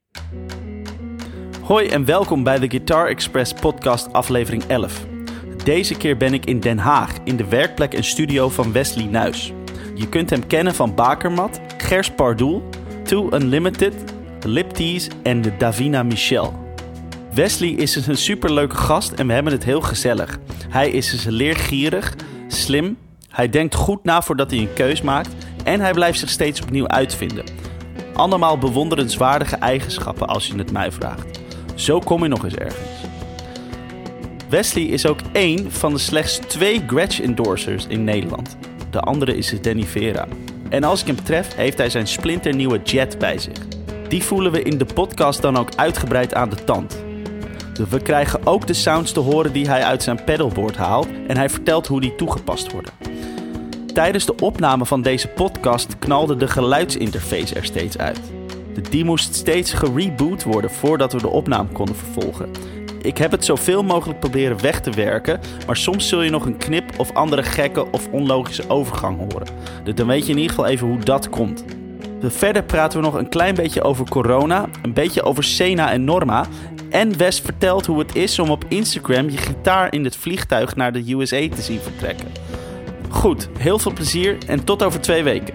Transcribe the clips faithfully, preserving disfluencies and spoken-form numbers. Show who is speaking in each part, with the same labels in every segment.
Speaker 1: Hoi en welkom bij de Guitar Express podcast aflevering elf. Deze keer ben ik in Den Haag, in de werkplek en studio van Wesley Nuys. Je kunt hem kennen van Bakermat, Gers Pardoel, Two Unlimited, Lip Tease en de Davina Michel. Wesley is een superleuke gast en we hebben het heel gezellig. Hij is dus leergierig, slim, hij denkt goed na voordat hij een keus maakt en hij blijft zich steeds opnieuw uitvinden. Allemaal bewonderenswaardige eigenschappen als je het mij vraagt. Zo kom je nog eens ergens. Wesley is ook één van de slechts twee Gretsch-endorsers in Nederland. De andere is Danny Vera. En als ik hem tref, heeft hij zijn splinternieuwe Jet bij zich. Die voelen we in de podcast dan ook uitgebreid aan de tand. We krijgen ook de sounds te horen die hij uit zijn pedalboard haalt en hij vertelt hoe die toegepast worden. Tijdens de opname van deze podcast knalde de geluidsinterface er steeds uit. Die moest steeds gereboot worden voordat we de opname konden vervolgen. Ik heb het zoveel mogelijk proberen weg te werken, maar soms zul je nog een knip of andere gekke of onlogische overgang horen. Dus dan weet je in ieder geval even hoe dat komt. Verder praten we nog een klein beetje over corona, een beetje over Sena en Norma. En Wes vertelt hoe het is om op Instagram je gitaar in het vliegtuig naar de U S A te zien vertrekken. Goed, heel veel plezier en tot over twee weken.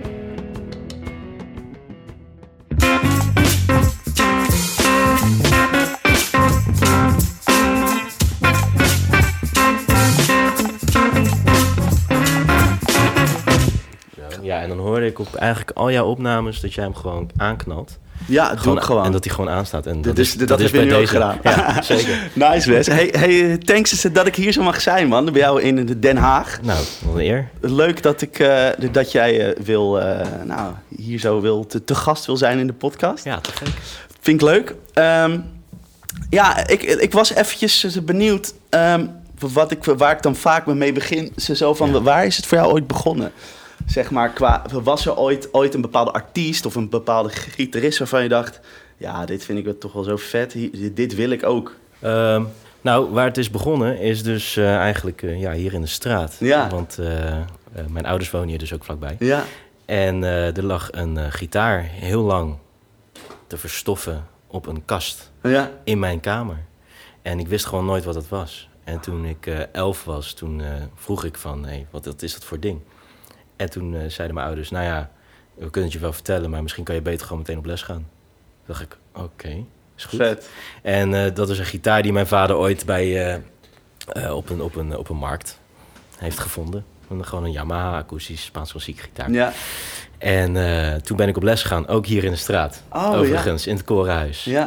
Speaker 2: Ja, en dan hoorde ik op eigenlijk al jouw opnames dat jij hem gewoon aanknalt.
Speaker 1: Ja, doe gewoon, ik gewoon.
Speaker 2: En dat hij gewoon aanstaat. En dat
Speaker 1: dus,
Speaker 2: is,
Speaker 1: dat,
Speaker 2: dat
Speaker 1: dat
Speaker 2: is
Speaker 1: heb je
Speaker 2: bij
Speaker 1: nu
Speaker 2: deze
Speaker 1: ook gedaan.
Speaker 2: Ja, zeker.
Speaker 1: Nice, Wes. Hey, hey, thanks dat ik hier zo mag zijn, man. Bij jou in Den Haag.
Speaker 2: Nou, wat een eer.
Speaker 1: Leuk dat, ik, uh, dat jij uh, wil, uh, nou, hier zo wil te, te gast wil zijn in de podcast.
Speaker 2: Ja, te gek.
Speaker 1: Vind ik leuk. Um, ja, ik, ik was eventjes benieuwd um, wat ik, waar ik dan vaak mee begin. Zo van, ja. Waar is het voor jou ooit begonnen? Zeg maar, qua, was er ooit, ooit een bepaalde artiest of een bepaalde gitarist waarvan je dacht, ja, dit vind ik toch wel zo vet, hier, dit wil ik ook?
Speaker 2: Um, nou, waar het is begonnen is dus uh, eigenlijk uh, ja, hier in de straat.
Speaker 1: Ja.
Speaker 2: Want uh, uh, mijn ouders wonen hier dus ook vlakbij.
Speaker 1: Ja.
Speaker 2: En uh, er lag een uh, gitaar heel lang te verstoffen op een kast
Speaker 1: ja.
Speaker 2: in mijn kamer. En ik wist gewoon nooit wat het was. En toen ik uh, elf was, toen uh, vroeg ik van, hey, wat, wat is dat voor ding? En toen uh, zeiden mijn ouders, nou ja, we kunnen het je wel vertellen, maar misschien kan je beter gewoon meteen op les gaan. Toen dacht ik, oké, okay, is goed.
Speaker 1: Vet.
Speaker 2: En uh, dat is een gitaar die mijn vader ooit bij, uh, uh, op, een, op, een, op een markt heeft gevonden. Gewoon een Yamaha akoestisch Spaans klassiek gitaar.
Speaker 1: Ja.
Speaker 2: En uh, toen ben ik op les gegaan, ook hier in de straat.
Speaker 1: Oh,
Speaker 2: overigens,
Speaker 1: ja.
Speaker 2: in het Korenhuis.
Speaker 1: Ja.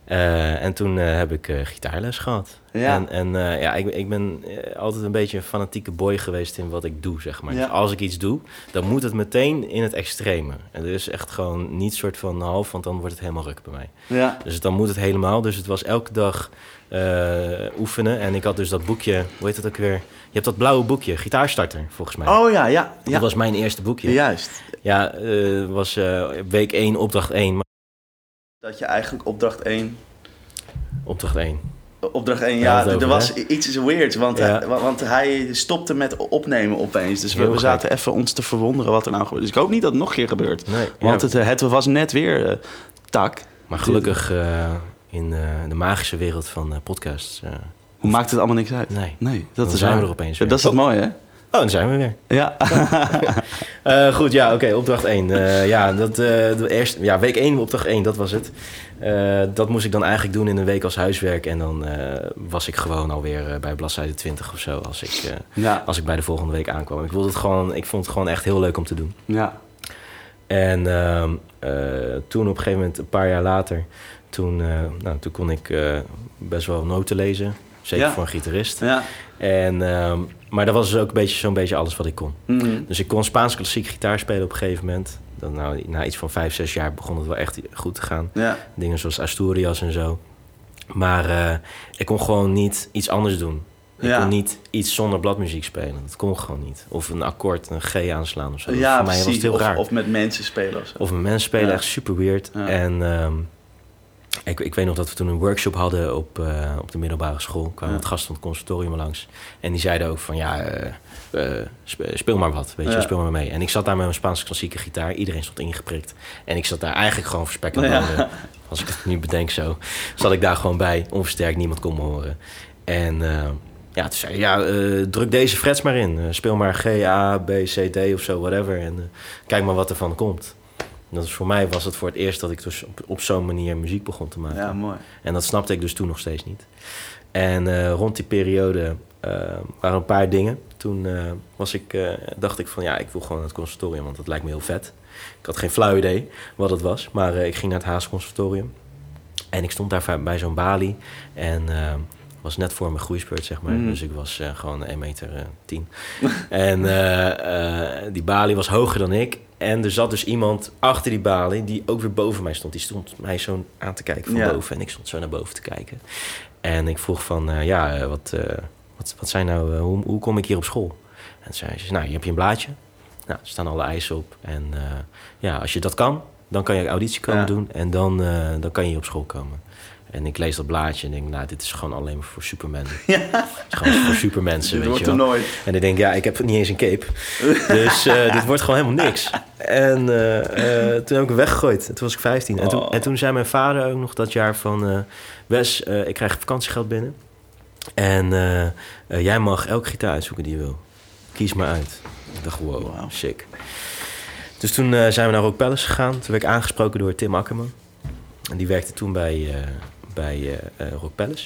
Speaker 2: Uh, en toen uh, heb ik uh, gitaarles gehad.
Speaker 1: Ja.
Speaker 2: En, en uh, ja, ik, ik ben uh, altijd een beetje een fanatieke boy geweest in wat ik doe, zeg maar.
Speaker 1: Ja.
Speaker 2: Dus als ik iets doe, dan moet het meteen in het extreme. En er is echt gewoon niet soort van half, want dan wordt het helemaal ruk bij mij.
Speaker 1: Ja.
Speaker 2: Dus dan moet het helemaal. Dus het was elke dag uh, oefenen. En ik had dus dat boekje, hoe heet dat ook weer? Je hebt dat blauwe boekje, Gitaarstarter, volgens mij.
Speaker 1: Oh ja, ja. ja.
Speaker 2: Dat was mijn eerste boekje.
Speaker 1: Juist.
Speaker 2: Ja, uh, was uh, week één, opdracht één.
Speaker 1: Dat je eigenlijk opdracht één...
Speaker 2: Opdracht één.
Speaker 1: Opdracht één, ja,
Speaker 2: over,
Speaker 1: er was
Speaker 2: hè?
Speaker 1: iets weirds, want,
Speaker 2: ja.
Speaker 1: hij, want hij stopte met opnemen opeens. Dus we, we zaten even ons te verwonderen wat er nou gebeurt. Dus ik hoop niet dat het nog een keer gebeurt.
Speaker 2: Nee,
Speaker 1: want
Speaker 2: ja.
Speaker 1: het, het was net weer uh, tak.
Speaker 2: Maar gelukkig uh, in uh, de magische wereld van uh, podcasts... Uh,
Speaker 1: Hoe maakt het allemaal niks uit?
Speaker 2: Nee,
Speaker 1: nee dat
Speaker 2: dan
Speaker 1: is
Speaker 2: zijn
Speaker 1: waar.
Speaker 2: we er opeens weer.
Speaker 1: Dat is het
Speaker 2: oh.
Speaker 1: mooie, hè?
Speaker 2: Oh, dan zijn we weer.
Speaker 1: Ja.
Speaker 2: uh, goed, ja, oké, okay, opdracht één. Uh, ja, dat, uh, de eerste, ja, week één, opdracht één, dat was het. Uh, dat moest ik dan eigenlijk doen in een week als huiswerk. En dan uh, was ik gewoon alweer uh, bij bladzijde twintig of zo als ik, uh, ja. als ik bij de volgende week aankwam. Ik, wilde het gewoon, ik vond het gewoon echt heel leuk om te doen.
Speaker 1: Ja.
Speaker 2: En uh, uh, toen op een gegeven moment, een paar jaar later... toen, uh, nou, toen kon ik uh, best wel noten lezen. Zeker ja. voor een gitarist.
Speaker 1: Ja.
Speaker 2: En, uh, maar dat was dus ook een beetje, zo'n beetje alles wat ik kon.
Speaker 1: Mm-hmm.
Speaker 2: Dus ik kon Spaans klassiek gitaar spelen op een gegeven moment. Dan, nou, na iets van vijf, zes jaar begon het wel echt goed te gaan.
Speaker 1: Ja.
Speaker 2: Dingen zoals Asturias en zo. Maar uh, ik kon gewoon niet iets anders doen. Ik ja. kon niet iets zonder bladmuziek spelen. Dat kon gewoon niet. Of een akkoord, een G aanslaan of zo.
Speaker 1: Ja,
Speaker 2: voor mij was het heel
Speaker 1: of,
Speaker 2: raar.
Speaker 1: Of met mensen spelen of zo.
Speaker 2: Of met mensen spelen, ja. Echt super weird. Ja. En um, ik, ik weet nog dat we toen een workshop hadden op, uh, op de middelbare school. Er kwamen ja. wat gasten van het conservatorium langs. En die zeiden ook van, ja, uh, uh, speel maar wat, weet je, ja. speel maar mee. En ik zat daar met mijn Spaanse klassieke gitaar. Iedereen stond ingeprikt. En ik zat daar eigenlijk gewoon verspekend. Ja. als ik het nu bedenk zo, zat ik daar gewoon bij, onversterkt, niemand kon me horen. En uh, ja, toen zei ja, uh, druk deze frets maar in. Uh, speel maar G, A, B, C, D of zo, whatever. En uh, kijk maar wat er van komt. En dat is, voor mij was het voor het eerst dat ik dus op, op zo'n manier muziek begon te maken.
Speaker 3: Ja, mooi.
Speaker 2: En dat snapte ik dus toen nog steeds niet. En uh, rond die periode uh, waren een paar dingen. Toen uh, was ik, uh, dacht ik van ja, ik wil gewoon naar het conservatorium, want dat lijkt me heel vet. Ik had geen flauw idee wat het was, maar uh, ik ging naar het Haagse Conservatorium. En ik stond daar bij zo'n balie en uh, was net voor mijn groeispurt, zeg maar. Mm. Dus ik was uh, gewoon één meter tien. En uh, uh, die balie was hoger dan ik. En er zat dus iemand achter die balie die ook weer boven mij stond. Die stond mij zo aan te kijken van ja. boven en ik stond zo naar boven te kijken. En ik vroeg van, uh, ja, wat, uh, wat, wat zijn nou, uh, hoe, hoe kom ik hier op school? En zei ze, nou, hier heb je een blaadje. Nou, er staan alle eisen op. En uh, ja, als je dat kan, dan kan je auditie komen ja. doen. En dan, uh, dan kan je hier op school komen. En ik lees dat blaadje en denk, nou, dit is gewoon alleen maar voor supermen. Ja. Het is gewoon voor supermensen, weet je wel. Nooit. En ik denk, ja, ik heb niet eens een cape. Dus uh, dit wordt gewoon helemaal niks. En uh, uh, toen heb ik hem weggegooid. Toen was ik vijftien. Oh. En, toen, en toen zei mijn vader ook nog dat jaar van... Uh, Wes, uh, ik krijg vakantiegeld binnen. En uh, uh, jij mag elke gitaar uitzoeken die je wil. Kies maar uit. Ik dacht, wow, wow. sick. Dus toen uh, zijn we naar Rock Palace gegaan. Toen werd ik aangesproken door Tim Akkerman. En die werkte toen bij... Uh, bij uh, uh, Rock Palace.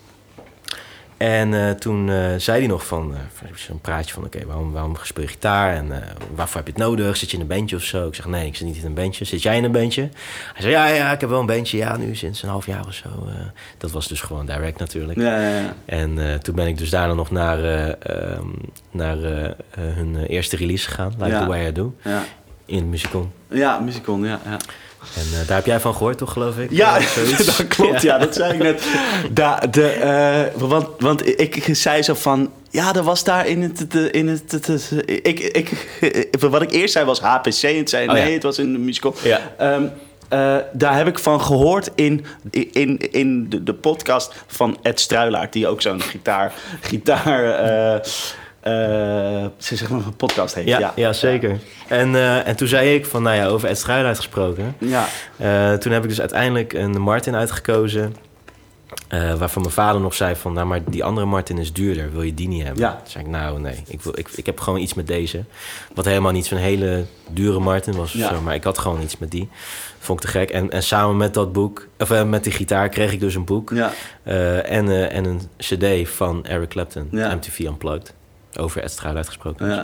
Speaker 2: En uh, toen uh, zei hij nog van... Uh, zo'n praatje van... Oké, okay, waarom, waarom speel je gitaar? En uh, waarvoor heb je het nodig? Zit je in een bandje of zo? Ik zeg, nee, ik zit niet in een bandje. Zit jij in een bandje? Hij zei, ja, ja, ik heb wel een bandje. Ja, nu sinds een half jaar of zo. Uh, dat was dus gewoon direct natuurlijk.
Speaker 3: Ja, ja, ja.
Speaker 2: En uh, toen ben ik dus daarna nog naar, uh, um, naar uh, uh, hun uh, eerste release gegaan. Like ja. The Way I Do. Ja. In het Musicon.
Speaker 3: Ja, Musicon, ja, ja.
Speaker 2: En uh, daar heb jij van gehoord, toch, geloof ik?
Speaker 3: Ja, dat klopt. Ja, dat zei ik net. Da, de, uh, want, want ik zei zo van... Ja, er was daar in het... In het, het, het ik, ik, wat ik eerst zei was H P C. En het zei oh, nee, ja. het was in de musical. Ja. Um, uh, daar heb ik van gehoord in, in, in de, de podcast van Ed Struilaert... die ook zo'n gitaar... gitaar uh, Uh, ze zeg maar een podcast heeft.
Speaker 2: Ja, ja. ja zeker. Ja. En, uh, en toen zei ik van, nou ja, over Ed Struilaert gesproken. Ja. Uh, toen heb ik dus uiteindelijk een Martin uitgekozen. Uh, waarvan mijn vader nog zei van, nou, maar die andere Martin is duurder. Wil je die niet hebben? Ja. Toen zei ik, nou, nee. Ik, wil, ik, ik heb gewoon iets met deze. Wat helemaal niet zo'n hele dure Martin was. Ja. Zo, maar ik had gewoon iets met die. Vond ik te gek. En, en samen met dat boek, of uh, met die gitaar, kreeg ik dus een boek. Ja. Uh, en, uh, en een cd van Eric Clapton. Ja. M T V Unplugged. Over Ed Struilaert gesproken. Ja.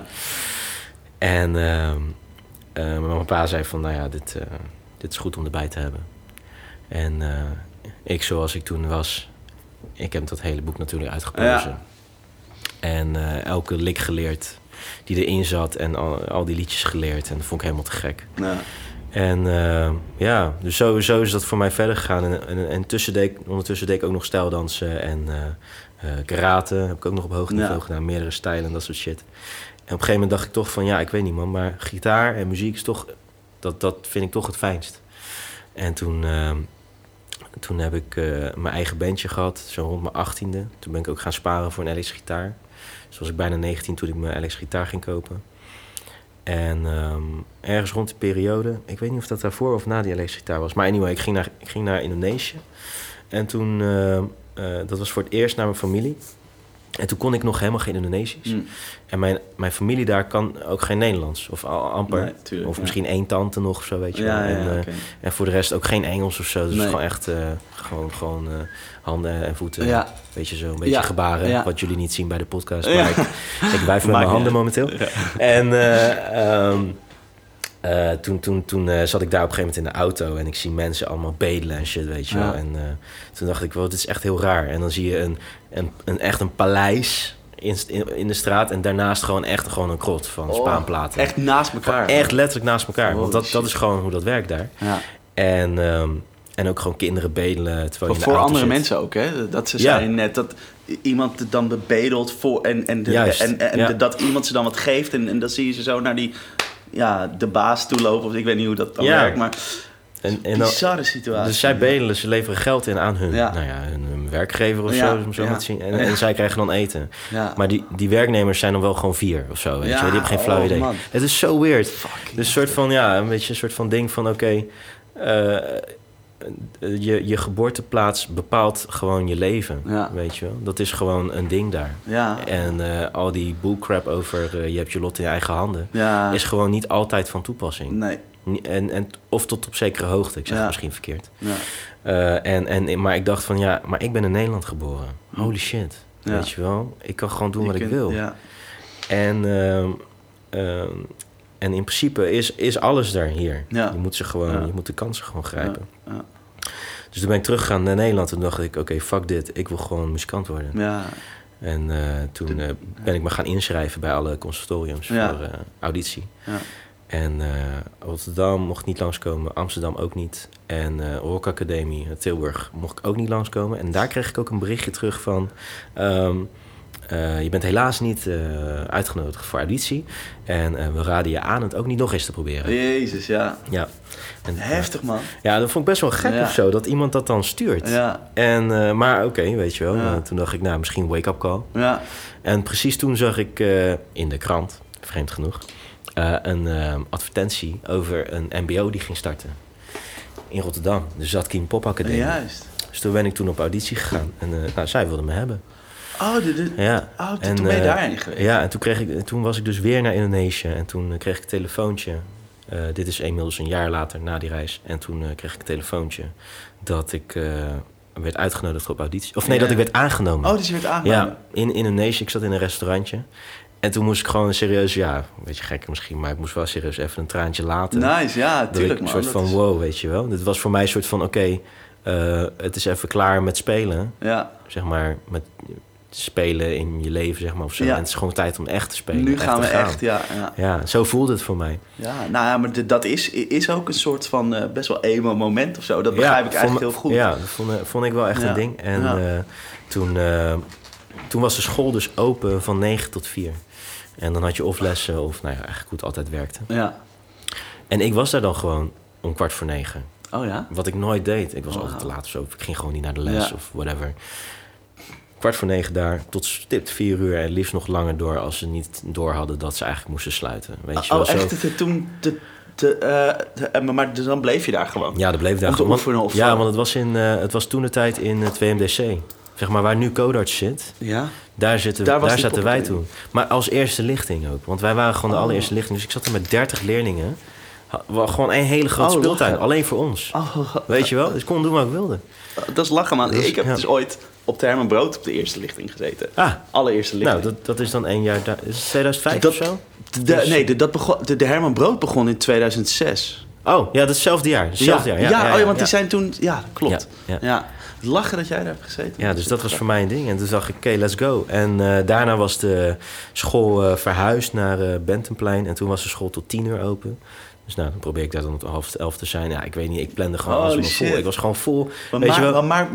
Speaker 2: En uh, uh, mijn pa zei van, nou ja, dit, uh, dit is goed om erbij te hebben. En uh, ik, zoals ik toen was, ik heb dat hele boek natuurlijk uitgekozen. Ja. En uh, elke lik geleerd die erin zat en al, al die liedjes geleerd. En dat vond ik helemaal te gek. Ja. En uh, ja, dus sowieso is dat voor mij verder gegaan. En, en, en tussen deed ik, ondertussen deed ik ook nog stijldansen en... Uh, Uh, karate heb ik ook nog op hoog niveau ja. gedaan. Meerdere stijlen en dat soort shit. En op een gegeven moment dacht ik toch van... ja, ik weet niet man, maar gitaar en muziek is toch... dat, dat vind ik toch het fijnst. En toen, uh, toen heb ik uh, mijn eigen bandje gehad. Zo rond mijn achttiende. Toen ben ik ook gaan sparen voor een elektrische gitaar. Dus was ik bijna negentien toen ik mijn elektrische gitaar ging kopen. En um, ergens rond die periode... ik weet niet of dat daarvoor of na die elektrische gitaar was. Maar anyway, ik ging naar, ik ging naar Indonesië. En toen... Uh, Uh, dat was voor het eerst naar mijn familie. En toen kon ik nog helemaal geen Indonesisch. Mm. En mijn, mijn familie daar kan ook geen Nederlands. Of al, amper. Nee, tuurlijk, of ja. misschien één tante nog of zo, weet je ja, wel. En, ja, uh, okay. en voor de rest ook geen Engels of zo. Dus nee. gewoon echt uh, gewoon, gewoon uh, handen en voeten. Ja. Weet je zo, een beetje ja. gebaren. Ja. Wat jullie niet zien bij de podcast. Maar ja. ik, ik wijf met mijn handen momenteel. Ja. En... Uh, um, Uh, toen toen, toen uh, zat ik daar op een gegeven moment in de auto... en ik zie mensen allemaal bedelen en shit, weet je wel. Ja. En uh, toen dacht ik, wow, dit is echt heel raar. En dan zie je een, een, een, echt een paleis in, in, in de straat... en daarnaast gewoon echt gewoon een krot van oh, spaanplaten.
Speaker 3: Echt naast elkaar?
Speaker 2: Echt letterlijk naast elkaar. Oh, want dat, dat is gewoon hoe dat werkt daar. Ja. En, um, en ook gewoon kinderen bedelen terwijl je in de
Speaker 3: voor
Speaker 2: auto
Speaker 3: andere
Speaker 2: zit.
Speaker 3: Mensen ook, hè? Dat ze ja. zijn net dat... iemand het dan bebedelt voor en, en, de, en, en ja. de, dat iemand ze dan wat geeft... en, en dan zie je ze zo naar die... ja, de baas toelopen, of ik weet niet hoe dat dan ja. werkt, maar en, en bizarre situatie.
Speaker 2: Dus zij bedelen, ze leveren geld in aan hun, ja. nou ja, hun, hun werkgever of ja. zo, om zo ja. maar te zien. En, en zij krijgen dan eten. Ja. Maar die, die werknemers zijn dan wel gewoon vier of zo, weet ja. je. Die hebben geen flauw oh, idee. Man. Het is zo weird. Fucking dus een soort van, ja, een beetje een soort van ding van, oké, okay, uh, je, je geboorteplaats bepaalt gewoon je leven,
Speaker 3: Ja.
Speaker 2: weet je wel. Dat is gewoon een ding daar.
Speaker 3: Ja.
Speaker 2: En uh, al die bullcrap over uh, je hebt je lot in je eigen handen...
Speaker 3: Ja.
Speaker 2: is gewoon niet altijd van toepassing.
Speaker 3: Nee.
Speaker 2: En, en, of tot op zekere hoogte, ik zeg
Speaker 3: Ja.
Speaker 2: het misschien verkeerd.
Speaker 3: Ja.
Speaker 2: Uh, en, en, maar ik dacht van, ja, maar ik ben in Nederland geboren. Holy shit,
Speaker 3: Ja.
Speaker 2: weet je wel. Ik kan gewoon doen
Speaker 3: Je
Speaker 2: wat
Speaker 3: kunt-
Speaker 2: ik wil.
Speaker 3: Ja.
Speaker 2: En, uh, uh, en in principe is, is alles daar hier.
Speaker 3: Ja.
Speaker 2: Je moet ze gewoon,
Speaker 3: Ja.
Speaker 2: je moet de kansen gewoon grijpen.
Speaker 3: Ja. Ja.
Speaker 2: Dus toen ben ik teruggegaan naar Nederland en dacht ik, oké, okay, fuck dit. Ik wil gewoon muzikant worden.
Speaker 3: Ja.
Speaker 2: En uh, toen uh, ben ik me gaan inschrijven bij alle conservatoriums
Speaker 3: Ja.
Speaker 2: voor uh, auditie.
Speaker 3: Ja.
Speaker 2: En uh, Rotterdam mocht niet langskomen, Amsterdam ook niet. En uh, Rock Academie, Tilburg, mocht ik ook niet langskomen. En daar kreeg ik ook een berichtje terug van... Um, uh, je bent helaas niet uh, uitgenodigd voor auditie. En uh, we raden je aan het ook niet nog eens te proberen.
Speaker 3: Jezus, ja.
Speaker 2: Ja. En,
Speaker 3: Heftig, man.
Speaker 2: ja, dat vond ik best wel gek
Speaker 3: Ja.
Speaker 2: of zo, dat iemand dat dan stuurt.
Speaker 3: Ja.
Speaker 2: En, uh, maar oké, okay, weet je wel.
Speaker 3: Ja.
Speaker 2: Uh, toen dacht ik, nou, misschien wake-up call.
Speaker 3: Ja.
Speaker 2: En precies toen zag ik uh, in de krant, vreemd genoeg... Uh, een uh, advertentie over een mbo die ging starten. In Rotterdam. De Zatkin Pop Academie.
Speaker 3: Juist.
Speaker 2: Dus toen ben ik toen op auditie gegaan. En uh, nou, zij wilden me hebben.
Speaker 3: Oh, de, de,
Speaker 2: Ja.
Speaker 3: oh toen,
Speaker 2: en,
Speaker 3: toen ben je
Speaker 2: uh,
Speaker 3: daarheen geweest.
Speaker 2: Ja, en toen, kreeg ik, toen was ik dus weer naar Indonesië. En toen uh, kreeg ik een telefoontje. Uh, dit is inmiddels een jaar later, na die reis. En toen uh, kreeg ik een telefoontje dat ik uh, werd uitgenodigd op auditie. Of nee,
Speaker 3: Ja.
Speaker 2: dat ik werd aangenomen.
Speaker 3: Oh, dus je werd aangenomen.
Speaker 2: Ja, in Indonesië. Ik zat in een restaurantje. En toen moest ik gewoon serieus, ja, een beetje gek misschien... maar ik moest wel serieus even een traantje laten.
Speaker 3: Nice, ja,
Speaker 2: Dat
Speaker 3: tuurlijk,
Speaker 2: ik
Speaker 3: man.
Speaker 2: een soort
Speaker 3: Dat
Speaker 2: van
Speaker 3: is-
Speaker 2: wow, weet je wel. Dit was voor mij een soort van, oké, okay, uh, het is even klaar met spelen.
Speaker 3: Ja,
Speaker 2: Zeg maar, met spelen in je leven, zeg maar, of zo.
Speaker 3: Ja.
Speaker 2: En het is gewoon tijd om echt te spelen.
Speaker 3: nu
Speaker 2: echt
Speaker 3: gaan
Speaker 2: te
Speaker 3: we echt, ja. Ja,
Speaker 2: Ja, zo voelde het voor mij.
Speaker 3: ja nou ja, maar de- dat is, is ook een soort van uh, best wel emo moment of zo. Dat begrijp
Speaker 2: ja,
Speaker 3: ik eigenlijk
Speaker 2: vond,
Speaker 3: heel goed.
Speaker 2: Ja, dat vond, vond ik wel echt
Speaker 3: Ja.
Speaker 2: een ding. En
Speaker 3: Ja.
Speaker 2: uh, toen, uh, toen was de school dus open van negen tot vier. En dan had je of lessen of, nou ja, eigenlijk hoe het altijd werkte.
Speaker 3: Ja.
Speaker 2: En ik was daar dan gewoon om kwart voor negen.
Speaker 3: Oh ja?
Speaker 2: Wat ik nooit deed. Ik was
Speaker 3: Oh,
Speaker 2: altijd te
Speaker 3: wauw.
Speaker 2: laat of zo. Of ik ging gewoon niet naar de les
Speaker 3: Ja.
Speaker 2: of whatever. Kwart voor negen daar, tot stipt vier uur. En liefst nog langer door als ze niet door hadden dat ze eigenlijk moesten sluiten. Weet je
Speaker 3: Oh,
Speaker 2: wel, zo.
Speaker 3: echt? De- Toen, de, de, uh, de, uh, maar dus dan bleef je daar gewoon?
Speaker 2: Ja, dat bleef daar
Speaker 3: Om te
Speaker 2: gewoon.
Speaker 3: oefenen of
Speaker 2: Ja,
Speaker 3: zo?
Speaker 2: want het was, in, uh, het was toen de tijd in het W M D C. Zeg maar, waar nu Codarts zit.
Speaker 3: Ja?
Speaker 2: Daar, zitten,
Speaker 3: Daar
Speaker 2: daar,
Speaker 3: was die
Speaker 2: zaten wij
Speaker 3: popacademie.
Speaker 2: toen. Maar als eerste lichting ook. Want wij waren gewoon de
Speaker 3: Oh.
Speaker 2: allereerste lichting. Dus ik zat er met dertig leerlingen. Ha- wa- Gewoon een hele grote
Speaker 3: Oh,
Speaker 2: speeltuin.
Speaker 3: lachen.
Speaker 2: Alleen voor ons.
Speaker 3: Oh,
Speaker 2: Weet je wel? Dus ik kon doen wat ik wilde.
Speaker 3: dat is lachen, man.
Speaker 2: Dat is-
Speaker 3: ik heb
Speaker 2: ja.
Speaker 3: dus ooit op de Herman Brood op de eerste lichting gezeten.
Speaker 2: Ah,
Speaker 3: Allereerste lichting.
Speaker 2: nou, dat, dat is dan één jaar... daar- Is het tweeduizend vijf
Speaker 3: Dat-
Speaker 2: of zo?
Speaker 3: De,
Speaker 2: Dus-
Speaker 3: nee, de, dat begon, de, de Herman Brood begon in tweeduizend zes.
Speaker 2: Oh, ja, dat is hetzelfde jaar. Hetzelfde
Speaker 3: ja,
Speaker 2: jaar.
Speaker 3: ja, oh ja, want
Speaker 2: ja.
Speaker 3: die zijn toen... Ja, klopt.
Speaker 2: Ja,
Speaker 3: Ja,
Speaker 2: ja.
Speaker 3: Lachen dat jij daar hebt gezeten.
Speaker 2: Ja, dus dat was voor mij een ding. En toen dacht ik, oké, okay, let's go. En uh, daarna was de school uh, verhuisd naar uh, Bentenplein. En toen was de school tot tien uur open. Dus nou, dan probeer ik daar dan tot half elf te zijn. Ja, ik weet niet, ik plande gewoon
Speaker 3: Holy
Speaker 2: alles maar vol.
Speaker 3: shit.
Speaker 2: Ik was gewoon vol.
Speaker 3: Maar,
Speaker 2: weet
Speaker 3: maar,
Speaker 2: je wel?
Speaker 3: maar,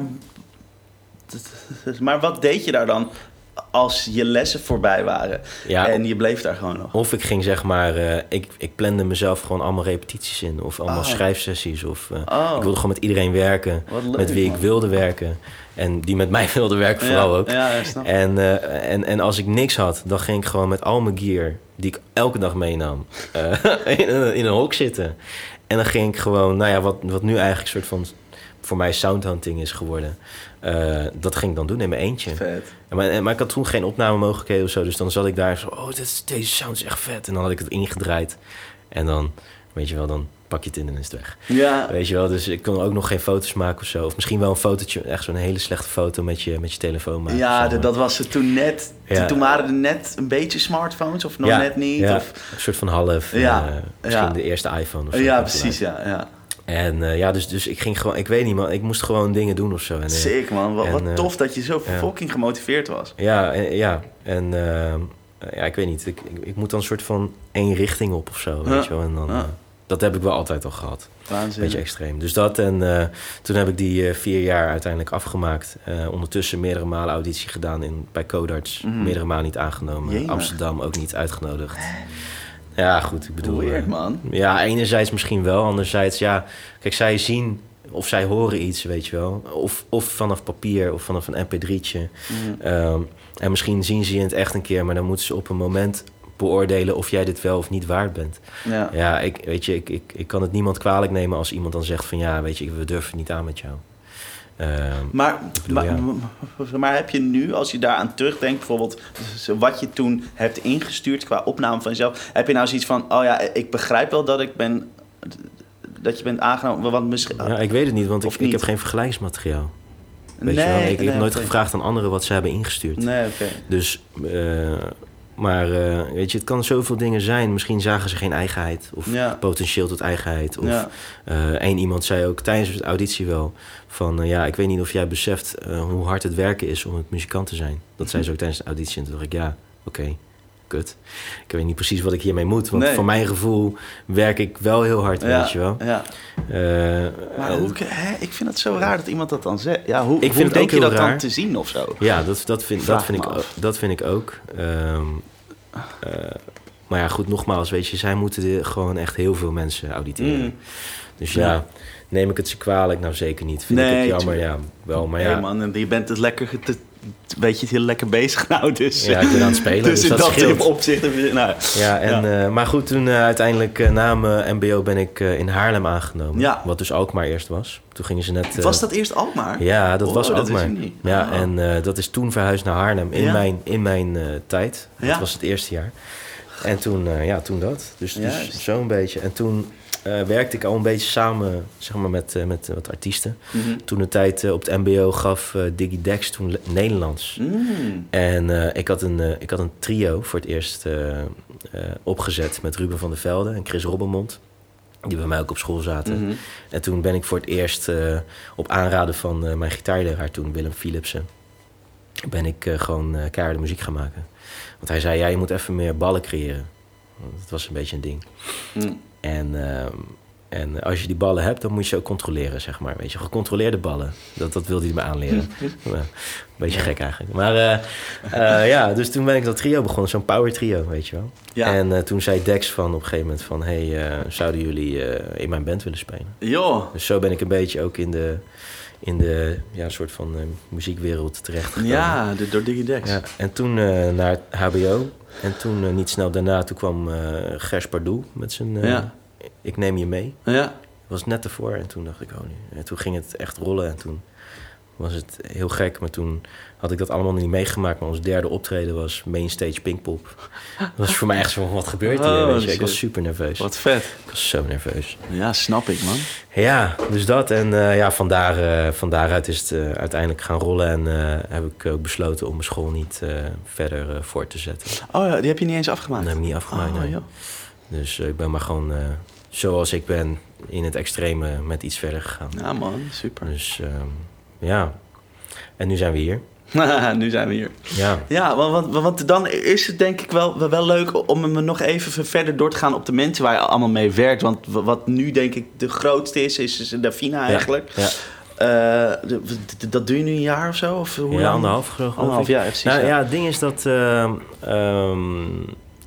Speaker 3: maar, maar wat deed je daar dan als je lessen voorbij waren?
Speaker 2: Ja.
Speaker 3: En je bleef daar gewoon nog?
Speaker 2: Of ik ging zeg maar, uh, ik, ik plande mezelf gewoon allemaal repetities in. Of allemaal
Speaker 3: Oh.
Speaker 2: schrijfsessies. Of uh,
Speaker 3: Oh.
Speaker 2: ik wilde gewoon met iedereen werken.
Speaker 3: Wat leuk,
Speaker 2: met wie
Speaker 3: man.
Speaker 2: ik wilde werken. En die met mij wilde werken vooral
Speaker 3: ja,
Speaker 2: ook.
Speaker 3: Ja, ja, snap.
Speaker 2: En, uh, en, en als ik niks had, dan ging ik gewoon met al mijn gear, die ik elke dag meenam, uh, in, een, in een hok zitten. En dan ging ik gewoon, nou ja, wat, wat nu eigenlijk een soort van voor mij soundhunting is geworden. Uh, dat ging ik dan doen in mijn eentje.
Speaker 3: Vet.
Speaker 2: En maar, en, maar ik had toen geen opnamemogelijkheden of zo. Dus dan zat ik daar zo, oh, dit is, deze sound is echt vet. En dan had ik het ingedraaid. En dan, weet je wel, dan pak je het in en is het weg.
Speaker 3: Ja,
Speaker 2: Weet je wel, dus ik kon ook nog geen foto's maken of zo. Of misschien wel een fotootje, echt zo'n hele slechte foto met je, met je telefoon maken.
Speaker 3: ja
Speaker 2: of zo.
Speaker 3: de, dat was het toen net.
Speaker 2: Ja.
Speaker 3: Toen, toen waren er net een beetje smartphones of nog
Speaker 2: Ja,
Speaker 3: net niet.
Speaker 2: ja,
Speaker 3: Of,
Speaker 2: een soort van half.
Speaker 3: Ja,
Speaker 2: uh, misschien
Speaker 3: ja.
Speaker 2: de eerste iPhone of zo.
Speaker 3: ja,
Speaker 2: komt
Speaker 3: precies,
Speaker 2: eruit.
Speaker 3: ja. ja.
Speaker 2: En uh, ja, dus, dus ik ging gewoon, ik weet niet man, ik moest gewoon dingen doen of zo. En, uh,
Speaker 3: Sick, man. Wat,
Speaker 2: en,
Speaker 3: wat
Speaker 2: uh,
Speaker 3: tof dat je zo
Speaker 2: ja.
Speaker 3: fucking gemotiveerd was.
Speaker 2: Ja, en, ja, en uh, ja, ik weet niet, ik, ik, ik moet dan een soort van één richting op of zo, weet
Speaker 3: Ja.
Speaker 2: je wel. En dan,
Speaker 3: Ja.
Speaker 2: uh, dat heb ik wel altijd al gehad.
Speaker 3: Waanzin.
Speaker 2: Beetje extreem. Dus dat en uh, toen heb ik die uh, vier jaar uiteindelijk afgemaakt. Uh, ondertussen meerdere malen auditie gedaan in, bij Codarts.
Speaker 3: Mhm.
Speaker 2: Meerdere malen niet aangenomen.
Speaker 3: Jemig.
Speaker 2: Amsterdam ook niet uitgenodigd. Ja, goed, ik bedoel...
Speaker 3: Weird,
Speaker 2: uh,
Speaker 3: man.
Speaker 2: Ja, enerzijds misschien wel. Anderzijds, ja... Kijk, zij zien of zij horen iets, weet je wel. Of, of vanaf papier of vanaf een M P drietje.
Speaker 3: Mhm.
Speaker 2: Um, en misschien zien ze je in het echt een keer... maar dan moeten ze op een moment beoordelen of jij dit wel of niet waard bent.
Speaker 3: Ja,
Speaker 2: Ja, ik, weet je, ik, ik, ik kan het niemand kwalijk nemen als iemand dan zegt van ja, weet je, we durven het niet aan met jou. Uh,
Speaker 3: maar,
Speaker 2: bedoel,
Speaker 3: maar,
Speaker 2: ja.
Speaker 3: maar heb je nu, als je daaraan terugdenkt, bijvoorbeeld wat je toen hebt ingestuurd qua opname van jezelf, heb je nou zoiets van, oh ja, ik begrijp wel dat ik ben, dat je bent aangenomen, want misschien...
Speaker 2: Ja, ik weet het niet, want ik,
Speaker 3: niet?
Speaker 2: ik heb geen vergelijkingsmateriaal. Weet
Speaker 3: nee,
Speaker 2: je wel? Ik, ik
Speaker 3: nee,
Speaker 2: heb nooit
Speaker 3: okay.
Speaker 2: gevraagd aan anderen wat ze hebben ingestuurd.
Speaker 3: Nee, oké. Okay.
Speaker 2: Dus, uh, maar uh, weet je, het kan zoveel dingen zijn. Misschien zagen ze geen eigenheid of ja. potentieel tot eigenheid. Of ja. uh, één iemand zei ook tijdens de auditie wel van... Uh, ja, ik weet niet of jij beseft uh, hoe hard het werken is om het muzikant te zijn. Dat zei ze ook tijdens de auditie. En toen dacht ik, ja, oké, okay, kut. Ik weet niet precies wat ik hiermee moet. Want nee. voor mijn gevoel werk ik wel heel hard,
Speaker 3: ja.
Speaker 2: weet je wel.
Speaker 3: Ja.
Speaker 2: Uh,
Speaker 3: maar hoe, hè? Ik vind het zo raar dat iemand dat dan zegt. Ja, hoe
Speaker 2: ik
Speaker 3: hoe
Speaker 2: vind
Speaker 3: denk
Speaker 2: het
Speaker 3: je dat
Speaker 2: raar.
Speaker 3: dan te zien of zo?
Speaker 2: Ja, dat, dat, vind, dat, vind, ik, dat vind ik ook. Um, uh, maar ja, goed, nogmaals, weet je, zij moeten de, gewoon echt heel veel mensen auditeren. Mm. Dus ja, ja, neem ik het ze kwalijk? Nou, zeker niet. Vind nee, ik het jammer? Ja, wel, maar ja.
Speaker 3: Nee man, en je bent het lekker... Te, weet je, het heel lekker bezig nou, dus...
Speaker 2: Ja, ik ben aan het spelen,
Speaker 3: dus,
Speaker 2: dus dat,
Speaker 3: dat
Speaker 2: scheelt.
Speaker 3: opzicht... Nou,
Speaker 2: ja, en, ja. Uh, maar goed, toen uh, uiteindelijk uh, na mijn M B O ben ik uh, in Haarlem aangenomen. Ja. Wat dus Alkmaar eerst was. Toen gingen ze net... Uh,
Speaker 3: was dat eerst Alkmaar?
Speaker 2: Ja, dat
Speaker 3: oh,
Speaker 2: was
Speaker 3: dat
Speaker 2: Alkmaar.
Speaker 3: Niet.
Speaker 2: Ja,
Speaker 3: oh.
Speaker 2: en uh, dat is toen verhuisd naar Haarlem in
Speaker 3: ja.
Speaker 2: mijn, in mijn uh, tijd.
Speaker 3: Ja.
Speaker 2: Dat was het eerste jaar. En toen, uh, ja, toen dat. Dus, dus zo'n beetje. En toen uh, werkte ik al een beetje samen, zeg maar, met, uh, met uh, wat artiesten. Mm-hmm. Toen een tijd uh, op het M B O gaf uh, Diggy Dex toen le- Nederlands.
Speaker 3: Mm.
Speaker 2: En uh, ik, had een, uh, ik had een trio voor het eerst uh, uh, opgezet met Ruben van der Velde en Chris Robbenmond. Die bij mij ook op school zaten. Mm-hmm. En toen ben ik voor het eerst uh, op aanraden van uh, mijn gitaarleraar toen, Willem Philipsen, ben ik uh, gewoon uh, keiharde muziek gaan maken. Want hij zei, ja, je moet even meer ballen creëren. Dat was een beetje een ding. Mm. En, uh, en als je die ballen hebt, dan moet je ze ook controleren, zeg maar. Weet je, gecontroleerde ballen. Dat, dat wilde hij me aanleren. Een beetje gek eigenlijk. Maar uh, uh, ja, dus toen ben ik dat trio begonnen. Zo'n power trio, weet je wel. Ja. En uh, toen zei Dex van op een gegeven moment van... hey, uh, zouden jullie uh, in mijn band willen spelen?
Speaker 3: Jo. Dus
Speaker 2: zo ben ik een beetje ook in de... in de ja, soort van uh, muziekwereld terechtgekomen.
Speaker 3: Ja, de, door Diggy Dex.
Speaker 2: Ja, en toen uh, naar het H B O. En toen uh, niet snel daarna, toen kwam uh, Gers Pardoel met zijn uh, ja. Ik neem je mee.
Speaker 3: Ja.
Speaker 2: Dat was net ervoor. En toen dacht ik, oh nee. En toen ging het echt rollen. En toen was het heel gek. Maar toen had ik dat allemaal niet meegemaakt. Maar ons derde optreden was Mainstage Pinkpop. Dat was voor mij echt zo, wat gebeurt hier? Oh, weet je? Ik was super nerveus.
Speaker 3: Wat vet.
Speaker 2: Ik was zo nerveus.
Speaker 3: Ja, snap ik, man.
Speaker 2: Ja, dus dat. En uh, ja, van, daar, uh, van daaruit is het uh, uiteindelijk gaan rollen. En uh, heb ik ook besloten om mijn school niet uh, verder uh, voort te zetten.
Speaker 3: Oh ja, die heb je niet eens afgemaakt?
Speaker 2: Dat heb ik niet afgemaakt,
Speaker 3: oh,
Speaker 2: nee.
Speaker 3: Ja.
Speaker 2: Dus uh, ik ben maar gewoon uh, zoals ik ben in het extreme met iets verder gegaan.
Speaker 3: Ja man, super.
Speaker 2: Dus uh, ja, en nu zijn we hier.
Speaker 3: Nu zijn we hier.
Speaker 2: Ja,
Speaker 3: ja want, want, want dan is het denk ik wel, wel leuk om me nog even verder door te gaan op de mensen waar je allemaal mee werkt. Want wat nu denk ik de grootste is, is Davina eigenlijk. Ja, ja. Uh, dat doe je nu een jaar of zo? Of hoe
Speaker 2: ja,
Speaker 3: lang?
Speaker 2: anderhalf geloof ik.
Speaker 3: Anderhalf jaar, precies.
Speaker 2: Nou,
Speaker 3: ja.
Speaker 2: ja, het ding is dat uh, um,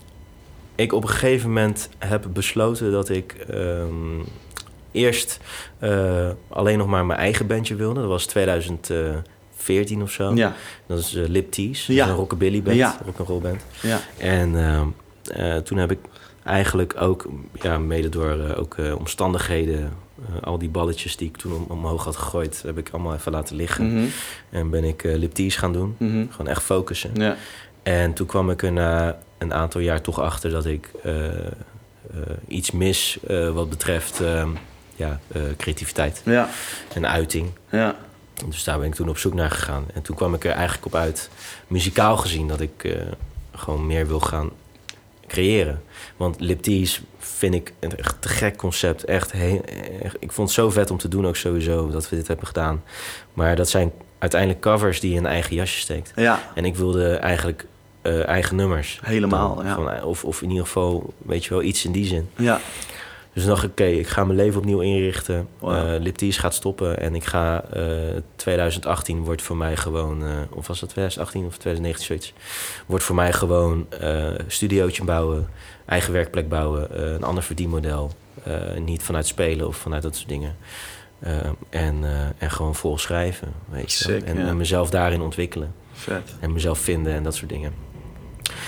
Speaker 2: ik op een gegeven moment heb besloten dat ik um, eerst uh, alleen nog maar mijn eigen bandje wilde. Dat was tweeduizend veertien of zo. Ja. Dat is uh, Lip Tees, ja. een rockabilly band, ja. rock'n'roll band. Ja. En uh, uh, toen heb ik eigenlijk ook, ja, mede door uh, ook, uh, omstandigheden, uh, al die balletjes die ik toen om, omhoog had gegooid, heb ik allemaal even laten liggen. Mm-hmm. En ben ik uh, Lip Tees gaan doen. Mm-hmm. Gewoon echt focussen. Ja. En toen kwam ik er na een aantal jaar toch achter dat ik uh, uh, iets mis uh, wat betreft uh, ja, uh, creativiteit ja. en uiting. Ja. Dus daar ben ik toen op zoek naar gegaan. En toen kwam ik er eigenlijk op uit, muzikaal gezien, dat ik uh, gewoon meer wil gaan creëren. Want Lip Tees vind ik een echt te gek concept. Echt heel, echt, ik vond het zo vet om te doen ook sowieso, dat we dit hebben gedaan. Maar dat zijn uiteindelijk covers die je in een eigen jasje steekt. Ja. En ik wilde eigenlijk uh, eigen nummers.
Speaker 3: Helemaal, dan, ja.
Speaker 2: Van, of, of in ieder geval, weet je wel, iets in die zin.
Speaker 3: Ja.
Speaker 2: Dus dan dacht ik, oké, okay, ik ga mijn leven opnieuw inrichten. Wow. Uh, Lip Tees gaat stoppen en ik ga... Uh, twintig achttien wordt voor mij gewoon... Uh, of was dat twintig achttien of twintig negentien zoiets? Wordt voor mij gewoon uh, studiootje bouwen, eigen werkplek bouwen, uh, een ander verdienmodel. Uh, niet vanuit spelen of vanuit dat soort dingen. Uh, en, uh, en gewoon vol schrijven, weet je wel. En, ja. en mezelf daarin ontwikkelen.
Speaker 3: Vet.
Speaker 2: En mezelf vinden en dat soort dingen.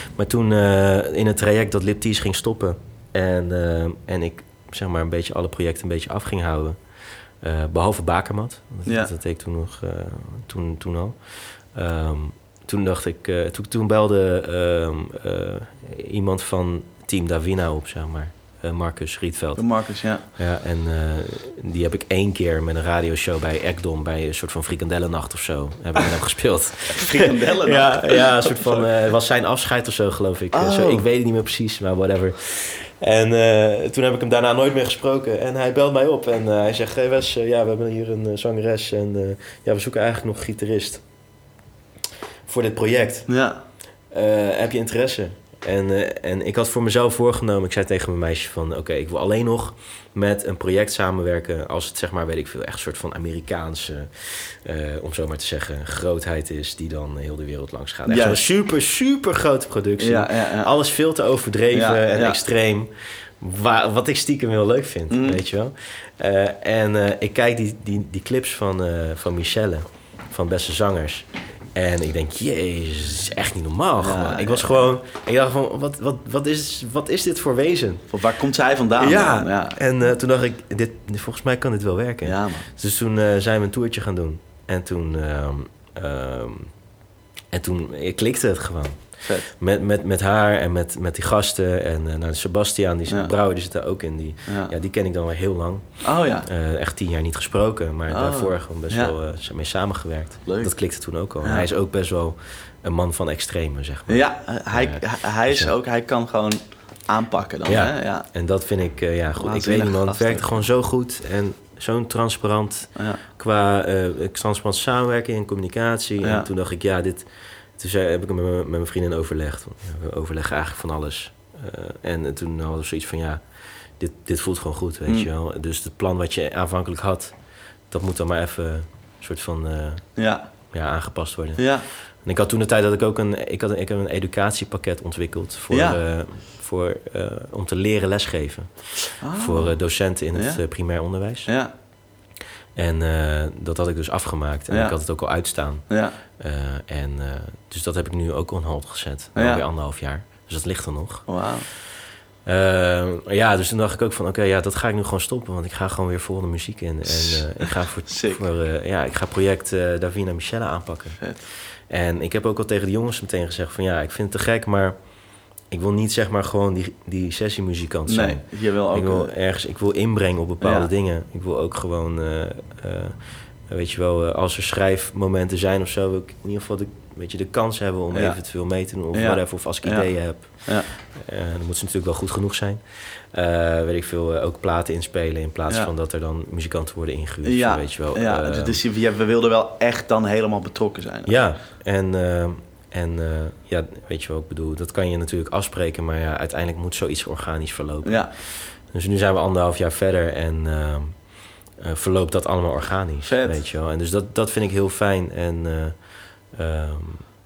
Speaker 2: Maar toen uh, in het traject dat Liptease ging stoppen... en, uh, en ik zeg maar een beetje alle projecten een beetje af ging houden... Uh, behalve Bakermat. Dat, ja. dat, dat deed ik toen nog uh, toen, toen al. Um, toen dacht ik... Uh, toen, toen belde uh, uh, iemand van Team Davina op, zeg maar. Uh, Marcus Rietveld.
Speaker 3: Marcus, ja.
Speaker 2: Ja, en uh, die heb ik één keer met een radioshow bij Ekdom... bij een soort van frikandellennacht of zo... hebben we met hem gespeeld.
Speaker 3: Frikandellennacht?
Speaker 2: ja, ja, een soort van... Het uh, was zijn afscheid of zo, geloof ik.
Speaker 3: Oh.
Speaker 2: Zo, ik weet het niet meer precies, maar whatever. En uh, toen heb ik hem daarna nooit meer gesproken. En hij belt mij op en uh, hij zegt... Hey Wes, uh, ja, we hebben hier een uh, zangeres... en uh, ja, we zoeken eigenlijk nog een gitarist... voor dit project.
Speaker 3: Ja.
Speaker 2: Uh, heb je interesse? En, uh, en ik had voor mezelf voorgenomen... ik zei tegen mijn meisje van... oké, okay, ik wil alleen nog met een project samenwerken... als het, zeg maar, weet ik veel... echt een soort van Amerikaanse... Uh, om zo maar te zeggen... grootheid is... die dan heel de wereld langs gaat. Echt zo'n super, super grote productie.
Speaker 3: Ja, ja, ja.
Speaker 2: Alles veel te overdreven ja, en
Speaker 3: ja.
Speaker 2: extreem. Waar, wat ik stiekem heel leuk vind, mm. weet je wel. Uh, en uh, ik kijk die, die, die clips van, uh, van Michelle... van Beste Zangers... En ik denk, jezus, is echt niet normaal. Ja, ik was ja. gewoon... Ik dacht van, wat, wat, wat, is, wat is dit voor wezen?
Speaker 3: Waar komt zij vandaan?
Speaker 2: Ja, ja. En uh, toen dacht ik, dit, volgens mij kan dit wel werken.
Speaker 3: Ja, man.
Speaker 2: Dus toen uh, zijn we een toertje gaan doen. En toen... Um, um, en toen klikte het gewoon.
Speaker 3: Vet.
Speaker 2: Met, met, met haar en met, met die gasten. En uh, nou, Sebastiaan, die ja. Brouwer, die zit daar ook in. Die, ja. Ja, die ken ik dan al heel lang.
Speaker 3: Oh ja.
Speaker 2: Uh, echt tien jaar niet gesproken. Maar oh. daarvoor gewoon best ja. wel uh, mee samengewerkt.
Speaker 3: Leuk.
Speaker 2: Dat klikte toen ook al.
Speaker 3: Ja.
Speaker 2: Hij is ook best wel een man van extreme, zeg maar.
Speaker 3: Ja, hij, uh, hij, is dus, ook, hij kan gewoon aanpakken dan.
Speaker 2: Ja.
Speaker 3: Hè? Ja.
Speaker 2: En dat vind ik, uh, ja goed. Ik weet niet, man. Het werkte gewoon zo goed. En zo'n transparant,
Speaker 3: ja.
Speaker 2: qua uh, transparant samenwerking en communicatie. Ja. En toen dacht ik, ja, dit... Toen zei, heb ik hem met mijn vriendin overlegd. We overleggen eigenlijk van alles. Uh, en toen hadden we zoiets van, ja, dit, dit voelt gewoon goed, weet mm. je wel. Dus het plan wat je aanvankelijk had, dat moet dan maar even een soort van uh,
Speaker 3: ja.
Speaker 2: Ja, aangepast worden.
Speaker 3: Ja.
Speaker 2: En ik had toen de tijd dat ik ook een, ik had, ik heb een educatiepakket ontwikkeld voor, ja. uh, voor, uh, om te leren lesgeven. Oh. Voor uh, docenten in het ja. uh, primair onderwijs.
Speaker 3: Ja.
Speaker 2: En uh, dat had ik dus afgemaakt. En ja. ik had het ook al uitstaan.
Speaker 3: Ja.
Speaker 2: Uh, en, uh, dus dat heb ik nu ook on hold gezet.
Speaker 3: Ja.
Speaker 2: Alweer anderhalf jaar. Dus dat ligt er nog.
Speaker 3: Wauw.
Speaker 2: Uh, ja, dus toen dacht ik ook van... Oké, okay, ja, dat ga ik nu gewoon stoppen. Want ik ga gewoon weer vol de muziek in. En uh, ik ga voor, voor uh, ja, ik ga project uh, Davina Michelle aanpakken.
Speaker 3: Vet.
Speaker 2: En ik heb ook al tegen de jongens meteen gezegd van... Ja, ik vind het te gek, maar... Ik wil niet zeg maar gewoon die, die sessiemuzikant zijn.
Speaker 3: Nee, je wil ook...
Speaker 2: Ik wil ergens, ik wil inbrengen op bepaalde ja. dingen. Ik wil ook gewoon, uh, uh, weet je wel, uh, als er schrijfmomenten zijn of zo, wil ik in ieder geval de, weet je, de kans hebben om ja. eventueel mee te doen of ja. whatever. Of als ik ideeën ja. heb.
Speaker 3: Ja.
Speaker 2: Uh, dan moet ze natuurlijk wel goed genoeg zijn. Uh, weet ik veel, uh, ook platen inspelen in plaats ja. van dat er dan muzikanten worden ingehuurd.
Speaker 3: Ja,
Speaker 2: weet je wel.
Speaker 3: Ja.
Speaker 2: Uh,
Speaker 3: dus we wilden wel echt dan helemaal betrokken zijn.
Speaker 2: Ja, en... Uh, En uh, ja, weet je wat ik bedoel, dat kan je natuurlijk afspreken... maar ja, uiteindelijk moet zoiets organisch verlopen.
Speaker 3: Ja.
Speaker 2: Dus nu zijn we anderhalf jaar verder en uh, uh, verloopt dat allemaal organisch.
Speaker 3: Vet.
Speaker 2: Weet je wel. En dus dat, dat vind ik heel fijn. En uh, um,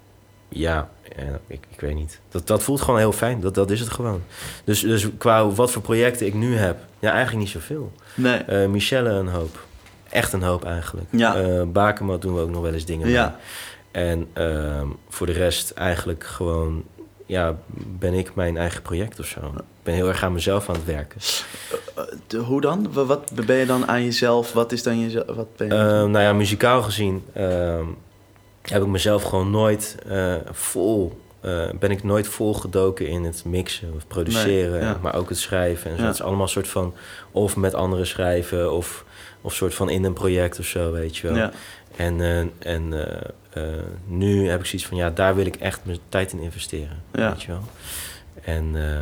Speaker 2: ja, uh, ik, ik weet niet. Dat, dat voelt gewoon heel fijn, dat, dat is het gewoon. Dus, dus qua wat voor projecten ik nu heb, ja, eigenlijk niet zoveel.
Speaker 3: Nee.
Speaker 2: Uh, Michelle een hoop. Echt een hoop eigenlijk.
Speaker 3: Ja.
Speaker 2: Uh, Bakermat doen we ook nog wel eens dingen mee.
Speaker 3: Ja.
Speaker 2: En uh, voor de rest eigenlijk gewoon... Ja, ben ik mijn eigen project of zo. Ik ben heel erg aan mezelf aan het werken.
Speaker 3: Uh, de, hoe dan? Wat ben je dan aan jezelf? Wat is dan jezelf? Wat ben je
Speaker 2: uh, nou ja, muzikaal gezien... Uh, heb ik mezelf gewoon nooit uh, vol... Uh, ben ik nooit volgedoken in het mixen of produceren. Nee, ja. Maar ook het schrijven. En zo. Ja. Het is allemaal een soort van... Of met anderen schrijven... Of, of soort van in een project of zo, weet je wel. Ja. En, uh, en uh, uh, nu heb ik zoiets van... Ja, daar wil ik echt mijn tijd in investeren.
Speaker 3: Ja.
Speaker 2: Weet je wel. En uh,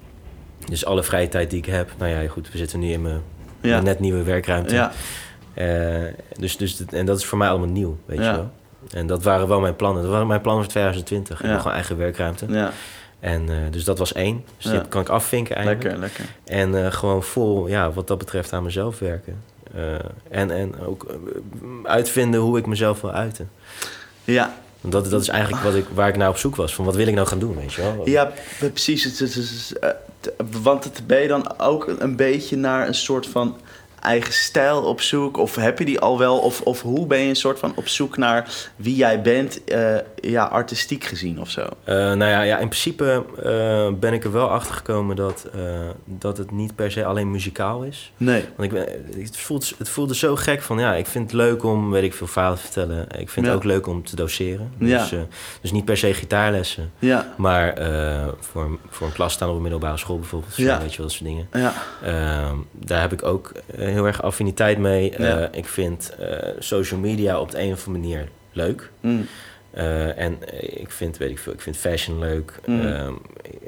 Speaker 2: dus alle vrije tijd die ik heb... Nou ja, goed, we zitten nu in mijn, ja. mijn net nieuwe werkruimte.
Speaker 3: Ja.
Speaker 2: Uh, dus, dus, en dat is voor mij allemaal nieuw, weet
Speaker 3: ja.
Speaker 2: je wel. En dat waren wel mijn plannen. Dat waren mijn plannen voor twintig twintig. Ik
Speaker 3: ja.
Speaker 2: heb gewoon eigen werkruimte.
Speaker 3: Ja.
Speaker 2: En uh, dus dat was één. Dus
Speaker 3: ja.
Speaker 2: die kan ik afvinken eigenlijk.
Speaker 3: Lekker, lekker.
Speaker 2: En uh, gewoon vol, ja, wat dat betreft aan mezelf werken. Uh, en, en ook uh, uitvinden hoe ik mezelf wil uiten.
Speaker 3: Ja.
Speaker 2: Want dat, dat is eigenlijk wat ik, waar ik naar op zoek was. Van wat wil ik nou gaan doen, weet je wel?
Speaker 3: Ja, precies. Het, het, het, het, want het ben je dan ook een beetje naar een soort van eigen stijl op zoek? Of heb je die al wel? Of, of hoe ben je een soort van op zoek naar wie jij bent, uh, ja, artistiek gezien of zo?
Speaker 2: Uh, nou ja, ja, in principe uh, ben ik er wel achter gekomen dat, uh, dat het niet per se alleen muzikaal is.
Speaker 3: Nee.
Speaker 2: Want ik, het, voelt, het voelde zo gek van, ja, ik vind het leuk om, weet ik veel, verhalen te vertellen. Ik vind ja. het ook leuk om te doseren.
Speaker 3: Ja.
Speaker 2: Dus, uh, dus niet per se gitaarlessen.
Speaker 3: Ja.
Speaker 2: Maar uh, voor, voor een klas staan op een middelbare school bijvoorbeeld. Zo, ja. Weet je wel, dat soort dingen.
Speaker 3: Ja.
Speaker 2: Uh, daar heb ik ook uh, heel erg affiniteit mee. Uh,
Speaker 3: ja.
Speaker 2: Ik vind uh, social media op de een of andere manier leuk.
Speaker 3: Mm.
Speaker 2: Uh, en ik vind, weet ik veel, ik vind fashion leuk.
Speaker 3: Mm.
Speaker 2: Uh, uh,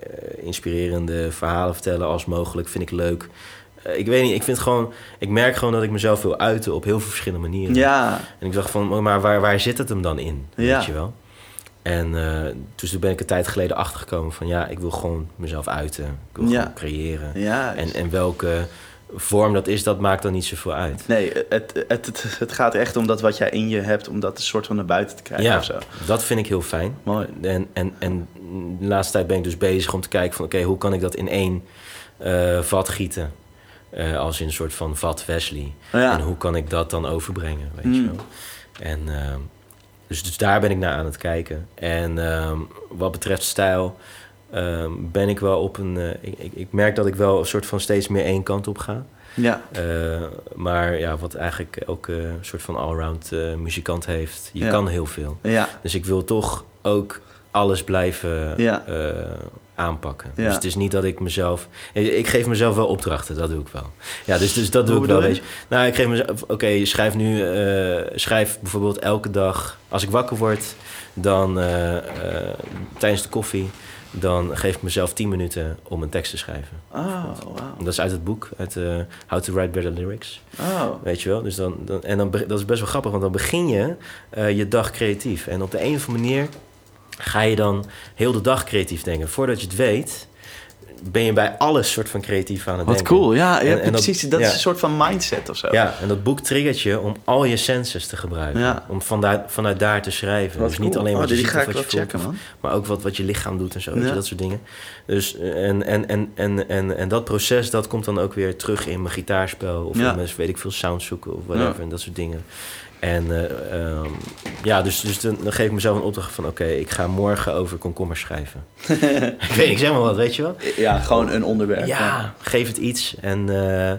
Speaker 2: inspirerende verhalen vertellen als mogelijk vind ik leuk. Uh, ik weet niet, ik vind gewoon, ik merk gewoon dat ik mezelf wil uiten op heel veel verschillende manieren.
Speaker 3: Ja.
Speaker 2: En ik dacht van, maar waar, waar zit het hem dan in?
Speaker 3: Ja.
Speaker 2: Weet je wel? En uh, dus toen ben ik een tijd geleden achtergekomen van, ja, ik wil gewoon mezelf uiten. Ik wil
Speaker 3: ja.
Speaker 2: gewoon creëren.
Speaker 3: Ja.
Speaker 2: En, en welke vorm dat is, dat maakt dan niet zoveel uit.
Speaker 3: Nee, het, het, het, het gaat echt om dat wat jij in je hebt, om dat een soort van naar buiten te krijgen
Speaker 2: ja,
Speaker 3: of zo.
Speaker 2: Dat vind ik heel fijn.
Speaker 3: Mooi.
Speaker 2: En, en, en de laatste tijd ben ik dus bezig om te kijken van, oké, okay, hoe kan ik dat in één uh, vat gieten? Uh, als in een soort van vat Wesley. Ja. En hoe kan ik dat dan overbrengen, weet mm. je wel? En uh, dus, dus daar ben ik naar aan het kijken. En uh, wat betreft stijl uh, ben ik wel op een... Uh, ik, ik merk dat ik wel een soort van steeds meer één kant op ga.
Speaker 3: Ja.
Speaker 2: Uh, maar ja, wat eigenlijk elke soort van allround uh, muzikant heeft, je
Speaker 3: ja.
Speaker 2: kan heel veel.
Speaker 3: Ja.
Speaker 2: Dus ik wil toch ook alles blijven ja. uh, aanpakken. Ja. Dus het is niet dat ik mezelf... Ik geef mezelf wel opdrachten, dat doe ik wel. Ja, dus, dus dat doe
Speaker 3: Hoe
Speaker 2: ik wel.
Speaker 3: Je?
Speaker 2: Weet je. Nou, ik geef mezelf... Oké, okay, schrijf nu... Uh, schrijf bijvoorbeeld elke dag... Als ik wakker word, dan uh, uh, tijdens de koffie... dan geef ik mezelf tien minuten om een tekst te schrijven.
Speaker 3: Oh, wow.
Speaker 2: Dat is uit het boek, uit uh, How to Write Better Lyrics.
Speaker 3: Oh.
Speaker 2: Weet je wel? Dus dan, dan, en dan, dat is best wel grappig, want dan begin je uh, je dag creatief. En op de een of andere manier ga je dan heel de dag creatief denken. Voordat je het weet, ben je bij alles soort van creatief aan het
Speaker 3: Wat
Speaker 2: denken.
Speaker 3: Wat cool, ja. ja en, en precies, dat, dat
Speaker 2: ja.
Speaker 3: is een soort van mindset of zo.
Speaker 2: Ja, en dat boek triggert je om al je senses te gebruiken. Ja. Om vanuit, vanuit daar te schrijven.
Speaker 3: Wat
Speaker 2: dus
Speaker 3: cool.
Speaker 2: niet alleen wat
Speaker 3: oh,
Speaker 2: je
Speaker 3: die
Speaker 2: ziet
Speaker 3: ga
Speaker 2: of
Speaker 3: ik
Speaker 2: wat
Speaker 3: wel
Speaker 2: je
Speaker 3: checken,
Speaker 2: voelt,
Speaker 3: man.
Speaker 2: maar ook wat, wat je lichaam doet en zo.
Speaker 3: Ja.
Speaker 2: Je, dat soort dingen. Dus, en, en, en, en, en, en dat proces, dat komt dan ook weer terug in mijn gitaarspel. Of ja. in mijn, weet ik veel, sound zoeken of whatever. Ja. En dat soort dingen. En uh, um, ja, dus, dus dan, dan geef ik mezelf een opdracht van... oké, okay, ik ga morgen over komkommers schrijven. Ik weet niet, zeg maar wat, weet je wel?
Speaker 3: Ja, gewoon een onderwerp.
Speaker 2: Ja, ja. Geef het iets en, uh,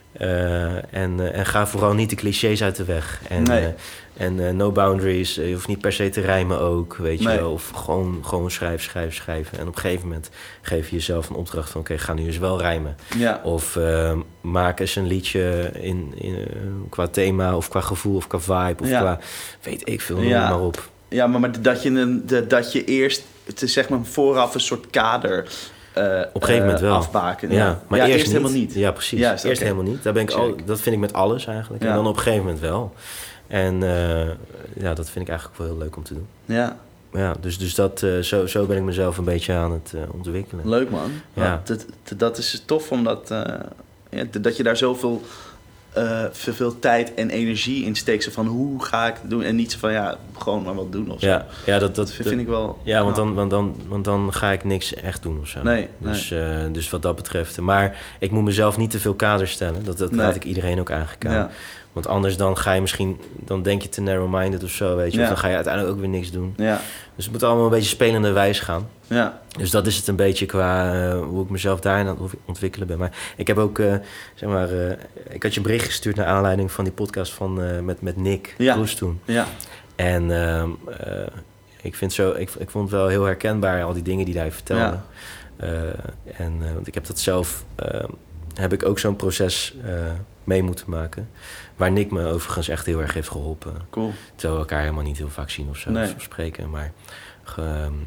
Speaker 2: uh, en, uh, en ga vooral niet de clichés uit de weg. En,
Speaker 3: nee.
Speaker 2: uh, en uh, no boundaries, je hoeft niet per se te rijmen ook, weet je
Speaker 3: nee.
Speaker 2: wel. Of gewoon, gewoon schrijven, schrijven, schrijven. En op een gegeven moment geef je jezelf een opdracht van... oké, okay, ga nu eens wel rijmen.
Speaker 3: Ja.
Speaker 2: Of uh, maak eens een liedje in, in, uh, qua thema of qua gevoel of qua vibe... of ja. qua, weet ik veel, noem ja. maar op.
Speaker 3: Ja, maar, maar dat, je een, de, dat je eerst, te, zeg maar vooraf een soort kader... Uh,
Speaker 2: op een gegeven moment wel.
Speaker 3: Afbaken.
Speaker 2: Ja,
Speaker 3: ja.
Speaker 2: maar
Speaker 3: ja,
Speaker 2: eerst,
Speaker 3: eerst
Speaker 2: niet.
Speaker 3: helemaal niet.
Speaker 2: Ja, precies.
Speaker 3: Juist,
Speaker 2: eerst
Speaker 3: okay.
Speaker 2: helemaal niet. Daar ben ik al, dat vind ik met alles eigenlijk. Ja. En dan op een gegeven moment wel. En uh, ja, dat vind ik eigenlijk wel heel leuk om te doen.
Speaker 3: Ja.
Speaker 2: Ja, dus, dus dat, uh, zo, zo ben ik mezelf een beetje aan het uh, ontwikkelen.
Speaker 3: Leuk, man.
Speaker 2: Ja.
Speaker 3: Dat, dat, dat is tof, omdat uh, ja, dat je daar zoveel... Uh, veel, veel tijd en energie in steekt. Zo van, hoe ga ik het doen? En niet zo van, ja, gewoon maar wat doen of zo.
Speaker 2: Ja, ja dat, dat
Speaker 3: vind dat, ik wel...
Speaker 2: Ja, want dan, want, dan, want dan ga ik niks echt doen of zo.
Speaker 3: Nee,
Speaker 2: dus,
Speaker 3: nee.
Speaker 2: Uh, dus wat dat betreft. Maar ik moet mezelf niet te veel kaders stellen. Dat, dat nee. raad ik iedereen ook aangegaan. Ja. Want anders dan ga je misschien... Dan denk je te narrow-minded of zo, weet je. Ja. Of dan ga je uiteindelijk ook weer niks doen.
Speaker 3: Ja.
Speaker 2: Dus het moet allemaal een beetje spelende wijs gaan.
Speaker 3: Ja.
Speaker 2: Dus dat is het een beetje qua uh, hoe ik mezelf daarin aan het ontwikkelen ben. Maar ik heb ook, uh, zeg maar... Uh, ik had je een bericht gestuurd naar aanleiding van die podcast van, uh, met, met Nick
Speaker 3: ja.
Speaker 2: Kroes toen.
Speaker 3: Ja.
Speaker 2: En uh, uh, ik, vind zo, ik, ik vond het wel heel herkenbaar, al die dingen die hij vertelde. Ja. Uh, en, uh, want ik heb dat zelf... Uh, heb ik ook zo'n proces uh, mee moeten maken. Waar Nick me overigens echt heel erg heeft geholpen.
Speaker 3: Cool.
Speaker 2: Terwijl we elkaar helemaal niet heel vaak zien of zo,
Speaker 3: nee.
Speaker 2: of spreken. Maar um,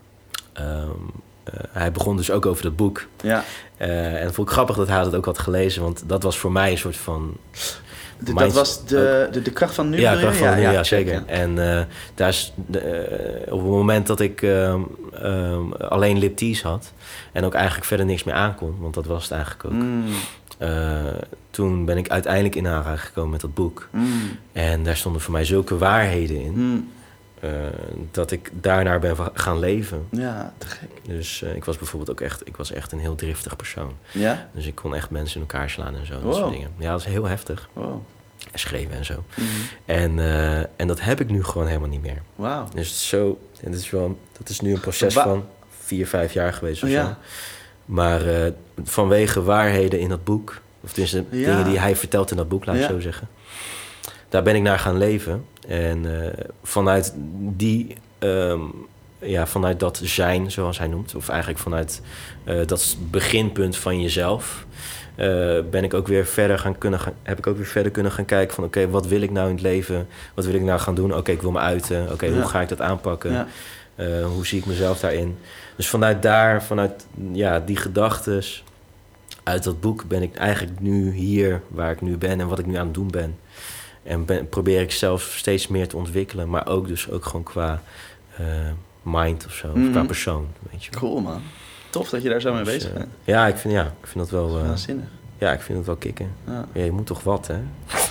Speaker 2: um, uh, hij begon dus ook over dat boek.
Speaker 3: Ja.
Speaker 2: Uh, en dat vond ik grappig dat hij dat ook had gelezen. Want dat was voor mij een soort van...
Speaker 3: De, dat was de, de, de kracht van nu?
Speaker 2: Ja, de kracht van
Speaker 3: ja,
Speaker 2: nu,
Speaker 3: ja,
Speaker 2: ja zeker.
Speaker 3: Ja.
Speaker 2: En uh, daar is, uh, op het moment dat ik uh, uh, alleen Liptease had... en ook eigenlijk verder niks meer aankon... want dat was het eigenlijk ook...
Speaker 3: Mm.
Speaker 2: Uh, toen ben ik uiteindelijk in aanraking gekomen met dat boek.
Speaker 3: Mm.
Speaker 2: En daar stonden voor mij zulke waarheden in...
Speaker 3: Mm.
Speaker 2: uh, dat ik daarnaar ben gaan leven.
Speaker 3: Ja, te gek.
Speaker 2: Dus uh, ik was bijvoorbeeld ook echt, ik was echt een heel driftig persoon.
Speaker 3: Ja?
Speaker 2: Dus ik kon echt mensen in elkaar slaan en zo.
Speaker 3: Wow.
Speaker 2: Dat soort dingen. Ja, dat is heel heftig.
Speaker 3: Wow.
Speaker 2: En schreeuwen en zo.
Speaker 3: Mm-hmm.
Speaker 2: En, uh, en dat heb ik nu gewoon helemaal niet meer.
Speaker 3: Wauw.
Speaker 2: Dus zo, en dat is wel, dat is nu een proces
Speaker 3: Wa-
Speaker 2: van vier, vijf jaar geweest of
Speaker 3: Ja.
Speaker 2: zo. Maar uh, vanwege waarheden in dat boek, of tenminste
Speaker 3: Ja.
Speaker 2: dingen die hij vertelt in dat boek, laat ik
Speaker 3: Ja.
Speaker 2: zo zeggen. Daar ben ik naar gaan leven. En uh, vanuit die, um, ja, vanuit dat zijn, zoals hij noemt, of eigenlijk vanuit uh, dat beginpunt van jezelf, uh, ben ik ook weer verder gaan kunnen gaan, heb ik ook weer verder kunnen gaan kijken van, oké, okay, wat wil ik nou in het leven? Wat wil ik nou gaan doen? Oké, okay, ik wil me uiten. Oké, okay,
Speaker 3: ja.
Speaker 2: hoe ga ik dat aanpakken?
Speaker 3: Ja.
Speaker 2: Uh, hoe zie ik mezelf daarin? Dus vanuit daar, vanuit ja, die gedachtes, uit dat boek ben ik eigenlijk nu hier waar ik nu ben en wat ik nu aan het doen ben. En ben, probeer ik zelf steeds meer te ontwikkelen, maar ook dus ook gewoon qua uh, mind of zo, mm-hmm. of qua persoon. Weet je wel.
Speaker 3: Cool, man. Tof dat je daar zo mee
Speaker 2: dus,
Speaker 3: bezig
Speaker 2: uh,
Speaker 3: bent.
Speaker 2: Ja, ik vind, ja, ik vind dat wel... Uh,
Speaker 3: Waanzinnig.
Speaker 2: Ja, ik vind het wel kicken.
Speaker 3: Ja.
Speaker 2: Ja, je moet toch wat, hè?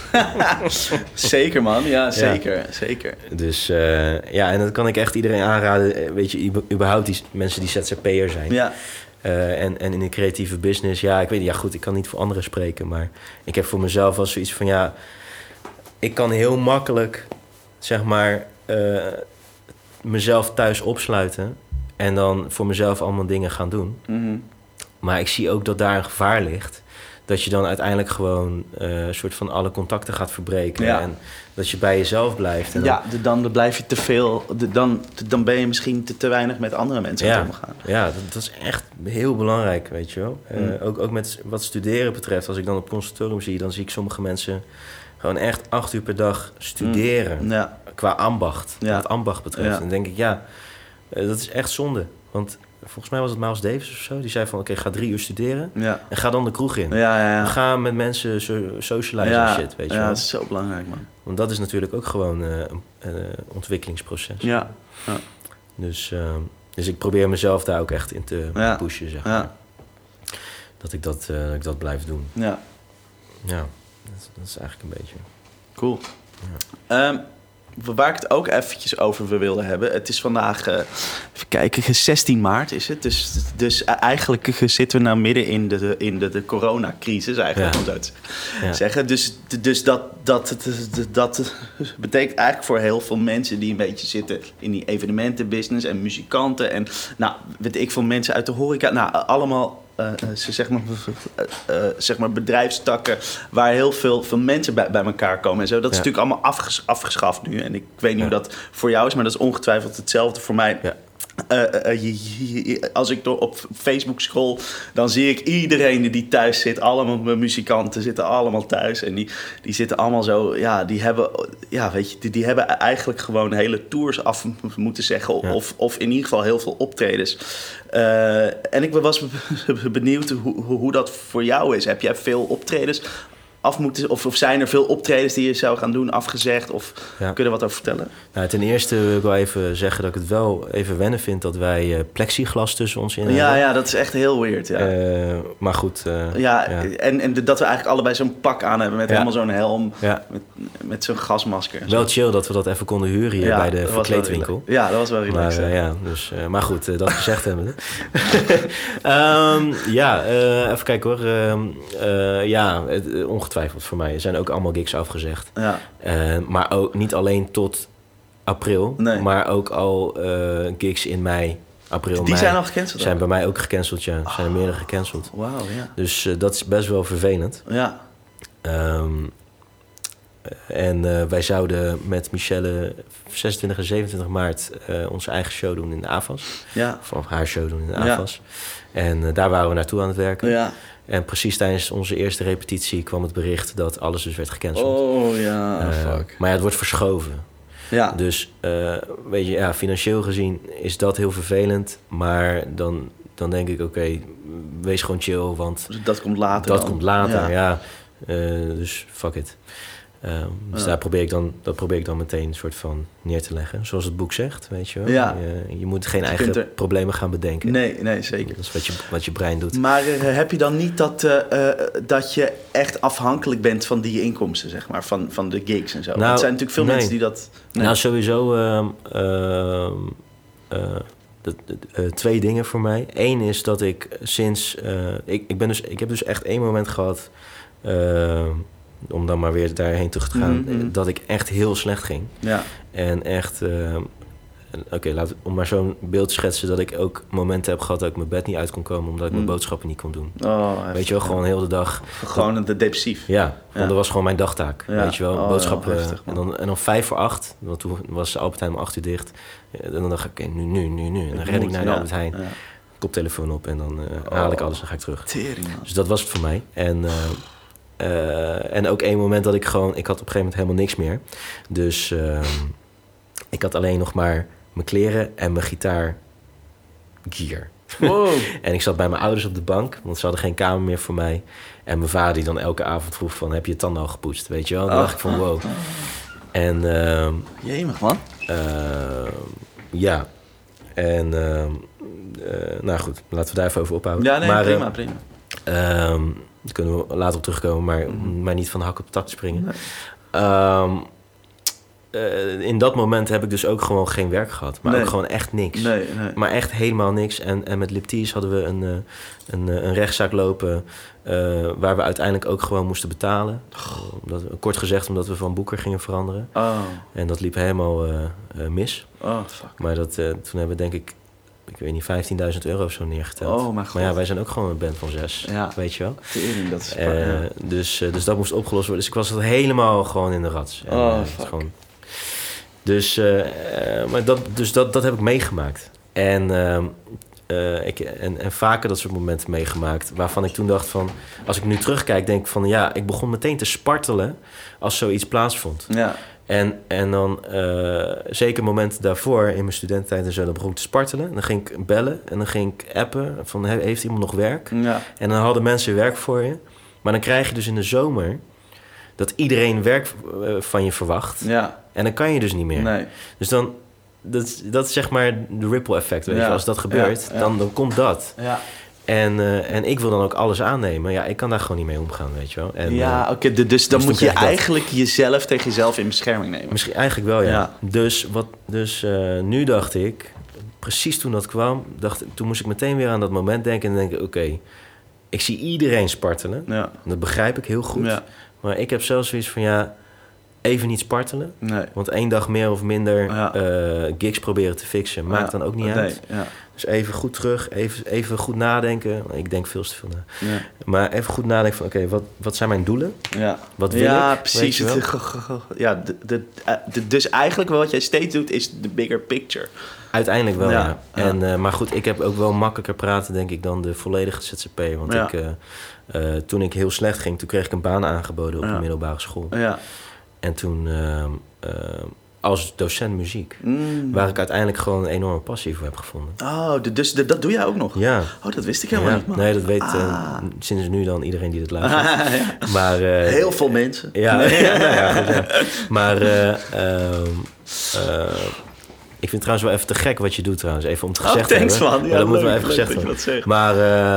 Speaker 3: Zeker, man. Ja, zeker.
Speaker 2: Ja.
Speaker 3: Zeker.
Speaker 2: Dus uh, ja, en dat kan ik echt iedereen aanraden. Weet je, überhaupt die mensen die Z Z P'er zijn.
Speaker 3: Ja.
Speaker 2: Uh, en, en in de creatieve business, ja, ik weet niet, ja goed, ik kan niet voor anderen spreken, maar ik heb voor mezelf wel zoiets van, ja, ik kan heel makkelijk, zeg maar, uh, mezelf thuis opsluiten en dan voor mezelf allemaal dingen gaan doen.
Speaker 3: Mm-hmm.
Speaker 2: Maar ik zie ook dat daar een gevaar ligt. Dat je dan uiteindelijk gewoon uh, een soort van alle contacten gaat verbreken.
Speaker 3: Ja.
Speaker 2: En dat je bij jezelf blijft. En
Speaker 3: ja, dan, dan, dan blijf je te veel. De, dan, dan ben je misschien te, te weinig met andere mensen
Speaker 2: ja,
Speaker 3: aan het omgaan.
Speaker 2: Ja, dat, dat is echt heel belangrijk, weet je wel. Mm. Uh, ook, ook met wat studeren betreft. Als ik dan op conservatorium zie, dan zie ik sommige mensen gewoon echt acht uur per dag studeren.
Speaker 3: Mm. Ja.
Speaker 2: Qua ambacht.
Speaker 3: Ja.
Speaker 2: Wat ambacht betreft.
Speaker 3: Ja.
Speaker 2: En dan denk ik, ja, uh, dat is echt zonde. Want volgens mij was het Miles Davis of zo. Die zei van, oké, okay, ga drie uur studeren.
Speaker 3: Ja.
Speaker 2: En ga dan de kroeg in.
Speaker 3: Ja, ja, ja.
Speaker 2: Ga met mensen so- socializen
Speaker 3: ja,
Speaker 2: en shit, weet je
Speaker 3: ja,
Speaker 2: wel.
Speaker 3: dat is zo belangrijk, man.
Speaker 2: Want dat is natuurlijk ook gewoon uh, een uh, ontwikkelingsproces.
Speaker 3: Ja. ja.
Speaker 2: Dus, uh, dus ik probeer mezelf daar ook echt in te
Speaker 3: ja.
Speaker 2: pushen, zeg maar.
Speaker 3: Ja.
Speaker 2: Dat ik dat, uh, dat ik dat blijf doen.
Speaker 3: Ja.
Speaker 2: Ja, dat, dat is eigenlijk een beetje...
Speaker 3: Cool. Ja. Um, waar ik het ook eventjes over wilde hebben. Het is vandaag, uh, even kijken, zestien maart is het. Dus, dus eigenlijk zitten we nou midden in de, in de, de coronacrisis eigenlijk. Ja. Om zo te ja. zeggen. Dus, dus dat, dat, dat, dat betekent eigenlijk voor heel veel mensen die een beetje zitten in die evenementenbusiness en muzikanten. En nou, weet ik veel mensen uit de horeca. Nou, allemaal... Uh, zeg, maar, uh, uh, zeg maar bedrijfstakken waar heel veel, veel mensen bij, bij elkaar komen en zo. Dat is ja. natuurlijk allemaal afges- afgeschaft nu. En ik weet niet ja. hoe dat voor jou is, maar dat is ongetwijfeld hetzelfde voor mij. Ja. Uh, uh, je, je, als ik door op Facebook scroll, dan zie ik iedereen die thuis zit. Allemaal muzikanten zitten allemaal thuis. En die, die zitten allemaal zo, ja, die hebben, ja, weet je, die, die hebben eigenlijk gewoon hele tours af moeten zeggen. Ja. Of, of in ieder geval heel veel optredens. Uh, en ik was benieuwd hoe, hoe dat voor jou is. Heb jij veel optredens af moeten, of, of zijn er veel optredens die je zou gaan doen afgezegd? Of ja. kun je er wat over vertellen?
Speaker 2: Nou, ten eerste wil ik wel even zeggen dat ik het wel even wennen vind dat wij uh, plexiglas tussen ons in hebben.
Speaker 3: Ja, ja, dat is echt heel weird. Ja.
Speaker 2: Uh, maar goed. Uh,
Speaker 3: ja, ja. En, en dat we eigenlijk allebei zo'n pak aan hebben met ja. helemaal zo'n helm,
Speaker 2: ja.
Speaker 3: met, met zo'n gasmasker.
Speaker 2: Wel chill dat we dat even konden huren hier ja, bij de verkleedwinkel.
Speaker 3: Ja, dat was wel relaxed.
Speaker 2: Maar, uh, ja, dus, uh, maar goed, uh, dat gezegd hebben um, ja, uh, even kijken hoor. Uh, uh, ja, het, uh, ongetwijfeld voor mij. Er zijn ook allemaal gigs afgezegd.
Speaker 3: Ja.
Speaker 2: Uh, maar ook niet alleen tot april,
Speaker 3: nee.
Speaker 2: maar ook al uh, gigs in mei, april,
Speaker 3: Die
Speaker 2: mei.
Speaker 3: zijn al gecanceld?
Speaker 2: Zijn bij mij ook gecanceld, ja. Er zijn er meerdere gecanceld.
Speaker 3: Wauw, ja.
Speaker 2: Dus uh, dat is best wel vervelend.
Speaker 3: Ja.
Speaker 2: Um, en uh, wij zouden met Michelle zesentwintig en zevenentwintig maart uh, onze eigen show doen in de A F A S.
Speaker 3: Ja.
Speaker 2: Of haar show doen in de A F A S. Ja. En uh, daar waren we naartoe aan het werken.
Speaker 3: Ja.
Speaker 2: En precies tijdens onze eerste repetitie kwam het bericht dat alles dus werd gecanceld.
Speaker 3: Oh ja, uh, fuck.
Speaker 2: Maar ja, het wordt verschoven.
Speaker 3: Ja.
Speaker 2: Dus uh, weet je, ja, financieel gezien is dat heel vervelend. Maar dan, dan denk ik, oké, okay, wees gewoon chill, want...
Speaker 3: Dus dat komt later
Speaker 2: Dat
Speaker 3: dan.
Speaker 2: komt later, ja.
Speaker 3: ja.
Speaker 2: Uh, dus fuck it. Um, dus
Speaker 3: Ja.
Speaker 2: daar probeer ik dan, dat probeer ik dan meteen een soort van neer te leggen. Zoals het boek zegt, weet je wel.
Speaker 3: Ja.
Speaker 2: Je, je moet geen
Speaker 3: Je
Speaker 2: eigen
Speaker 3: kunt er-
Speaker 2: problemen gaan bedenken.
Speaker 3: Nee, nee, zeker.
Speaker 2: Dat is wat je, wat je brein doet.
Speaker 3: Maar uh, heb je dan niet dat, uh, uh, dat je echt afhankelijk bent van die inkomsten, zeg maar, van, van de gigs en zo?
Speaker 2: Nou,
Speaker 3: er zijn natuurlijk veel
Speaker 2: nee.
Speaker 3: mensen die dat... Nee.
Speaker 2: Nou, sowieso um, um, uh, de, de, uh, twee dingen voor mij. Eén is dat ik sinds... Uh, ik, ik, ben dus, ik heb dus echt één moment gehad... Uh, om dan maar weer daarheen terug te gaan...
Speaker 3: Mm-hmm.
Speaker 2: dat ik echt heel slecht ging.
Speaker 3: Ja.
Speaker 2: En echt... Uh, Oké, okay, laat om maar zo'n beeld te schetsen... dat ik ook momenten heb gehad dat ik mijn bed niet uit kon komen... omdat ik mijn
Speaker 3: Mm.
Speaker 2: boodschappen niet kon doen.
Speaker 3: Oh, heftig,
Speaker 2: weet je wel, gewoon heel de dag...
Speaker 3: Gewoon dat, depressief.
Speaker 2: Ja, want
Speaker 3: Ja.
Speaker 2: dat was gewoon mijn dagtaak.
Speaker 3: Ja.
Speaker 2: Weet je wel,
Speaker 3: Oh,
Speaker 2: boodschappen...
Speaker 3: ja, heftig,
Speaker 2: en,
Speaker 3: man.
Speaker 2: dan, en dan vijf voor acht... want toen was Albert Heijn om acht uur dicht... en dan dacht ik, oké, okay, nu, nu, nu, nu. En dan
Speaker 3: Ik
Speaker 2: ren ik
Speaker 3: moet,
Speaker 2: naar de
Speaker 3: ja.
Speaker 2: Albert Heijn...
Speaker 3: Ja.
Speaker 2: koptelefoon op en dan uh,
Speaker 3: Oh.
Speaker 2: haal ik alles en ga ik terug.
Speaker 3: Tering, man.
Speaker 2: Dus dat was het voor mij. En, uh, uh, en ook één moment dat ik gewoon... Ik had op een gegeven moment helemaal niks meer. Dus uh, ik had alleen nog maar mijn kleren en mijn gitaar gear.
Speaker 3: Wow.
Speaker 2: En ik zat bij mijn ouders op de bank, want ze hadden geen kamer meer voor mij. En mijn vader die dan elke avond vroeg van... heb je je tanden al gepoetst, weet je wel? Dan
Speaker 3: Oh.
Speaker 2: dacht ik van wow. En uh,
Speaker 3: Jemig, man.
Speaker 2: uh, ja... En, uh, uh, nou goed, laten we daar even over ophouden.
Speaker 3: Ja, nee,
Speaker 2: maar,
Speaker 3: prima,
Speaker 2: uh,
Speaker 3: prima.
Speaker 2: Um, daar kunnen we later op terugkomen, maar,
Speaker 3: Mm-hmm.
Speaker 2: maar niet van de hak op de tak te springen.
Speaker 3: Nee.
Speaker 2: Um, uh, in dat moment heb ik dus ook gewoon geen werk gehad. Maar
Speaker 3: Nee.
Speaker 2: ook gewoon echt niks.
Speaker 3: Nee, nee.
Speaker 2: Maar echt helemaal niks. En, en met Liptease hadden we een, uh, een, uh, een rechtszaak lopen... Uh, waar we uiteindelijk ook gewoon moesten betalen. Uh, omdat, kort gezegd, omdat we van boeker gingen veranderen.
Speaker 3: Oh,
Speaker 2: En dat liep helemaal uh, uh, mis.
Speaker 3: oh, fuck.
Speaker 2: Maar dat, uh, toen hebben we denk ik... ik weet niet, vijftienduizend euro of zo neergeteld.
Speaker 3: Oh, mijn god.
Speaker 2: Maar ja, wij zijn ook gewoon een band van zes,
Speaker 3: Ja.
Speaker 2: weet je wel.
Speaker 3: Tering, dat is...
Speaker 2: Uh,
Speaker 3: ja.
Speaker 2: dus, uh, dus dat moest opgelost worden. Dus ik was helemaal gewoon in de rats. En,
Speaker 3: Oh,
Speaker 2: uh,
Speaker 3: fuck.
Speaker 2: Gewoon... Dus, uh, uh, maar dat, dus dat, dat heb ik meegemaakt. En, uh, uh, ik, en, en vaker dat soort momenten meegemaakt... waarvan ik toen dacht van... als ik nu terugkijk, denk ik van... ja, ik begon meteen te spartelen als zoiets plaatsvond.
Speaker 3: Ja.
Speaker 2: En, en dan, uh, zeker momenten daarvoor in mijn studententijd en zo... dan begon ik te spartelen. Dan ging ik bellen en dan ging ik appen van... heeft iemand nog werk?
Speaker 3: Ja.
Speaker 2: En dan hadden mensen werk voor je. Maar dan krijg je dus in de zomer... dat iedereen werk uh, van je verwacht.
Speaker 3: Ja.
Speaker 2: En dan kan je dus niet meer.
Speaker 3: Nee.
Speaker 2: Dus dan... Dat is, dat is zeg maar de ripple effect, weet
Speaker 3: Ja.
Speaker 2: je. Als dat gebeurt,
Speaker 3: Ja, ja.
Speaker 2: Dan, dan komt dat.
Speaker 3: Ja.
Speaker 2: En, uh, en ik wil dan ook alles aannemen. Ja, ik kan daar gewoon niet mee omgaan, weet je wel. En,
Speaker 3: Ja,
Speaker 2: uh,
Speaker 3: oké. Okay, dus, dus dan
Speaker 2: dus
Speaker 3: moet
Speaker 2: toen
Speaker 3: je
Speaker 2: kreeg ik dat.
Speaker 3: eigenlijk jezelf tegen jezelf in bescherming nemen.
Speaker 2: Misschien eigenlijk wel, ja.
Speaker 3: Ja.
Speaker 2: Dus, wat, dus uh, nu dacht ik, precies toen dat kwam... Dacht, toen moest ik meteen weer aan dat moment denken... en denken, oké, okay, ik zie iedereen spartelen.
Speaker 3: Ja.
Speaker 2: Dat begrijp ik heel goed.
Speaker 3: Ja.
Speaker 2: Maar ik heb zelfs zoiets van, ja... even niet spartelen.
Speaker 3: Nee.
Speaker 2: Want één dag meer of minder
Speaker 3: Ja.
Speaker 2: uh, gigs proberen te fixen... maakt
Speaker 3: Ja.
Speaker 2: dan ook niet
Speaker 3: nee.
Speaker 2: uit.
Speaker 3: Ja.
Speaker 2: Dus even goed terug, even, even goed nadenken. Ik denk veel te veel na.
Speaker 3: Ja.
Speaker 2: Maar even goed nadenken van, oké, okay, wat, wat zijn mijn doelen?
Speaker 3: Ja.
Speaker 2: Wat wil
Speaker 3: ja,
Speaker 2: ik?
Speaker 3: precies.
Speaker 2: Weet je wel?
Speaker 3: Het- Ja, de, de, de, dus eigenlijk wat jij steeds doet is de bigger picture.
Speaker 2: Uiteindelijk wel, ja.
Speaker 3: Ja, ja.
Speaker 2: En, uh, maar goed, ik heb ook wel makkelijker praten, denk ik, dan de volledige Z Z P. Want
Speaker 3: Ja.
Speaker 2: ik, uh, uh, toen ik heel slecht ging, toen kreeg ik een baan aangeboden op
Speaker 3: Ja.
Speaker 2: de middelbare school.
Speaker 3: Ja.
Speaker 2: En toen uh, uh, als docent muziek,
Speaker 3: Mm.
Speaker 2: waar ik uiteindelijk gewoon een enorme passie voor heb gevonden.
Speaker 3: Oh, de- dus de, dat doe jij ook nog?
Speaker 2: Ja.
Speaker 3: Oh, dat wist ik helemaal
Speaker 2: Ja.
Speaker 3: niet, man.
Speaker 2: Nee, dat weet uh,
Speaker 3: Ah.
Speaker 2: sinds nu dan iedereen die dit luistert.
Speaker 3: Ja.
Speaker 2: Maar, uh,
Speaker 3: Heel veel mensen.
Speaker 2: Ja, ja, nou ja, goed, ja. Maar uh, uh, uh, ik vind het trouwens wel even te gek wat je doet trouwens. Even om te
Speaker 3: Oh,
Speaker 2: gezegd
Speaker 3: thanks,
Speaker 2: hebben.
Speaker 3: man. Ja,
Speaker 2: Maar dat moet wel
Speaker 3: leuk,
Speaker 2: even
Speaker 3: leuk
Speaker 2: gezegd
Speaker 3: dat je
Speaker 2: worden.
Speaker 3: dat zegt.
Speaker 2: Maar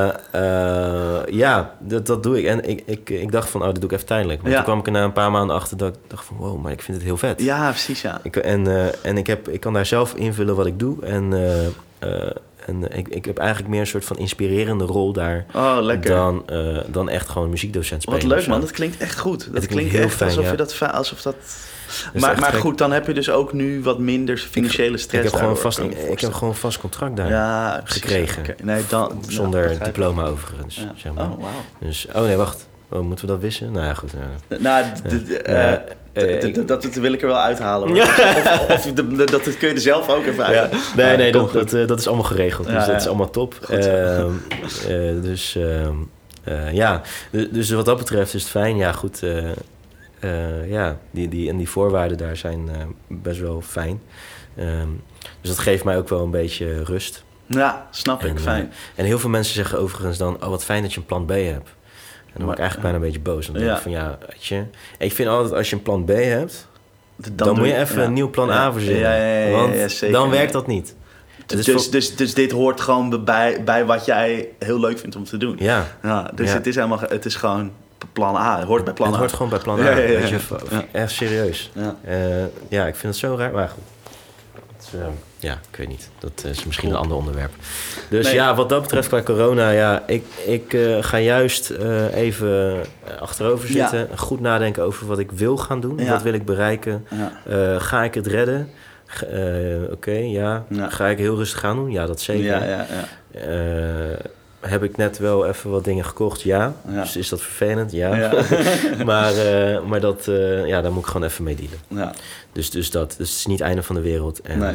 Speaker 2: uh, uh, ja, dat, dat doe ik. En ik, ik, ik dacht van, oh, dat doe ik even tijdelijk. Maar
Speaker 3: Ja.
Speaker 2: toen kwam ik er na een paar maanden achter dat ik dacht van... wow, maar ik vind het heel vet.
Speaker 3: Ja, precies, ja.
Speaker 2: Ik, en uh, en ik, heb, ik kan daar zelf invullen wat ik doe. En, uh, uh, en ik, ik heb eigenlijk meer een soort van inspirerende rol daar...
Speaker 3: Oh, lekker.
Speaker 2: Dan, uh, dan echt gewoon muziekdocent spelen.
Speaker 3: Wat leuk,
Speaker 2: of zo.
Speaker 3: man. Dat klinkt echt goed. Dat
Speaker 2: klinkt
Speaker 3: klinkt
Speaker 2: heel
Speaker 3: echt
Speaker 2: fijn,
Speaker 3: alsof
Speaker 2: ja.
Speaker 3: je dat... fa- Alsof dat...
Speaker 2: is
Speaker 3: maar
Speaker 2: echt
Speaker 3: maar
Speaker 2: gek.
Speaker 3: goed, dan heb je dus ook nu wat minder financiële stress.
Speaker 2: Ik heb, gewoon
Speaker 3: daardoor,
Speaker 2: vast,
Speaker 3: kan
Speaker 2: ik,
Speaker 3: me
Speaker 2: ik heb
Speaker 3: voorstellen.
Speaker 2: gewoon vast contract daar
Speaker 3: ja, precies,
Speaker 2: gekregen.
Speaker 3: oké. Nee, dan,
Speaker 2: Zonder
Speaker 3: ja, begrijp ik.
Speaker 2: diploma overigens.
Speaker 3: Ja.
Speaker 2: Zeg maar.
Speaker 3: Oh, wauw.
Speaker 2: Dus, oh nee, wacht. Oh, moeten we dat wissen? Nou ja, goed. Ja.
Speaker 3: Nou, d- d- eh,
Speaker 2: Ja,
Speaker 3: d-
Speaker 2: eh,
Speaker 3: d-
Speaker 2: ik-
Speaker 3: dat, dat wil ik er wel uithalen. Hoor. Of, of de- de- dat kun je er zelf ook even
Speaker 2: Ja.
Speaker 3: uit.
Speaker 2: Nee,
Speaker 3: Ah,
Speaker 2: nee,
Speaker 3: kom
Speaker 2: dat,
Speaker 3: goed.
Speaker 2: dat, uh, dat is allemaal geregeld. Dus
Speaker 3: Ja,
Speaker 2: dat
Speaker 3: ja.
Speaker 2: is allemaal top.
Speaker 3: Goed zo.
Speaker 2: Ehm, uh, dus ehm, uh, ja, dus, dus wat dat betreft is het fijn. Ja, goed. Uh, uh, ja, die, die, en die voorwaarden daar zijn uh, best wel fijn. Um, dus dat geeft mij ook wel een beetje rust.
Speaker 3: Ja, snap ik.
Speaker 2: En, uh,
Speaker 3: Fijn.
Speaker 2: En heel veel mensen zeggen overigens dan... oh, wat fijn dat je een plan B hebt. dan word ik eigenlijk bijna een beetje boos. Dan denk
Speaker 3: Ja.
Speaker 2: ik van ja, weet je. Ik vind altijd als je een plan B hebt,
Speaker 3: Dan,
Speaker 2: dan, moet
Speaker 3: doe
Speaker 2: je even
Speaker 3: ja.
Speaker 2: een nieuw plan
Speaker 3: Ja.
Speaker 2: A verzinnen.
Speaker 3: Ja, ja, ja, ja,
Speaker 2: want
Speaker 3: ja, zeker.
Speaker 2: dan werkt dat niet. Het
Speaker 3: Dus,
Speaker 2: is
Speaker 3: dus,
Speaker 2: voor-
Speaker 3: dus, dus dit hoort gewoon bij, bij wat jij heel leuk vindt om te doen.
Speaker 2: Ja,
Speaker 3: Ja, dus
Speaker 2: Ja.
Speaker 3: Het is helemaal, het is gewoon plan A. Het hoort bij plan
Speaker 2: het
Speaker 3: A.
Speaker 2: hoort gewoon bij plan A.
Speaker 3: Ja, ja, ja,
Speaker 2: Weet je,
Speaker 3: ja.
Speaker 2: v-
Speaker 3: Ja.
Speaker 2: echt serieus.
Speaker 3: Ja.
Speaker 2: Uh, ja, ik vind het zo raar. Maar goed. Het is, uh, ja, ik weet niet. Dat is misschien
Speaker 3: Cool.
Speaker 2: een ander onderwerp. Dus
Speaker 3: Nee.
Speaker 2: ja, wat dat betreft qua corona, ja, ik, ik uh, ga juist uh, even achterover zitten.
Speaker 3: Ja.
Speaker 2: Goed nadenken over wat ik wil gaan doen.
Speaker 3: Ja.
Speaker 2: Wat wil ik bereiken?
Speaker 3: Ja.
Speaker 2: Uh, ga ik het redden? Uh, Oké, okay, ja.
Speaker 3: Ja.
Speaker 2: Ga ik heel rustig gaan doen? Ja, dat zeker.
Speaker 3: Ja, ja, ja.
Speaker 2: Uh, heb ik net wel even wat dingen gekocht? Ja.
Speaker 3: Ja.
Speaker 2: Dus is dat vervelend? Ja.
Speaker 3: Ja.
Speaker 2: maar uh, maar dat, uh, ja, daar moet ik gewoon even mee dealen.
Speaker 3: Ja.
Speaker 2: Dus, dus dat. Dus het is niet het einde van de wereld. En,
Speaker 3: Nee.
Speaker 2: uh,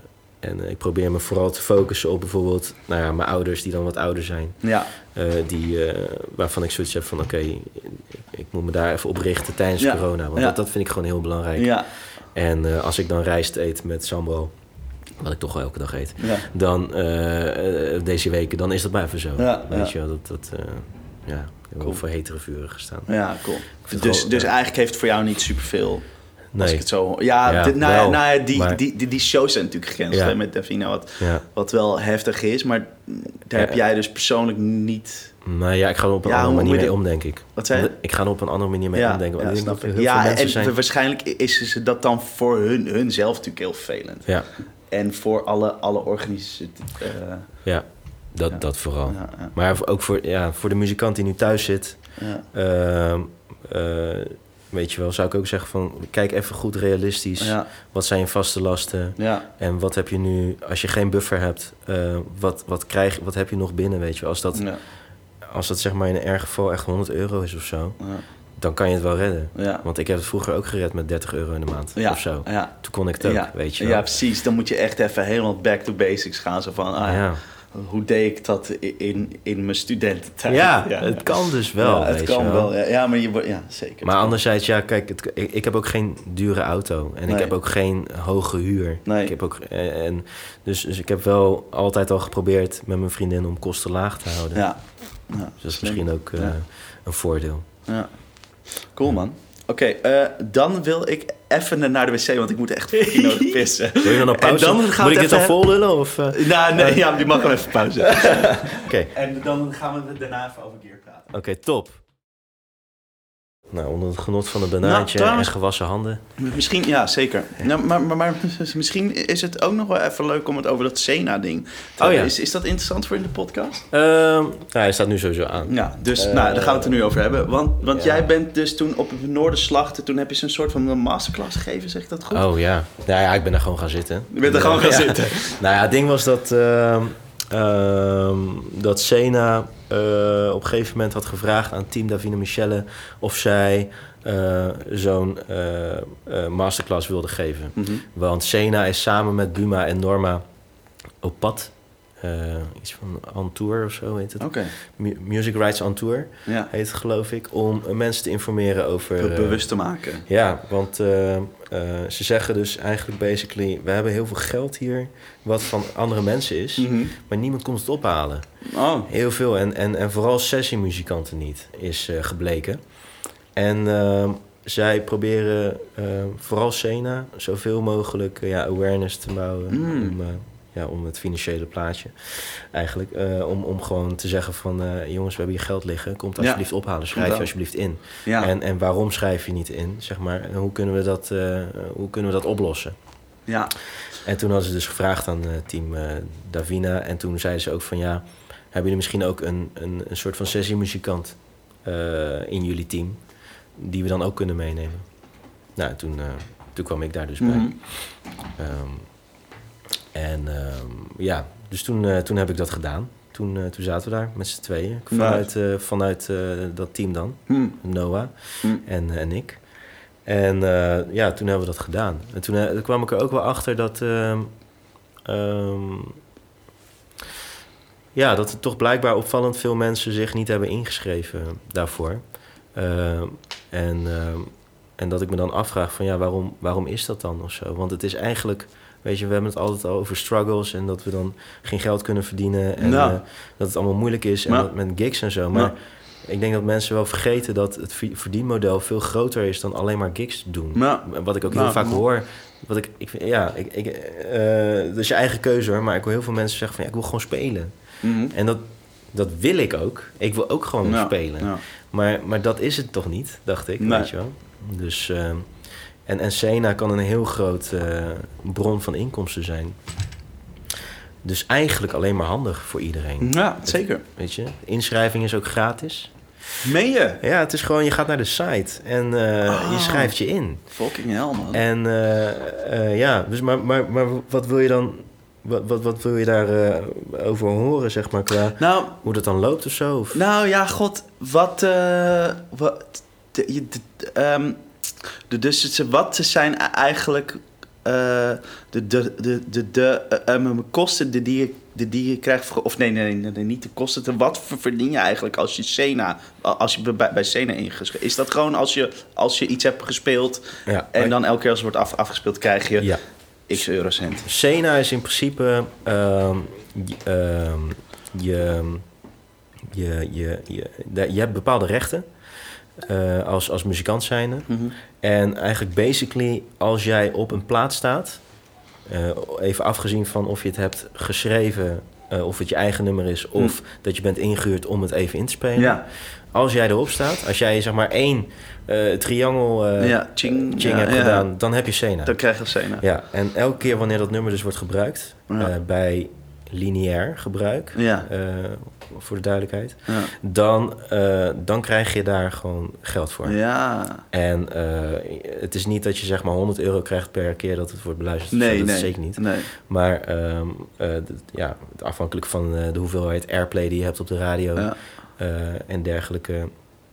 Speaker 2: en uh, ik probeer me vooral te focussen op bijvoorbeeld nou ja, mijn ouders die dan wat ouder zijn.
Speaker 3: Ja.
Speaker 2: Uh, die, uh, waarvan ik zoiets heb van oké, okay, ik, ik moet me daar even op richten tijdens
Speaker 3: Ja.
Speaker 2: corona. Want
Speaker 3: Ja.
Speaker 2: dat, dat vind ik gewoon heel belangrijk.
Speaker 3: Ja.
Speaker 2: En uh, als ik dan rijst eet met Sambro, wat ik toch wel elke dag eet,
Speaker 3: Ja.
Speaker 2: dan uh, uh, deze weken, dan is dat maar even zo.
Speaker 3: Ja,
Speaker 2: Weet
Speaker 3: ja.
Speaker 2: je wel, dat, dat uh, ja, ik heb
Speaker 3: Cool.
Speaker 2: wel voor hetere vuren gestaan.
Speaker 3: Ja, cool.
Speaker 2: vind
Speaker 3: Dus,
Speaker 2: het wel,
Speaker 3: dus
Speaker 2: ja.
Speaker 3: eigenlijk heeft het voor jou niet superveel... Als
Speaker 2: Nee.
Speaker 3: ik het zo hoor. Ja,
Speaker 2: Ja,
Speaker 3: dit, nou,
Speaker 2: wel,
Speaker 3: nou, ja, die,
Speaker 2: maar-
Speaker 3: die, die, die shows zijn natuurlijk gecanceld
Speaker 2: Ja.
Speaker 3: hè, met Davina, wat,
Speaker 2: Ja.
Speaker 3: wat wel heftig is. Maar daar
Speaker 2: Ja.
Speaker 3: heb jij dus persoonlijk niet...
Speaker 2: Nou ja, ik ga er op een
Speaker 3: Ja,
Speaker 2: andere
Speaker 3: hoe
Speaker 2: manier
Speaker 3: moet je-
Speaker 2: mee om, denk ik.
Speaker 3: Wat zei je?
Speaker 2: Ik ga er op een andere manier mee om, denk ik. Want ik denk
Speaker 3: snap
Speaker 2: dat er
Speaker 3: ik.
Speaker 2: heel
Speaker 3: Ja,
Speaker 2: veel mensen
Speaker 3: en
Speaker 2: zijn...
Speaker 3: waarschijnlijk is ze dat dan voor hun, hun zelf natuurlijk heel vervelend.
Speaker 2: Ja,
Speaker 3: En voor alle, alle organisaties. Uh,
Speaker 2: ja, dat,
Speaker 3: Ja.
Speaker 2: dat vooral.
Speaker 3: ja, ja,
Speaker 2: Maar ook voor, ja, voor de muzikant die nu thuis zit...
Speaker 3: ja.
Speaker 2: Uh, uh, weet je wel, zou ik ook zeggen van... kijk even goed realistisch.
Speaker 3: Ja,
Speaker 2: Wat zijn je vaste lasten?
Speaker 3: ja,
Speaker 2: En wat heb je nu... Als je geen buffer hebt, uh, wat, wat, krijg, wat heb je nog binnen, weet je wel? Als dat,
Speaker 3: ja,
Speaker 2: als dat zeg maar in een erg geval echt honderd euro is of zo...
Speaker 3: ja,
Speaker 2: dan kan je het wel redden.
Speaker 3: ja.
Speaker 2: Want ik heb het vroeger ook gered met dertig euro in de maand
Speaker 3: Ja,
Speaker 2: of zo.
Speaker 3: ja.
Speaker 2: Toen kon ik het ook,
Speaker 3: Ja,
Speaker 2: weet je wel.
Speaker 3: ja, precies. Dan moet je echt even helemaal back to basics gaan. Zo van, ah,
Speaker 2: ja.
Speaker 3: hoe deed ik dat in, in mijn studententijd?
Speaker 2: Ja, het kan dus wel,
Speaker 3: Ja, het
Speaker 2: weet
Speaker 3: kan
Speaker 2: je wel.
Speaker 3: wel. Ja, ja, maar je wordt... Ja, zeker.
Speaker 2: Maar
Speaker 3: Het kan.
Speaker 2: anderzijds, ja, kijk, het, ik, ik heb ook geen dure auto. En
Speaker 3: Nee.
Speaker 2: ik heb ook geen hoge huur.
Speaker 3: Nee.
Speaker 2: Ik heb ook, en, dus, dus ik heb wel altijd al geprobeerd met mijn vriendin om kosten laag te houden.
Speaker 3: Ja. Ja,
Speaker 2: Dus dat is
Speaker 3: slim.
Speaker 2: misschien ook uh,
Speaker 3: Ja.
Speaker 2: een voordeel.
Speaker 3: Ja. Cool, man. Oké, okay, uh, dan wil ik even naar de wc, want ik moet echt fucking nodig pissen.
Speaker 2: Wil je dan een pauze?
Speaker 3: En dan gaan
Speaker 2: Moet
Speaker 3: we
Speaker 2: ik dit
Speaker 3: even...
Speaker 2: al vol lullen? Of, uh...
Speaker 3: Nou, nee, ja, die mag wel even pauze.
Speaker 2: Oké, okay.
Speaker 3: En dan gaan we daarna even over gear praten.
Speaker 2: Oké, okay, top. Nou, onder het genot van een banaantje
Speaker 3: nou, trouwens,
Speaker 2: en gewassen handen.
Speaker 3: Misschien, ja, zeker. Ja, maar, maar, maar misschien is het ook nog wel even leuk om het over dat Sena-ding te
Speaker 2: oh, ja.
Speaker 3: is, is dat interessant voor in de podcast?
Speaker 2: Uh, nou, hij staat nu sowieso aan.
Speaker 3: Ja, dus
Speaker 2: uh,
Speaker 3: nou, daar gaan we het er nu over hebben. Want, want
Speaker 2: ja.
Speaker 3: jij bent dus toen op het Noorderslachten, toen heb je zo'n soort van een masterclass gegeven, zeg ik dat goed?
Speaker 2: Oh ja. Nou ja, ik ben daar gewoon gaan zitten.
Speaker 3: Je bent er gewoon gaan
Speaker 2: ja.
Speaker 3: zitten?
Speaker 2: Nou ja, het ding was dat, uh, uh, dat Sena uh, op een gegeven moment had gevraagd aan team Davina Michelle of zij uh, zo'n uh, uh, masterclass wilde geven.
Speaker 3: Mm-hmm.
Speaker 2: Want Sena is samen met Buma en Norma op pad. Uh, iets van On Tour of zo heet het.
Speaker 3: Oké.
Speaker 2: M- Music Rights On Tour
Speaker 3: Ja.
Speaker 2: heet het, geloof ik. Om uh, mensen te informeren over...
Speaker 3: Be-
Speaker 2: Uh,
Speaker 3: bewust te maken.
Speaker 2: ja, want uh, uh, ze zeggen dus eigenlijk basically... we hebben heel veel geld hier wat van andere mensen is...
Speaker 3: Mm-hmm.
Speaker 2: maar niemand komt het ophalen.
Speaker 3: Oh.
Speaker 2: Heel veel. En, en, en vooral sessiemuzikanten niet, is uh, gebleken. En uh, zij proberen uh, vooral Sena zoveel mogelijk uh, ja, awareness te bouwen...
Speaker 3: Mm.
Speaker 2: Om, uh, ja, om het financiële plaatje eigenlijk. Uh, om, om gewoon te zeggen van... Uh, jongens, we hebben hier geld liggen. Kom het alsjeblieft ja. ophalen. Schrijf je alsjeblieft in.
Speaker 3: Ja.
Speaker 2: En, en waarom schrijf je niet in? Zeg maar, en hoe kunnen we dat, uh, hoe kunnen we dat oplossen?
Speaker 3: Ja.
Speaker 2: En toen hadden ze dus gevraagd aan uh, team uh, Davina. En toen zeiden ze ook van... ja, hebben jullie misschien ook een, een, een soort van sessiemuzikant uh, in jullie team... die we dan ook kunnen meenemen? Nou, toen, uh, toen kwam ik daar dus
Speaker 3: mm-hmm.
Speaker 2: bij. Um, En um, ja, dus toen, uh, toen heb ik dat gedaan. Toen, uh, toen zaten we daar met z'n tweeën. Vanuit, uh, vanuit uh, dat team dan.
Speaker 3: Hmm.
Speaker 2: Noah
Speaker 3: hmm.
Speaker 2: en, uh, en ik. En uh, ja, toen hebben we dat gedaan. En toen uh, kwam ik er ook wel achter dat... Uh, um, ja, dat er toch blijkbaar opvallend veel mensen zich niet hebben ingeschreven daarvoor. Uh, en, uh, en dat ik me dan afvraag van ja, waarom, waarom is dat dan of zo? Want het is eigenlijk... Weet je, we hebben het altijd al over struggles... en dat we dan geen geld kunnen verdienen... en
Speaker 3: nou.
Speaker 2: uh, dat het allemaal moeilijk is... en
Speaker 3: maar,
Speaker 2: dat met gigs en zo. Maar
Speaker 3: nou.
Speaker 2: ik denk dat mensen wel vergeten dat het verdienmodel veel groter is dan alleen maar gigs doen.
Speaker 3: Ja.
Speaker 2: Wat ik ook heel
Speaker 3: Nou,
Speaker 2: vaak
Speaker 3: nou.
Speaker 2: hoor. Wat ik, ik vind, ja, ik, ik, uh, dat is je eigen keuze hoor. Maar ik hoor heel veel mensen zeggen van ja, ik wil gewoon spelen.
Speaker 3: Mm-hmm.
Speaker 2: En dat, dat wil ik ook. Ik wil ook gewoon
Speaker 3: Ja,
Speaker 2: spelen.
Speaker 3: ja.
Speaker 2: Maar, maar dat is het toch niet, dacht ik.
Speaker 3: Nee.
Speaker 2: Weet je wel. Dus, uh, en, en Sena kan een heel groot uh, bron van inkomsten zijn. Dus eigenlijk alleen maar handig voor iedereen.
Speaker 3: Ja, zeker.
Speaker 2: Het, weet je, inschrijving is ook gratis.
Speaker 3: Meen je?
Speaker 2: Ja, het is gewoon, je gaat naar de site en uh,
Speaker 3: oh,
Speaker 2: je schrijft je in.
Speaker 3: Fucking hell, man.
Speaker 2: En uh, uh, ja, dus maar, maar, maar wat wil je dan, wat, wat, wat wil je daar uh, over horen, zeg maar, qua
Speaker 3: nou,
Speaker 2: hoe dat dan loopt of zo? Of?
Speaker 3: Nou ja, god, wat, uh, wat, de, de, de, um, de, dus wat zijn eigenlijk uh, de, de, de, de, de uh, um, kosten die, die, je, die, die je krijgt, voor, of nee, nee, nee, nee, niet de kosten, wat verdien je eigenlijk als je Sena, als je bij, bij Sena ingeschreven? Is dat gewoon als je, als je iets hebt gespeeld
Speaker 2: ja,
Speaker 3: en dan elke keer als het wordt af, afgespeeld krijg je
Speaker 2: ja.
Speaker 3: x eurocent?
Speaker 2: Sena is in principe uh, uh, je, je, je, je, je hebt bepaalde rechten. Uh, als, als muzikant zijnde.
Speaker 3: Mm-hmm.
Speaker 2: En eigenlijk basically, als jij op een plaat staat, uh, even afgezien van of je het hebt geschreven, uh, of het je eigen nummer is, of mm. dat je bent ingehuurd om het even in te spelen.
Speaker 3: Ja.
Speaker 2: Als jij erop staat, als jij zeg maar één uh, triangel uh,
Speaker 3: ja, ching,
Speaker 2: ching
Speaker 3: ja,
Speaker 2: hebt
Speaker 3: ja.
Speaker 2: gedaan, dan heb je Sena.
Speaker 3: Dan krijg je Sena.
Speaker 2: Ja, en elke keer wanneer dat nummer dus wordt gebruikt, ja. uh, bij lineair gebruik,
Speaker 3: ja.
Speaker 2: uh, voor de duidelijkheid,
Speaker 3: ja.
Speaker 2: dan, uh, dan krijg je daar gewoon geld voor.
Speaker 3: Ja.
Speaker 2: En uh, het is niet dat je zeg maar honderd euro krijgt per keer dat het wordt beluisterd.
Speaker 3: Nee,
Speaker 2: dat
Speaker 3: nee.
Speaker 2: is zeker niet.
Speaker 3: Nee.
Speaker 2: Maar um, uh, d- ja, afhankelijk van uh, de hoeveelheid airplay die je hebt op de radio
Speaker 3: ja.
Speaker 2: uh, en dergelijke,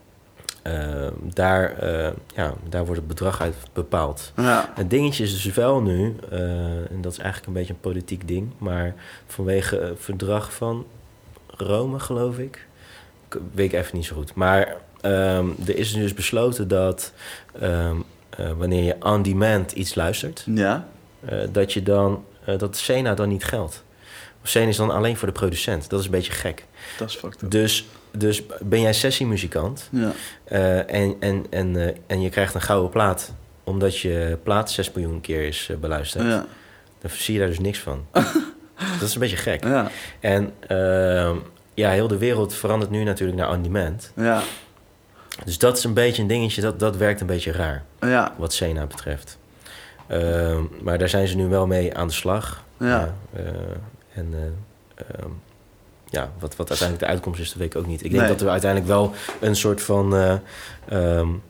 Speaker 2: uh, daar, uh, ja, daar wordt het bedrag uit bepaald.
Speaker 3: Ja.
Speaker 2: Het dingetje is dus wel nu, uh, en dat is eigenlijk een beetje een politiek ding, maar vanwege uh, verdrag van Rome, geloof ik, ik weet ik even niet zo goed. Maar um, er is dus besloten dat um, uh, wanneer je on demand iets luistert,
Speaker 3: Ja.
Speaker 2: uh, dat je dan uh, dat Sena dan niet geldt. Sena is dan alleen voor de producent. Dat is een beetje gek.
Speaker 3: Dat is fucked up.
Speaker 2: Dus, dus ben jij sessiemuzikant
Speaker 3: Ja.
Speaker 2: uh, en, en, en, uh, en je krijgt een gouden plaat omdat je plaat zes miljoen keer is uh, beluisterd,
Speaker 3: Ja.
Speaker 2: dan zie je daar dus niks van. Dat is een beetje gek.
Speaker 3: Ja.
Speaker 2: En uh, ja, heel de wereld verandert nu natuurlijk naar on-demand.
Speaker 3: Ja.
Speaker 2: Dus dat is een beetje een dingetje, dat, dat werkt een beetje raar,
Speaker 3: Ja.
Speaker 2: wat Sena betreft. Uh, maar daar zijn ze nu wel mee aan de slag.
Speaker 3: Ja.
Speaker 2: Uh, uh, en uh, um, ja, wat, wat uiteindelijk de uitkomst is, dat weet ik ook niet. Ik denk
Speaker 3: Nee.
Speaker 2: dat er uiteindelijk wel een soort van uh, um,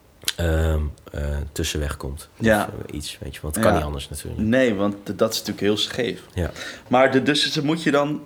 Speaker 2: um, uh, tussenweg komt.
Speaker 3: Ja.
Speaker 2: Of uh, iets, weet je, want het kan
Speaker 3: Ja.
Speaker 2: niet anders natuurlijk.
Speaker 3: Nee, want dat is natuurlijk heel scheef.
Speaker 2: Ja.
Speaker 3: Maar de, dus moet je dan...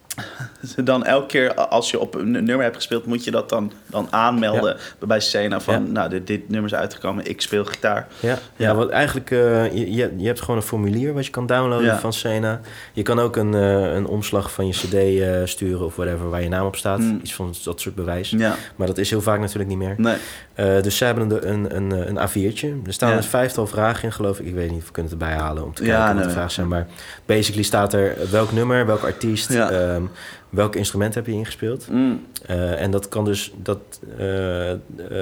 Speaker 3: dan elke keer als je op een nummer hebt gespeeld, moet je dat dan, dan aanmelden ja. bij Sena van,
Speaker 2: ja.
Speaker 3: nou, dit, dit nummer is uitgekomen, ik speel gitaar.
Speaker 2: Ja, ja.
Speaker 3: Ja.
Speaker 2: Want eigenlijk, uh, je, je, je hebt gewoon een formulier wat je kan downloaden
Speaker 3: Ja.
Speaker 2: van Sena. Je kan ook een, uh, een omslag van je cd uh, sturen of whatever, waar je naam op staat.
Speaker 3: Mm.
Speaker 2: Iets van dat soort bewijs.
Speaker 3: Ja.
Speaker 2: Maar dat is heel vaak natuurlijk niet meer.
Speaker 3: Nee.
Speaker 2: Uh, dus zij hebben een, een, een, een A viertje. Er staan
Speaker 3: Ja.
Speaker 2: een vijftal vragen in, geloof ik. Ik weet niet of we kunnen het erbij halen om te
Speaker 3: Ja,
Speaker 2: kijken wat
Speaker 3: nee,
Speaker 2: de
Speaker 3: nee.
Speaker 2: vragen zijn. Maar basically staat er welk nummer, welk artiest,
Speaker 3: Ja.
Speaker 2: um, welk instrument heb je ingespeeld.
Speaker 3: Mm.
Speaker 2: Uh, en dat kan dus dat, uh, uh,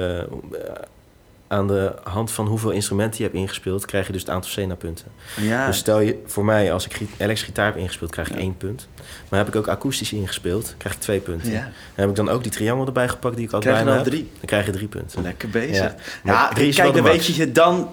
Speaker 2: aan de hand van hoeveel instrumenten je hebt ingespeeld, krijg je dus het aantal Sena-punten.
Speaker 3: Ja.
Speaker 2: Dus stel je voor mij, als ik gi- elektrische gitaar heb ingespeeld, krijg ik ja. één punt. Maar heb ik ook akoestisch ingespeeld, krijg ik twee punten.
Speaker 3: Ja.
Speaker 2: En heb ik dan ook die triangel erbij gepakt die ik altijd
Speaker 3: Krijg je
Speaker 2: bijna
Speaker 3: dan
Speaker 2: heb,
Speaker 3: drie?
Speaker 2: dan krijg je drie punten.
Speaker 3: Lekker bezig.
Speaker 2: Ja,
Speaker 3: Ja,
Speaker 2: maar drie is wel
Speaker 3: kijk,
Speaker 2: de
Speaker 3: dan
Speaker 2: max.
Speaker 3: weet je dan...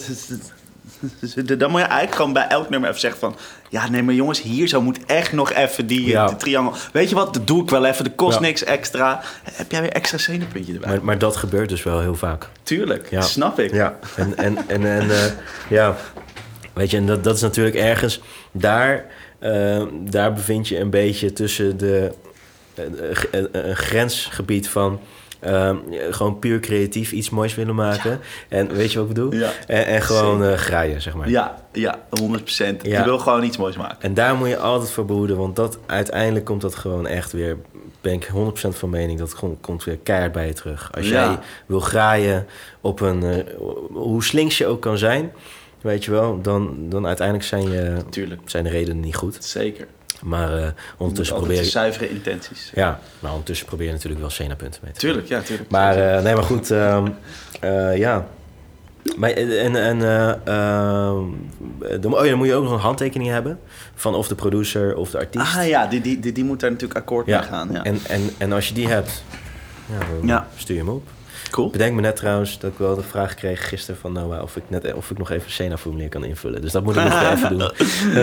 Speaker 3: Dan moet je eigenlijk gewoon bij elk nummer even zeggen van... Ja, nee, maar jongens, hier zo moet echt nog even die,
Speaker 2: Ja.
Speaker 3: die triangel... Weet je wat, dat doe ik wel even. Dat kost
Speaker 2: Ja.
Speaker 3: niks extra. Heb jij weer extra Sena-puntje erbij?
Speaker 2: Maar, maar dat gebeurt dus wel heel vaak.
Speaker 3: Tuurlijk,
Speaker 2: Ja.
Speaker 3: snap ik.
Speaker 2: Ja, en, en, en, en uh, ja, weet je, en dat, dat is natuurlijk ergens... Daar, uh, daar bevind je een beetje tussen de... Uh, uh, uh, een grensgebied van... Uh, gewoon puur creatief iets moois willen maken. Ja. En weet je wat ik bedoel?
Speaker 3: Ja.
Speaker 2: En, en gewoon uh, graaien, zeg maar.
Speaker 3: Ja, ja, honderd procent.
Speaker 2: Ja.
Speaker 3: Je wil gewoon iets moois maken.
Speaker 2: En daar moet je altijd voor behoeden, want dat, uiteindelijk komt dat gewoon echt weer... ben ik honderd procent van mening, dat gewoon, komt weer keihard bij je terug. Als
Speaker 3: Ja.
Speaker 2: jij wil graaien op een... Uh, hoe slinks je ook kan zijn, weet je wel... dan, dan uiteindelijk zijn, je,
Speaker 3: Tuurlijk.
Speaker 2: zijn de redenen niet goed.
Speaker 3: Zeker.
Speaker 2: Maar uh, ondertussen probeer je...
Speaker 3: zuivere intenties.
Speaker 2: Ja, maar ondertussen probeer je natuurlijk wel Sena-punten mee te
Speaker 3: Tuurlijk, ja, tuurlijk.
Speaker 2: Maar uh, nee, maar goed, um, uh, ja... Maar, en, en, uh, uh, dan, oh ja, dan moet je ook nog een handtekening hebben van of de producer of de artiest.
Speaker 3: Ah ja, die, die, die, die moet daar natuurlijk akkoord
Speaker 2: ja.
Speaker 3: mee gaan. Ja.
Speaker 2: En, en, en als je die hebt, ja, dan
Speaker 3: ja.
Speaker 2: stuur je hem op.
Speaker 3: Cool.
Speaker 2: Bedenk me net trouwens dat ik wel de vraag kreeg gisteren van Noah of ik, net, of ik nog even een Sena-formulier kan invullen. Dus dat moet ik nog even doen.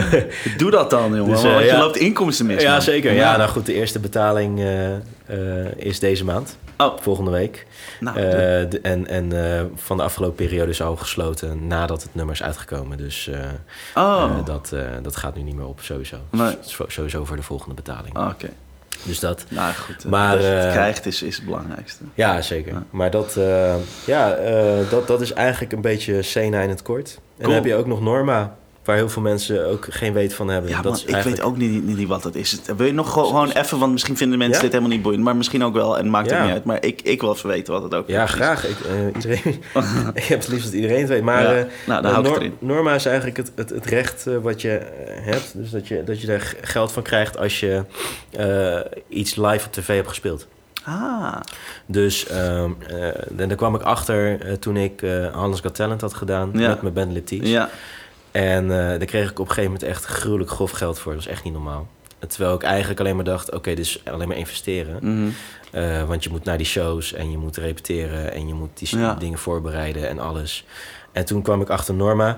Speaker 3: Doe dat dan, jongen, dus, uh, want ja. je loopt inkomsten mis.
Speaker 2: Ja,
Speaker 3: man.
Speaker 2: zeker. Ja. ja, nou goed, de eerste betaling uh, uh, is deze maand.
Speaker 3: Oh.
Speaker 2: Volgende week.
Speaker 3: Nou,
Speaker 2: uh, de, en en uh, van de afgelopen periode is al gesloten nadat het nummer is uitgekomen. Dus uh,
Speaker 3: oh.
Speaker 2: uh, dat, uh, dat gaat nu niet meer op, sowieso.
Speaker 3: Nee.
Speaker 2: Dus sowieso voor de volgende betaling.
Speaker 3: Oh, Oké. Okay.
Speaker 2: Dus dat.
Speaker 3: Nou goed,
Speaker 2: maar,
Speaker 3: dat je het
Speaker 2: uh,
Speaker 3: krijgt is, is het belangrijkste.
Speaker 2: Ja, zeker. Ja. Maar dat, uh, ja, uh, dat, dat is eigenlijk een beetje Sena in het kort. En cool. Dan heb je ook nog Norma, waar heel veel mensen ook geen weet van hebben.
Speaker 3: Ja,
Speaker 2: dat
Speaker 3: man,
Speaker 2: is
Speaker 3: ik
Speaker 2: eigenlijk...
Speaker 3: weet ook niet, niet, niet wat dat is. Wil je nog gewoon, gewoon even, want misschien vinden mensen ja? dit helemaal niet boeiend, maar misschien ook wel en maakt ja. het niet uit. Maar ik, ik wil even weten wat het ook is.
Speaker 2: Ja, graag. Ik, uh, iedereen, ik heb het liefst dat iedereen het weet. Maar ja. uh,
Speaker 3: nou, dan uh, Nor- erin.
Speaker 2: Norma is eigenlijk het, het, het recht uh, wat je uh, hebt. Dus dat je, dat je er geld van krijgt als je uh, iets live op tv hebt gespeeld.
Speaker 3: Ah.
Speaker 2: Dus uh, uh, daar kwam ik achter uh, toen ik uh, Holland's Got Talent had gedaan ja. met mijn band Letiz. Ja. En uh, daar kreeg ik op een gegeven moment echt gruwelijk grof geld voor. Dat was echt niet normaal. Terwijl ik eigenlijk alleen maar dacht, oké, okay, dit is alleen maar investeren.
Speaker 3: Mm-hmm.
Speaker 2: Uh, want je moet naar die shows en je moet repeteren en je moet die ja. dingen voorbereiden en alles. En toen kwam ik achter Norma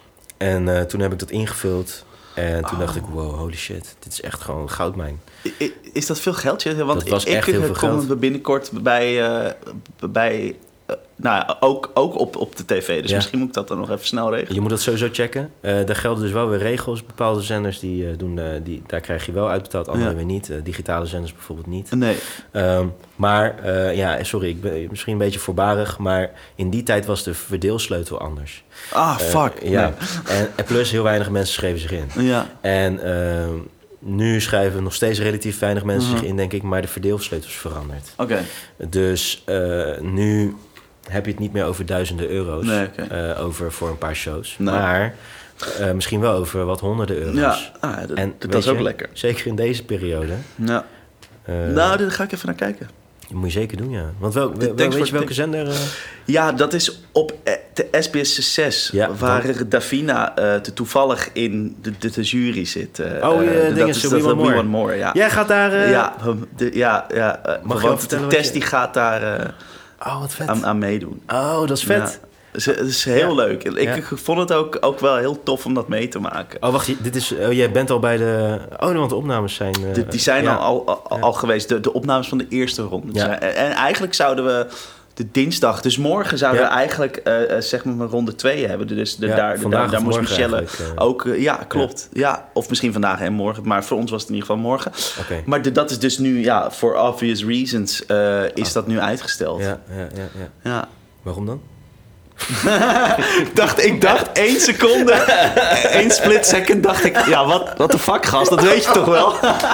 Speaker 2: en uh, toen heb ik dat ingevuld. En toen oh. dacht ik, wow, holy shit, dit is echt gewoon een goudmijn.
Speaker 3: I, is dat veel geld? Want
Speaker 2: dat was
Speaker 3: ik,
Speaker 2: echt
Speaker 3: ik
Speaker 2: heel veel
Speaker 3: kom
Speaker 2: geld.
Speaker 3: binnenkort bij... Uh, bij Nou, ook, ook op, op de tv. Dus ja. misschien moet ik dat dan nog even snel regelen.
Speaker 2: Je moet dat sowieso checken. Uh, daar gelden dus wel weer regels. Bepaalde zenders, die, uh, doen, uh, die, daar krijg je wel uitbetaald. Andere ja. weer niet. Uh, digitale zenders bijvoorbeeld niet.
Speaker 3: Nee.
Speaker 2: Um, maar, uh, ja, sorry, ik ben misschien een beetje voorbarig. Maar in die tijd was de verdeelsleutel anders.
Speaker 3: Ah, fuck.
Speaker 2: Uh, ja.
Speaker 3: Nee.
Speaker 2: En, en plus heel weinig mensen schreven zich in.
Speaker 3: Ja.
Speaker 2: En uh, nu schrijven nog steeds relatief weinig mensen uh-huh. zich in, denk ik. Maar de verdeelsleutel is veranderd.
Speaker 3: Oké. Okay.
Speaker 2: Dus uh, nu... heb je het niet meer over duizenden euro's.
Speaker 3: Nee, okay.
Speaker 2: uh, over voor een paar shows.
Speaker 3: Nee.
Speaker 2: Maar uh, misschien wel over wat honderden euro's.
Speaker 3: Ja, ah, dat,
Speaker 2: en,
Speaker 3: dat is
Speaker 2: je,
Speaker 3: ook lekker.
Speaker 2: Zeker in deze periode.
Speaker 3: Ja. Uh, nou, daar ga ik even naar kijken.
Speaker 2: Dat moet je zeker doen, ja. Want wel, wel, wel weet je welke zender? Uh...
Speaker 3: Ja, dat is op de S B S zes. Ja, waar dan... Davina uh, te toevallig in de, de, de jury zit. Uh,
Speaker 2: oh, je uh, dingen,
Speaker 3: is
Speaker 2: We Want More.
Speaker 3: more ja.
Speaker 2: Jij gaat daar... Uh...
Speaker 3: Ja, de, ja, ja uh,
Speaker 2: Mag
Speaker 3: want de test je... die gaat daar... Uh,
Speaker 2: Oh, wat vet.
Speaker 3: Aan, aan meedoen.
Speaker 2: Oh, dat is vet.
Speaker 3: Het ja. is, is heel ja. leuk. Ik ja. vond het ook, ook wel heel tof om dat mee te maken.
Speaker 2: Oh, wacht. Dit is, oh, jij bent al bij de... Oh, want de opnames zijn... Uh,
Speaker 3: de, die zijn
Speaker 2: ja.
Speaker 3: al, al, al, ja. al geweest. De, de opnames van de eerste ronde. Ja. En, en eigenlijk zouden we... De dinsdag, dus morgen zouden ja. we eigenlijk uh, zeg maar ronde twee hebben. Dus de,
Speaker 2: ja,
Speaker 3: daar, de, daar, daar moest Michelle
Speaker 2: uh,
Speaker 3: ook... Uh, ja, klopt. Ja. ja. Of misschien vandaag en morgen. Maar voor ons was het in ieder geval morgen.
Speaker 2: Okay.
Speaker 3: Maar de, dat is dus nu, ja, for obvious reasons, uh, is oh. dat nu uitgesteld.
Speaker 2: Ja, ja, ja. ja.
Speaker 3: ja.
Speaker 2: Waarom dan?
Speaker 3: ik dacht, ik dacht één seconde, één split second dacht ik... Ja, wat, wat de fuck, gast, dat weet je toch wel?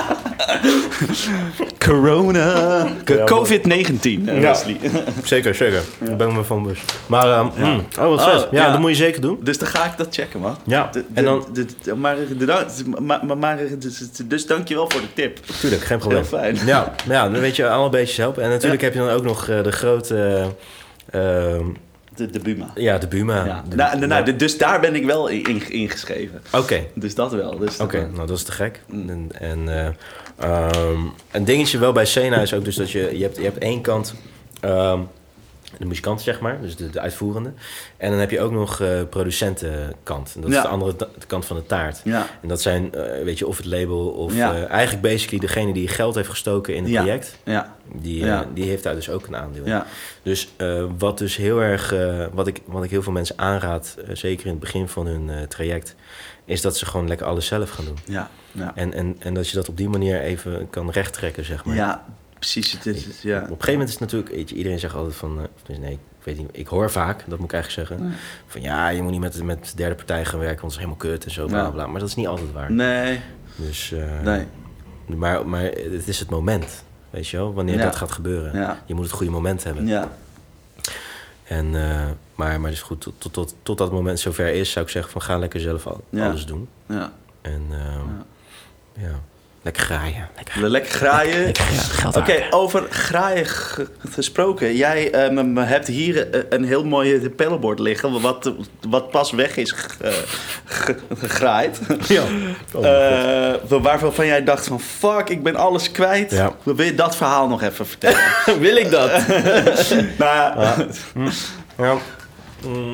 Speaker 3: Corona. covid negentien, ja. Wesley.
Speaker 2: Zeker, zeker. Ja. Ik ben me van bewust. Maar, um, ja. mm, oh wat vet. Oh, ja, ja, dat moet je zeker doen.
Speaker 3: Dus dan ga ik dat checken, man.
Speaker 2: Ja,
Speaker 3: de, de,
Speaker 2: en dan...
Speaker 3: De, de, maar, de, maar, maar dus, dus dankjewel voor de tip.
Speaker 2: Tuurlijk, geen probleem.
Speaker 3: Heel fijn.
Speaker 2: Ja, ja, dan weet je allemaal beetjes helpen. En natuurlijk ja. heb je dan ook nog uh, de grote... Uh, uh,
Speaker 3: De, de Buma.
Speaker 2: Ja, de Buma.
Speaker 3: Ja.
Speaker 2: De,
Speaker 3: nou, nou, nou, dus daar ben ik wel in, ingeschreven.
Speaker 2: Oké. Okay.
Speaker 3: Dus dat wel. Dus
Speaker 2: Oké, okay, nou dat is te gek. Mm. En, en uh, um, een dingetje wel bij Sena is ook dus dat je... Je hebt, je hebt één kant... Um, de muzikant, zeg maar. Dus de, de uitvoerende. En dan heb je ook nog uh, producentenkant. En dat
Speaker 3: ja.
Speaker 2: is de andere de kant van de taart.
Speaker 3: Ja.
Speaker 2: En dat zijn, uh, weet je, of het label... of
Speaker 3: ja.
Speaker 2: uh, eigenlijk basically degene die geld heeft gestoken in het
Speaker 3: ja.
Speaker 2: project.
Speaker 3: Ja.
Speaker 2: Die, uh,
Speaker 3: ja.
Speaker 2: die heeft daar dus ook een aandeel in.
Speaker 3: Ja.
Speaker 2: Dus uh, wat dus heel erg... Uh, wat, ik, wat ik heel veel mensen aanraad... Uh, zeker in het begin van hun uh, traject... is dat ze gewoon lekker alles zelf gaan doen.
Speaker 3: Ja. Ja.
Speaker 2: En, en, en dat je dat op die manier even kan rechttrekken, zeg maar.
Speaker 3: Ja, precies. Het is, het, ja.
Speaker 2: Op een gegeven moment is het natuurlijk... Weet je, iedereen zegt altijd van... Uh, nee, ik weet niet... Ik hoor vaak, dat moet ik eigenlijk zeggen... Ja. Van ja, je moet niet met, met derde partij gaan werken... want dat is helemaal kut en zo, bla, bla, bla. Maar dat is niet altijd waar.
Speaker 3: Nee.
Speaker 2: Dus... Uh,
Speaker 3: nee.
Speaker 2: Maar, maar het is het moment... Weet je wel, wanneer ja. dat gaat gebeuren.
Speaker 3: Ja.
Speaker 2: Je moet het goede moment hebben.
Speaker 3: Ja.
Speaker 2: En, uh, maar, maar dus goed, tot, tot, tot, tot dat moment zover is, zou ik zeggen van ga lekker zelf al, ja. alles doen.
Speaker 3: Ja.
Speaker 2: En, uh, ja. Ja, lekker graaien. Lekker,
Speaker 3: Lekker graaien.
Speaker 2: lekker geld
Speaker 3: Oké,
Speaker 2: maken.
Speaker 3: over graaien g- gesproken. Jij eh, m- m- hebt hier eh, een heel mooi paddleboard liggen, wat, wat pas weg is g- eh, g- gegraaid.
Speaker 2: Ja. Oh, mijn God.
Speaker 3: Eh, waarvan jij dacht van, fuck, ik ben alles kwijt.
Speaker 2: Ja.
Speaker 3: Wil je dat verhaal nog even vertellen?
Speaker 2: Wil ik dat?
Speaker 3: nou, ja.
Speaker 2: Ja. Mm.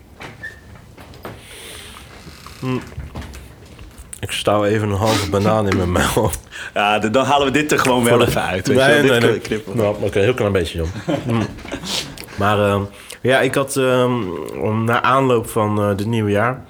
Speaker 2: Mm. Ik stouw even een halve banaan in mijn mouw.
Speaker 3: ja, d- dan halen we dit er gewoon wel
Speaker 2: Voor de-
Speaker 3: even uit. Weet je
Speaker 2: Nee,
Speaker 3: wel.
Speaker 2: nee,
Speaker 3: Dit
Speaker 2: nee.
Speaker 3: knippen we.
Speaker 2: Nou, oké, okay, heel klein beetje dan. Mm. Maar ehm, ja, ik had ehm, om na aanloop van uh, dit nieuwe jaar...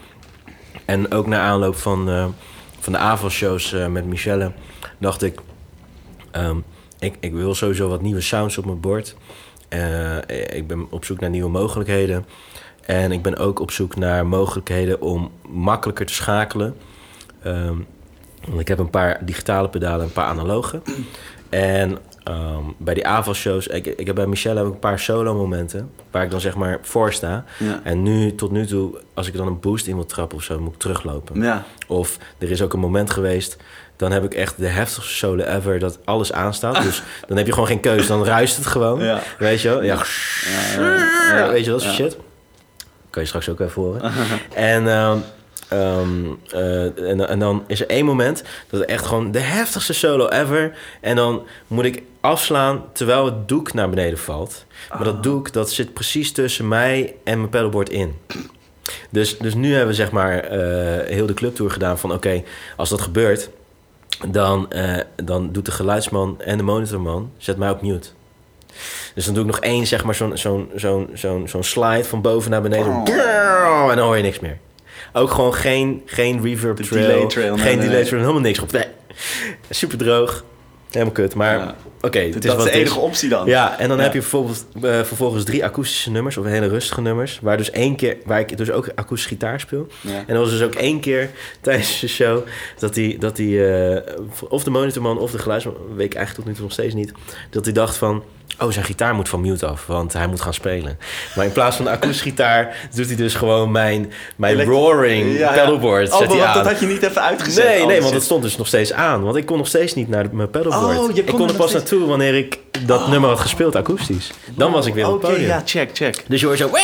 Speaker 2: en ook na aanloop van, uh, van de avondshows uh, met Michelle... dacht ik, um, ik, ik wil sowieso wat nieuwe sounds op mijn bord. Uh, ik ben op zoek naar nieuwe mogelijkheden. En ik ben ook op zoek naar mogelijkheden om makkelijker te schakelen. Um, want ik heb een paar digitale pedalen en een paar analoge. En um, bij die avondshows... Ik, ik heb bij Michelle ook een paar solo momenten... waar ik dan zeg maar voor sta.
Speaker 3: Ja.
Speaker 2: En nu, tot nu toe, als ik dan een boost in wil trappen of zo... moet ik teruglopen.
Speaker 3: Ja.
Speaker 2: Of er is ook een moment geweest... dan heb ik echt de heftigste solo ever... dat alles aanstaat. Dus dan heb je gewoon geen keus. Dan ruist het gewoon.
Speaker 3: Ja.
Speaker 2: Weet je wel? Ja.
Speaker 3: Ja, ja, ja.
Speaker 2: Weet je dat soort
Speaker 3: Ja.
Speaker 2: shit? Kan je straks ook even horen. en, um, um, uh, en, en dan is er één moment... dat het echt gewoon de heftigste solo ever... en dan moet ik afslaan terwijl het doek naar beneden valt. Maar dat doek, dat zit precies tussen mij en mijn pedalboard in. Dus, dus nu hebben we zeg maar uh, heel de clubtour gedaan van... oké, okay, als dat gebeurt... Dan, uh, dan doet de geluidsman en de monitorman... zet mij op mute. Dus dan doe ik nog één, zeg maar, zo'n, zo'n, zo'n, zo'n, zo'n slide van boven naar beneden. Oh. En dan hoor je niks meer. Ook gewoon geen, geen reverb
Speaker 3: De
Speaker 2: trail.
Speaker 3: delay trail,
Speaker 2: Geen
Speaker 3: nee,
Speaker 2: delay
Speaker 3: nee.
Speaker 2: trail, helemaal niks op. Nee. Super droog. Helemaal kut. Maar
Speaker 3: Ja.
Speaker 2: oké, okay, het
Speaker 3: Dat
Speaker 2: is
Speaker 3: is
Speaker 2: wat
Speaker 3: de
Speaker 2: het
Speaker 3: enige
Speaker 2: is.
Speaker 3: optie dan.
Speaker 2: Ja, en dan
Speaker 3: Ja.
Speaker 2: heb je bijvoorbeeld uh, vervolgens drie akoestische nummers... of hele rustige nummers... waar dus één keer, waar ik dus ook akoestische gitaar speel.
Speaker 3: Ja.
Speaker 2: En er was dus ook één keer tijdens de show... dat die, dat die uh, of de monitorman of de geluidsman... weet ik eigenlijk tot nu toe nog steeds niet... dat hij dacht van... oh, zijn gitaar moet van mute af, want hij moet gaan spelen. Maar in plaats van de akoestische gitaar... doet hij dus gewoon mijn, mijn
Speaker 3: Elekt-
Speaker 2: roaring
Speaker 3: Ja, ja.
Speaker 2: pedalboard.
Speaker 3: Oh,
Speaker 2: zet hij
Speaker 3: maar
Speaker 2: aan.
Speaker 3: dat had je niet even uitgezet.
Speaker 2: Nee,
Speaker 3: Oh,
Speaker 2: nee,
Speaker 3: dat
Speaker 2: want het
Speaker 3: zit-
Speaker 2: stond dus nog steeds aan. Want ik kon nog steeds niet naar de, mijn pedalboard.
Speaker 3: Oh, je
Speaker 2: ik
Speaker 3: kon
Speaker 2: kon
Speaker 3: er
Speaker 2: er
Speaker 3: nog
Speaker 2: pas
Speaker 3: steeds-
Speaker 2: naartoe wanneer ik dat
Speaker 3: Oh.
Speaker 2: nummer had gespeeld akoestisch. Dan was ik weer op het
Speaker 3: Oké,
Speaker 2: podium.
Speaker 3: ja, check, check.
Speaker 2: Dus je hoort zo...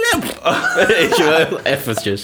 Speaker 2: Weet je wel, eventjes.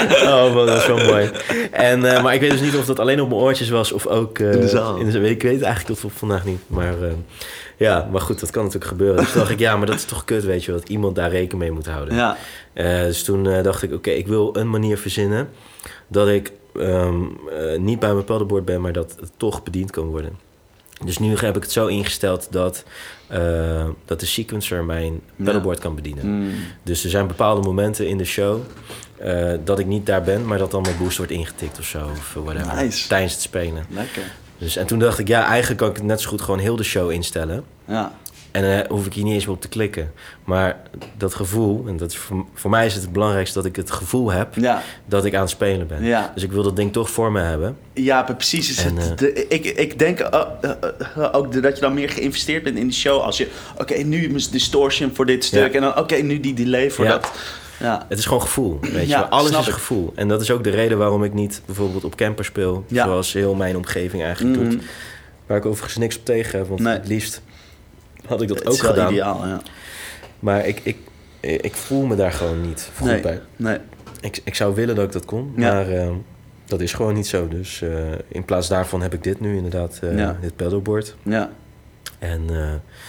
Speaker 2: Oh man, dat is wel mooi. En, uh, maar ik weet dus niet of dat alleen op mijn oortjes was... of ook uh,
Speaker 3: In de zaal.
Speaker 2: In de, ik weet het eigenlijk tot vandaag niet. Maar uh, ja, maar goed, dat kan natuurlijk gebeuren. Dus toen dacht ik, ja, maar dat is toch kut, weet je wel... dat iemand daar rekening mee moet houden.
Speaker 3: Ja.
Speaker 2: Uh, dus toen uh, dacht ik, oké, okay, ik wil een manier verzinnen... dat ik um, uh, niet bij mijn pedalboard ben... maar dat het toch bediend kan worden. Dus nu heb ik het zo ingesteld dat, uh, dat de sequencer mijn pedalboard ja. kan bedienen. Mm. Dus er zijn bepaalde momenten in de show uh, dat ik niet daar ben... maar dat dan mijn boost wordt ingetikt of zo. Of whatever,
Speaker 3: nice.
Speaker 2: Tijdens het spelen.
Speaker 3: Lekker.
Speaker 2: Dus, en toen dacht ik, ja, eigenlijk kan ik het net zo goed gewoon heel de show instellen.
Speaker 3: Ja.
Speaker 2: En dan uh, hoef ik hier niet eens meer op te klikken. Maar dat gevoel, en dat is voor, voor mij is het het belangrijkste... dat ik het gevoel heb
Speaker 3: ja.
Speaker 2: dat ik aan het spelen ben.
Speaker 3: Ja.
Speaker 2: Dus ik wil dat ding toch voor me hebben.
Speaker 3: Ja, precies. Is
Speaker 2: en,
Speaker 3: het,
Speaker 2: uh,
Speaker 3: de, ik, ik denk uh, uh, uh, ook dat je dan meer geïnvesteerd bent in de show. Als je, oké, okay, nu is distortion voor dit stuk. Ja. En dan, oké, okay, nu die delay voor
Speaker 2: ja.
Speaker 3: dat. Ja.
Speaker 2: Het is gewoon gevoel, weet je.
Speaker 3: Ja,
Speaker 2: alles is
Speaker 3: ik.
Speaker 2: gevoel. En dat is ook de reden waarom ik niet bijvoorbeeld op camper speel. Ja. Zoals heel mijn omgeving eigenlijk mm. doet. Waar ik overigens niks op tegen heb. Want nee. het liefst had ik dat
Speaker 3: het
Speaker 2: ook
Speaker 3: is wel
Speaker 2: gedaan.
Speaker 3: Ideaal, ja.
Speaker 2: Maar ik, ik, ik voel me daar gewoon niet goed
Speaker 3: nee.
Speaker 2: bij.
Speaker 3: Nee.
Speaker 2: Ik, ik zou willen dat ik dat kon. Ja. Maar uh, dat is gewoon niet zo. Dus uh, in plaats daarvan heb ik dit nu inderdaad. Uh, ja. Dit pedalboard.
Speaker 3: Ja.
Speaker 2: En uh,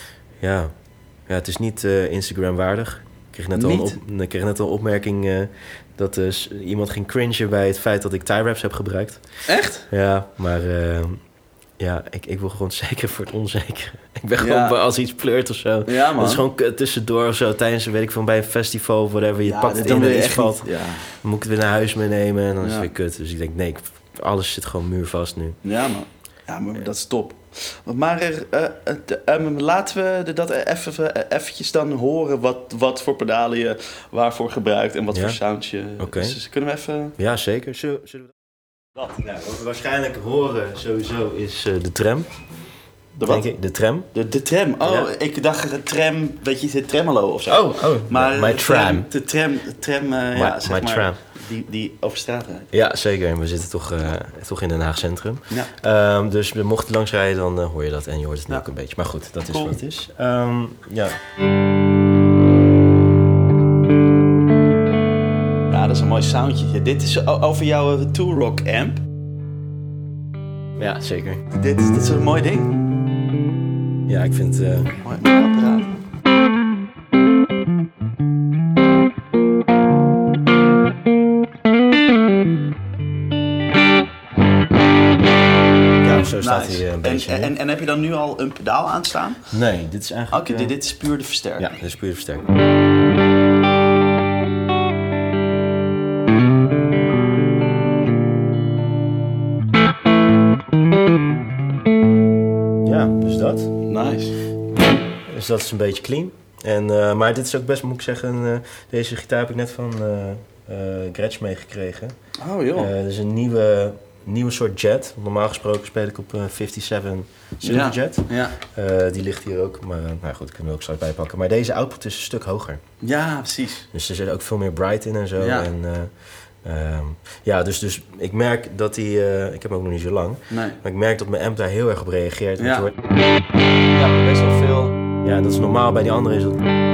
Speaker 2: ja. ja, het is niet uh, Instagram waardig. Ik kreeg net al een, op, ik kreeg net al een opmerking uh, dat uh, iemand ging cringen bij het feit dat ik tie wraps heb gebruikt.
Speaker 3: Echt?
Speaker 2: Ja, maar uh, ja, ik, ik wil gewoon zeker voor het onzeker. Ik ben gewoon
Speaker 3: ja.
Speaker 2: als iets pleurt of zo.
Speaker 3: Ja, man.
Speaker 2: Dat is gewoon tussendoor of zo tijdens, weet ik van, bij een festival of whatever. Je ja, pakt het in en iets valt.
Speaker 3: Ja.
Speaker 2: Dan moet ik het weer naar huis meenemen en dan ja. is het weer kut. Dus ik denk, nee, alles zit gewoon muurvast nu.
Speaker 3: Ja, man. Ja, maar dat is top. Maar uh, uh, uh, laten we dat even, uh, eventjes dan horen wat, wat voor pedalen je waarvoor gebruikt en wat ja. voor sound je...
Speaker 2: Okay.
Speaker 3: Dus kunnen we even...
Speaker 2: Ja, zeker. Zullen, zullen we dat? Nou, wat we waarschijnlijk horen sowieso is uh, de tram.
Speaker 3: De wat?
Speaker 2: Denk ik. De tram.
Speaker 3: De, de tram. Oh,
Speaker 2: Ja.
Speaker 3: ik dacht de tram, weet je, de tremolo of zo.
Speaker 2: Oh, oh.
Speaker 3: Maar
Speaker 2: My
Speaker 3: de
Speaker 2: tram.
Speaker 3: De tram, de tram uh,
Speaker 2: My-
Speaker 3: ja, zeg
Speaker 2: my
Speaker 3: maar,
Speaker 2: tram.
Speaker 3: Die, die over straat rijdt.
Speaker 2: Ja, zeker. En we zitten toch, uh, toch in Den Haag Centrum.
Speaker 3: Ja.
Speaker 2: Um, dus mocht je langs rijden, dan uh, hoor je dat. En je hoort het nu
Speaker 3: Ja.
Speaker 2: ook een beetje. Maar goed, dat is
Speaker 3: Cool.
Speaker 2: wat het is. Um, ja.
Speaker 3: Ja, dat is een mooi soundje. Ja, dit is o- over jouw uh, Tool Rock amp.
Speaker 2: ja, zeker.
Speaker 3: Dit, dit is een mooi ding.
Speaker 2: Ja, ik vind... Uh,
Speaker 3: Mooi, mooi apparaat.
Speaker 2: ja, zo staat
Speaker 3: Nice.
Speaker 2: hij uh, een beetje
Speaker 3: en,
Speaker 2: nu.
Speaker 3: en, en heb je dan nu al een pedaal aanstaan?
Speaker 2: Nee, dit is
Speaker 3: Oké,
Speaker 2: eigenlijk... uh,
Speaker 3: dit, dit is puur de versterker.
Speaker 2: Ja, dit is puur de versterker. Ja, dus dat.
Speaker 3: Nice.
Speaker 2: Dus dat is een beetje clean. En, uh, maar dit is ook best, moet ik zeggen, uh, deze gitaar heb ik net van uh, uh, Gretsch meegekregen.
Speaker 3: Oh joh.
Speaker 2: Uh, dat is een nieuwe, nieuwe soort jet. Normaal gesproken speel ik op een vijfenzeventig Silverjet.
Speaker 3: Ja.
Speaker 2: Uh, die ligt hier ook, maar nou goed, kunnen we ook straks bijpakken. Maar deze output is een stuk hoger.
Speaker 3: Ja, precies.
Speaker 2: Dus er zit ook veel meer bright in en zo.
Speaker 3: Ja.
Speaker 2: En, uh, um, ja, dus, dus ik merk dat die, uh, ik heb hem ook nog niet zo lang,
Speaker 3: Nee.
Speaker 2: maar ik merk dat mijn amp daar heel erg op reageert. Want
Speaker 3: Ja.
Speaker 2: je hoort,
Speaker 3: Ja, best wel veel.
Speaker 2: ja, dat is normaal, bij die andere is het...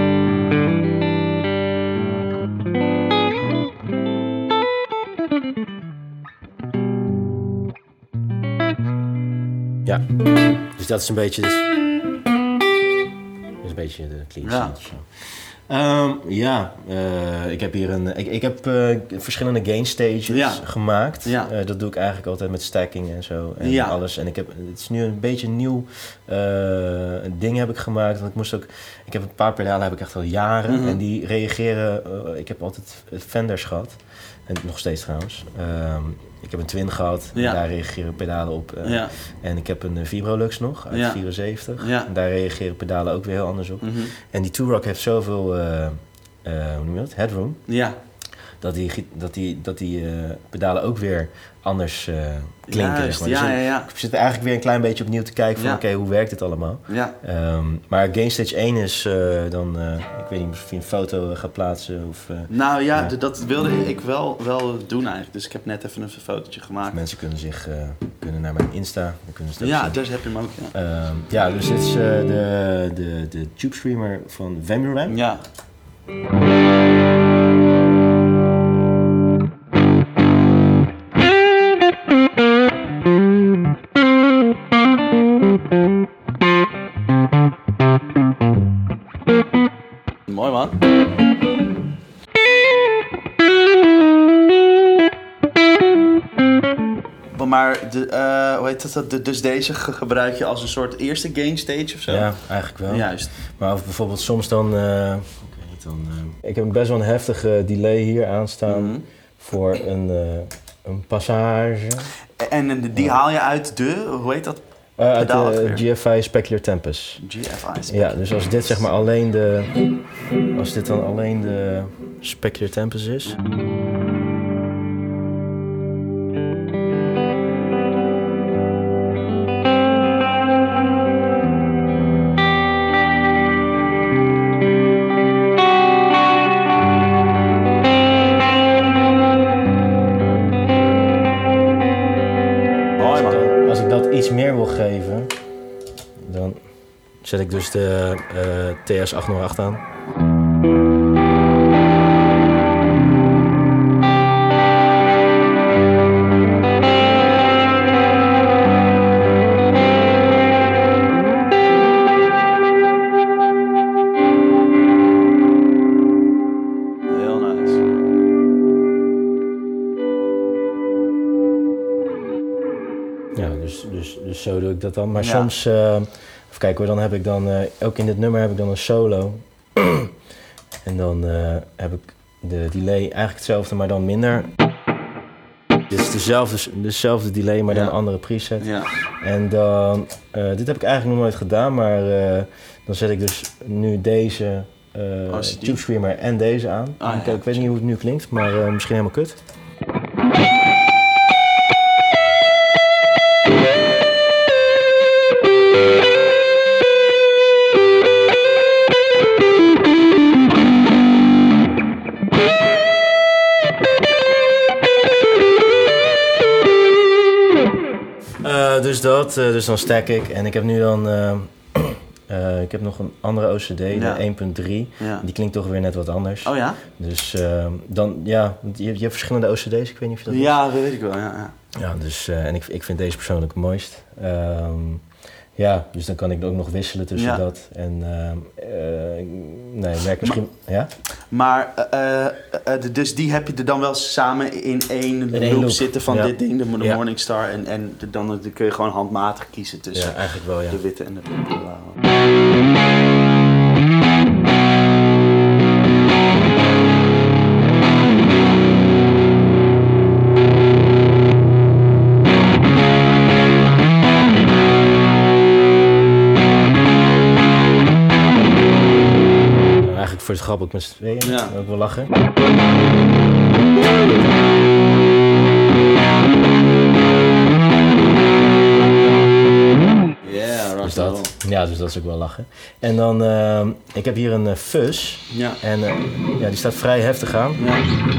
Speaker 2: Ja, dus dat is een beetje... Dus, dat is een beetje de clean
Speaker 3: Ja.
Speaker 2: sound. Zo. Um, ja, uh, ik heb hier een... Ik, ik heb uh, verschillende gain stages
Speaker 3: Ja.
Speaker 2: gemaakt.
Speaker 3: Ja.
Speaker 2: Uh, dat doe ik eigenlijk altijd met stacking en zo. En
Speaker 3: Ja.
Speaker 2: alles. En ik heb... Het is nu een beetje een nieuw uh, ding heb ik gemaakt. Want ik moest ook... Ik heb een paar pedalen heb ik echt al jaren.
Speaker 3: Mhm.
Speaker 2: En die reageren... Uh, ik heb altijd Fenders gehad. En nog steeds trouwens. Um, ik heb een Twin gehad.
Speaker 3: Ja.
Speaker 2: En daar reageren pedalen op. Uh,
Speaker 3: Ja.
Speaker 2: En ik heb een uh, Vibrolux nog uit
Speaker 3: Ja.
Speaker 2: vierenzeventig.
Speaker 3: Ja.
Speaker 2: En daar reageren pedalen ook weer heel anders op.
Speaker 3: Mhm.
Speaker 2: En die Two-Rock heeft zoveel, uh, uh, hoe noem je dat, headroom,
Speaker 3: Ja.
Speaker 2: dat die, gi- dat die, dat die uh, pedalen ook weer anders uh, klinken.
Speaker 3: Juist,
Speaker 2: zeg maar.
Speaker 3: ja,
Speaker 2: Dus
Speaker 3: ja, ja.
Speaker 2: ik zit eigenlijk weer een klein beetje opnieuw te kijken van
Speaker 3: Ja.
Speaker 2: oké, hoe werkt dit allemaal?
Speaker 3: Ja.
Speaker 2: Um, maar Gain Stage één is uh, dan, uh, ik weet niet of je een foto uh, gaat plaatsen of... Uh,
Speaker 3: Nou ja,
Speaker 2: Ja.
Speaker 3: d- dat wilde ik wel, wel doen eigenlijk. Dus ik heb net even een fotootje gemaakt.
Speaker 2: mensen kunnen zich, uh, kunnen naar mijn Insta, dan kunnen ze het ook
Speaker 3: Ja,
Speaker 2: zien.
Speaker 3: daar heb je hem ook. Ja.
Speaker 2: Um, ja, dus dit is uh, de, de, de Tube Screamer van Vemurem.
Speaker 3: Ja. Mooi man. Maar de, uh, hoe heet dat? De, dus deze ge- gebruik je als een soort eerste gain stage of zo?
Speaker 2: Ja, eigenlijk wel.
Speaker 3: Juist.
Speaker 2: Maar of bijvoorbeeld soms dan... Uh, ik weet niet dan... Uh, ik heb best wel een heftige delay hier aanstaan
Speaker 3: Mhm.
Speaker 2: voor een, uh, een passage.
Speaker 3: En, en die haal je uit de, hoe heet dat?
Speaker 2: Uh, uit
Speaker 3: Pedaal
Speaker 2: de
Speaker 3: weer.
Speaker 2: G F I Specular Tempest.
Speaker 3: G F I.
Speaker 2: Ja, dus als dit zeg maar alleen de... Als dit dan alleen de Specular Tempest is...
Speaker 3: Mooi man.
Speaker 2: Dan, als ik dat iets meer wil geven, dan zet ik dus de uh, T S achthonderdacht aan.
Speaker 3: Heel nice.
Speaker 2: Ja, dus, dus, dus zo doe ik dat dan. Maar
Speaker 3: Ja.
Speaker 2: soms, uh, even kijken hoor, dan heb ik dan, uh, ook in dit nummer heb ik dan een solo. En dan uh, heb ik de delay eigenlijk hetzelfde, maar dan minder. Dit is dezelfde, dezelfde delay, maar dan
Speaker 3: Ja.
Speaker 2: een andere preset.
Speaker 3: Ja.
Speaker 2: En dan, uh, dit heb ik eigenlijk nog nooit gedaan, maar uh, dan zet ik dus nu deze uh,
Speaker 3: Oh, is die?
Speaker 2: Tube Screamer en deze aan.
Speaker 3: Ah,
Speaker 2: ik,
Speaker 3: ja.
Speaker 2: ik weet niet hoe het nu klinkt, maar uh, misschien helemaal kut. Uh, dus dat, uh, dus dan stack ik. En ik heb nu dan... Uh, uh, ik heb nog een andere O C D, de
Speaker 3: Ja.
Speaker 2: één punt drie.
Speaker 3: Ja.
Speaker 2: Die klinkt toch weer net wat anders.
Speaker 3: Oh ja?
Speaker 2: Dus uh, dan, ja, je, je hebt verschillende O C D's, ik weet niet of je dat
Speaker 3: Ja, dat weet ik wel, ja. ja.
Speaker 2: Ja, dus, uh, en ik, ik vind deze persoonlijk het mooist. Um, ja, dus dan kan ik ook nog wisselen tussen
Speaker 3: Ja.
Speaker 2: dat en... Uh, uh, nee, merk misschien...
Speaker 3: Maar,
Speaker 2: ja?
Speaker 3: Maar, uh, uh, dus die heb je er dan wel samen in één
Speaker 2: in
Speaker 3: loop,
Speaker 2: één loop
Speaker 3: zitten van
Speaker 2: ja.
Speaker 3: dit ding, de, de
Speaker 2: ja.
Speaker 3: Morningstar. En, en dan, dan kun je gewoon handmatig kiezen tussen
Speaker 2: Ja, eigenlijk wel, ja.
Speaker 3: de witte en de blauwe.
Speaker 2: Voor het grap ook met z'n tweeën.
Speaker 3: Ja.
Speaker 2: Ook wel lachen.
Speaker 3: Yeah,
Speaker 2: dus dat, ja, dus dat is ook wel lachen. En dan, uh, ik heb hier een uh, fuzz.
Speaker 3: Ja.
Speaker 2: En uh, ja, die staat vrij heftig aan.
Speaker 3: Ja.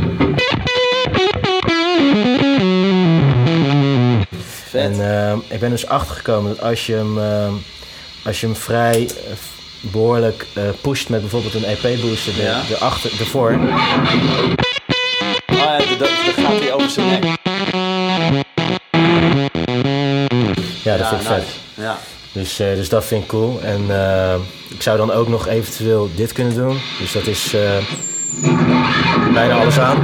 Speaker 3: Vet.
Speaker 2: En uh, ik ben dus achtergekomen dat als je hem, uh, als je hem vrij... Uh, behoorlijk uh, pusht met bijvoorbeeld een E P-booster de,
Speaker 3: ja.
Speaker 2: de achter, ervoor.
Speaker 3: Oh ja, dan gaat hij over zijn nek.
Speaker 2: Ja, dat
Speaker 3: ja,
Speaker 2: vind ik
Speaker 3: nice.
Speaker 2: vet.
Speaker 3: Ja.
Speaker 2: Dus, uh, dus dat vind ik cool. En uh, ik zou dan ook nog eventueel dit kunnen doen. Dus dat is uh, bijna alles aan.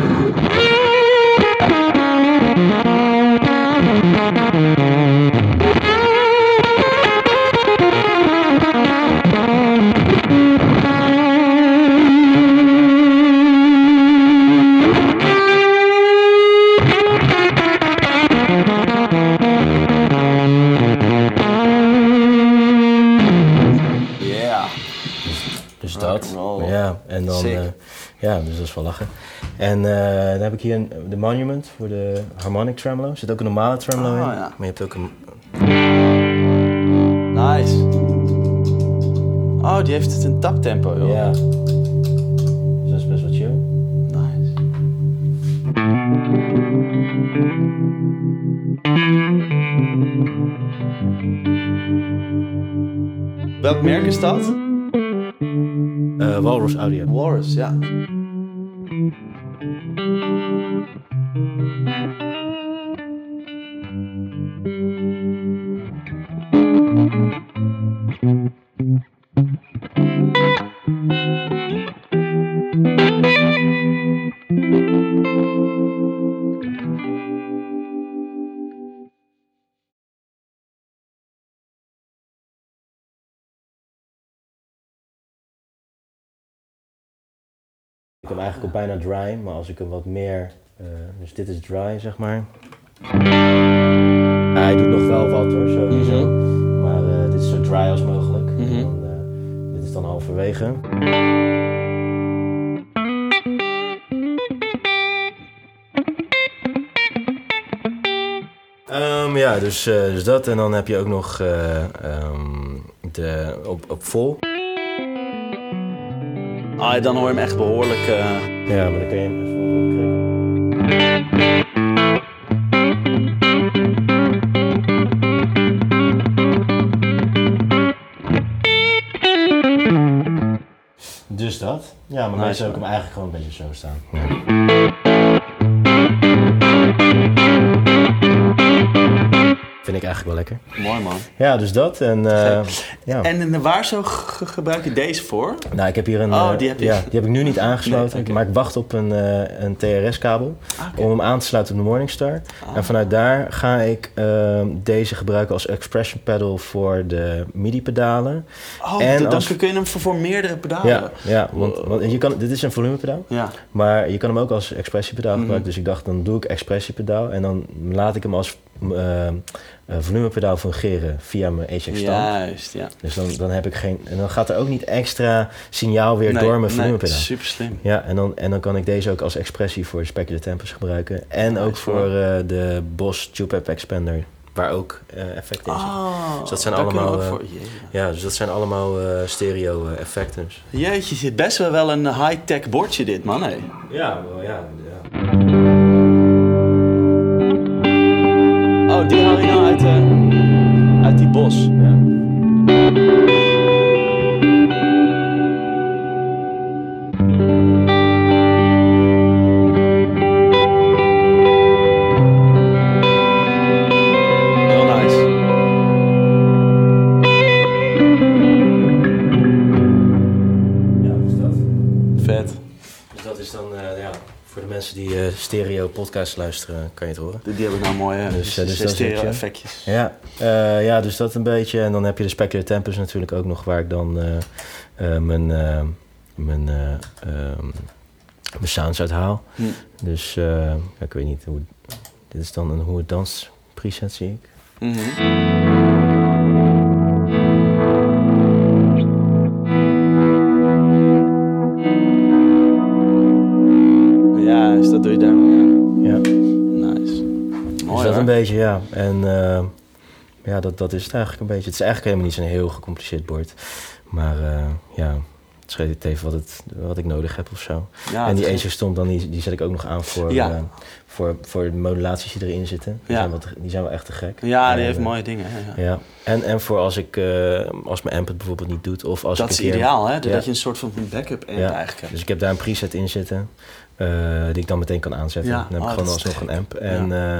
Speaker 2: Ja, en dan, uh, ja, dus dat is wel lachen. En uh, dan heb ik hier een, de Monument voor de Harmonic Tremolo. Er zit ook een normale tremolo
Speaker 3: oh,
Speaker 2: in,
Speaker 3: ja.
Speaker 2: maar je hebt ook een...
Speaker 3: Nice. Oh, die heeft het in taptempo, joh.
Speaker 2: Ja. Dus dat is best wel chill.
Speaker 3: Nice. Welk merk is dat?
Speaker 2: Uh, Walrus Audio.
Speaker 3: Walrus, ja.
Speaker 2: Ik heb eigenlijk ook bijna dry, maar als ik hem wat meer... Uh, dus dit is dry, zeg maar. Ja, hij doet nog wel wat hoor, sowieso. Mm-hmm. Maar uh, dit is zo dry als mogelijk. Mm-hmm. En dan, uh, dit is dan halverwege. Um, ja, dus, uh, dus dat. En dan heb je ook nog uh, um, de, op, op vol.
Speaker 3: Ah, dan hoor je hem echt behoorlijk... Uh...
Speaker 2: Ja, maar dan kun je hem even opkrikken. Dus dat. Ja, maar mensen ook hem eigenlijk gewoon een beetje zo staan. Ja. Vind ik eigenlijk wel lekker.
Speaker 3: Mooi man.
Speaker 2: Ja, dus dat. En, uh, ja.
Speaker 3: en waar zo g- gebruik je deze voor?
Speaker 2: Nou, ik heb hier een...
Speaker 3: Oh, die heb je...
Speaker 2: Ja, die heb ik nu niet aangesloten. Nee, okay. Maar ik wacht op een, uh, een T R S-kabel. Okay. Om hem aan te sluiten op de Morningstar. Ah. En vanuit daar ga ik uh, deze gebruiken als expression pedal voor de MIDI-pedalen.
Speaker 3: Oh, en dan als... kun je hem voor, voor meerdere pedalen?
Speaker 2: Ja, ja want, want je kan, dit is een volumepedaal.
Speaker 3: Ja.
Speaker 2: Maar je kan hem ook als expressiepedaal mm-hmm. gebruiken. Dus ik dacht, dan doe ik expressiepedaal. En dan laat ik hem als... Uh, Uh, volumepedaal fungeren via mijn H X-stand.
Speaker 3: Juist, ja.
Speaker 2: Dus dan, dan heb ik geen... En dan gaat er ook niet extra signaal weer nee, door mijn volumepedaal.
Speaker 3: Nee, super slim.
Speaker 2: Ja, en dan, en dan kan ik deze ook als expressie voor Specular Tempus gebruiken. En nice, ook voor uh, de Boss Tube Expander, waar ook uh, effecten in zitten.
Speaker 3: Oh,
Speaker 2: dus dat zijn allemaal... Uh,
Speaker 3: voor,
Speaker 2: ja, dus dat zijn allemaal uh, stereo uh, effecten.
Speaker 3: Jeetje, zit best wel wel een high-tech bordje dit, man. Hé.
Speaker 2: Ja, wel, ja, ja.
Speaker 3: Oh, die haal je nou uit de... Uit die bos.
Speaker 2: Ja.
Speaker 3: Heel nice.
Speaker 2: Ja, dus dat.
Speaker 3: Vet.
Speaker 2: Dus dat is dan, uh, ja, voor de mensen die uh, stereo podcast luisteren, kan je het horen.
Speaker 3: Die, die hebben nou mooi, hè?
Speaker 2: Dus,
Speaker 3: Dus,
Speaker 2: uh, dus dat is
Speaker 3: stereo
Speaker 2: het, ja.
Speaker 3: effectjes.
Speaker 2: Ja, uh, ja, dus dat een beetje. En dan heb je de Specular Tempest natuurlijk ook nog, waar ik dan uh, uh, mijn, uh, mijn, uh, um, mijn sounds uit haal.
Speaker 3: Hm.
Speaker 2: Dus uh, ja, ik weet niet, hoe, dit is dan een Hoe het danst preset, zie ik.
Speaker 3: Mm-hmm. Ja, dus dat doe je daar nog, ja.
Speaker 2: Ja.
Speaker 3: Nice.
Speaker 2: Dus
Speaker 3: Mooi,
Speaker 2: dat
Speaker 3: hoor.
Speaker 2: een beetje, ja. En uh, ja, dat, dat is het eigenlijk een beetje. Het is eigenlijk helemaal niet zo'n heel gecompliceerd bord. Maar uh, ja, het schreef het even wat, het, wat ik nodig heb of zo.
Speaker 3: Ja,
Speaker 2: en die
Speaker 3: het-
Speaker 2: Acer Stomp dan, die, die zet ik ook nog aan voor,
Speaker 3: Ja.
Speaker 2: uh, voor, voor de modulaties die erin zitten. Die,
Speaker 3: Ja.
Speaker 2: zijn, wat, die zijn wel echt te gek.
Speaker 3: Ja, die
Speaker 2: En,
Speaker 3: heeft
Speaker 2: uh,
Speaker 3: mooie dingen. Hè, ja.
Speaker 2: Ja, en, en voor als ik, uh, als mijn amp het bijvoorbeeld niet doet. Of als
Speaker 3: Dat
Speaker 2: ik
Speaker 3: is
Speaker 2: een keer,
Speaker 3: ideaal, hè? Dat
Speaker 2: Ja.
Speaker 3: je een soort van backup amp
Speaker 2: Ja.
Speaker 3: eigenlijk hebt.
Speaker 2: Dus ik heb daar een preset in zitten, uh, die ik dan meteen kan aanzetten.
Speaker 3: Ja.
Speaker 2: Dan heb ik
Speaker 3: Oh,
Speaker 2: gewoon
Speaker 3: dat is
Speaker 2: alsnog
Speaker 3: te
Speaker 2: een amp. En, uh,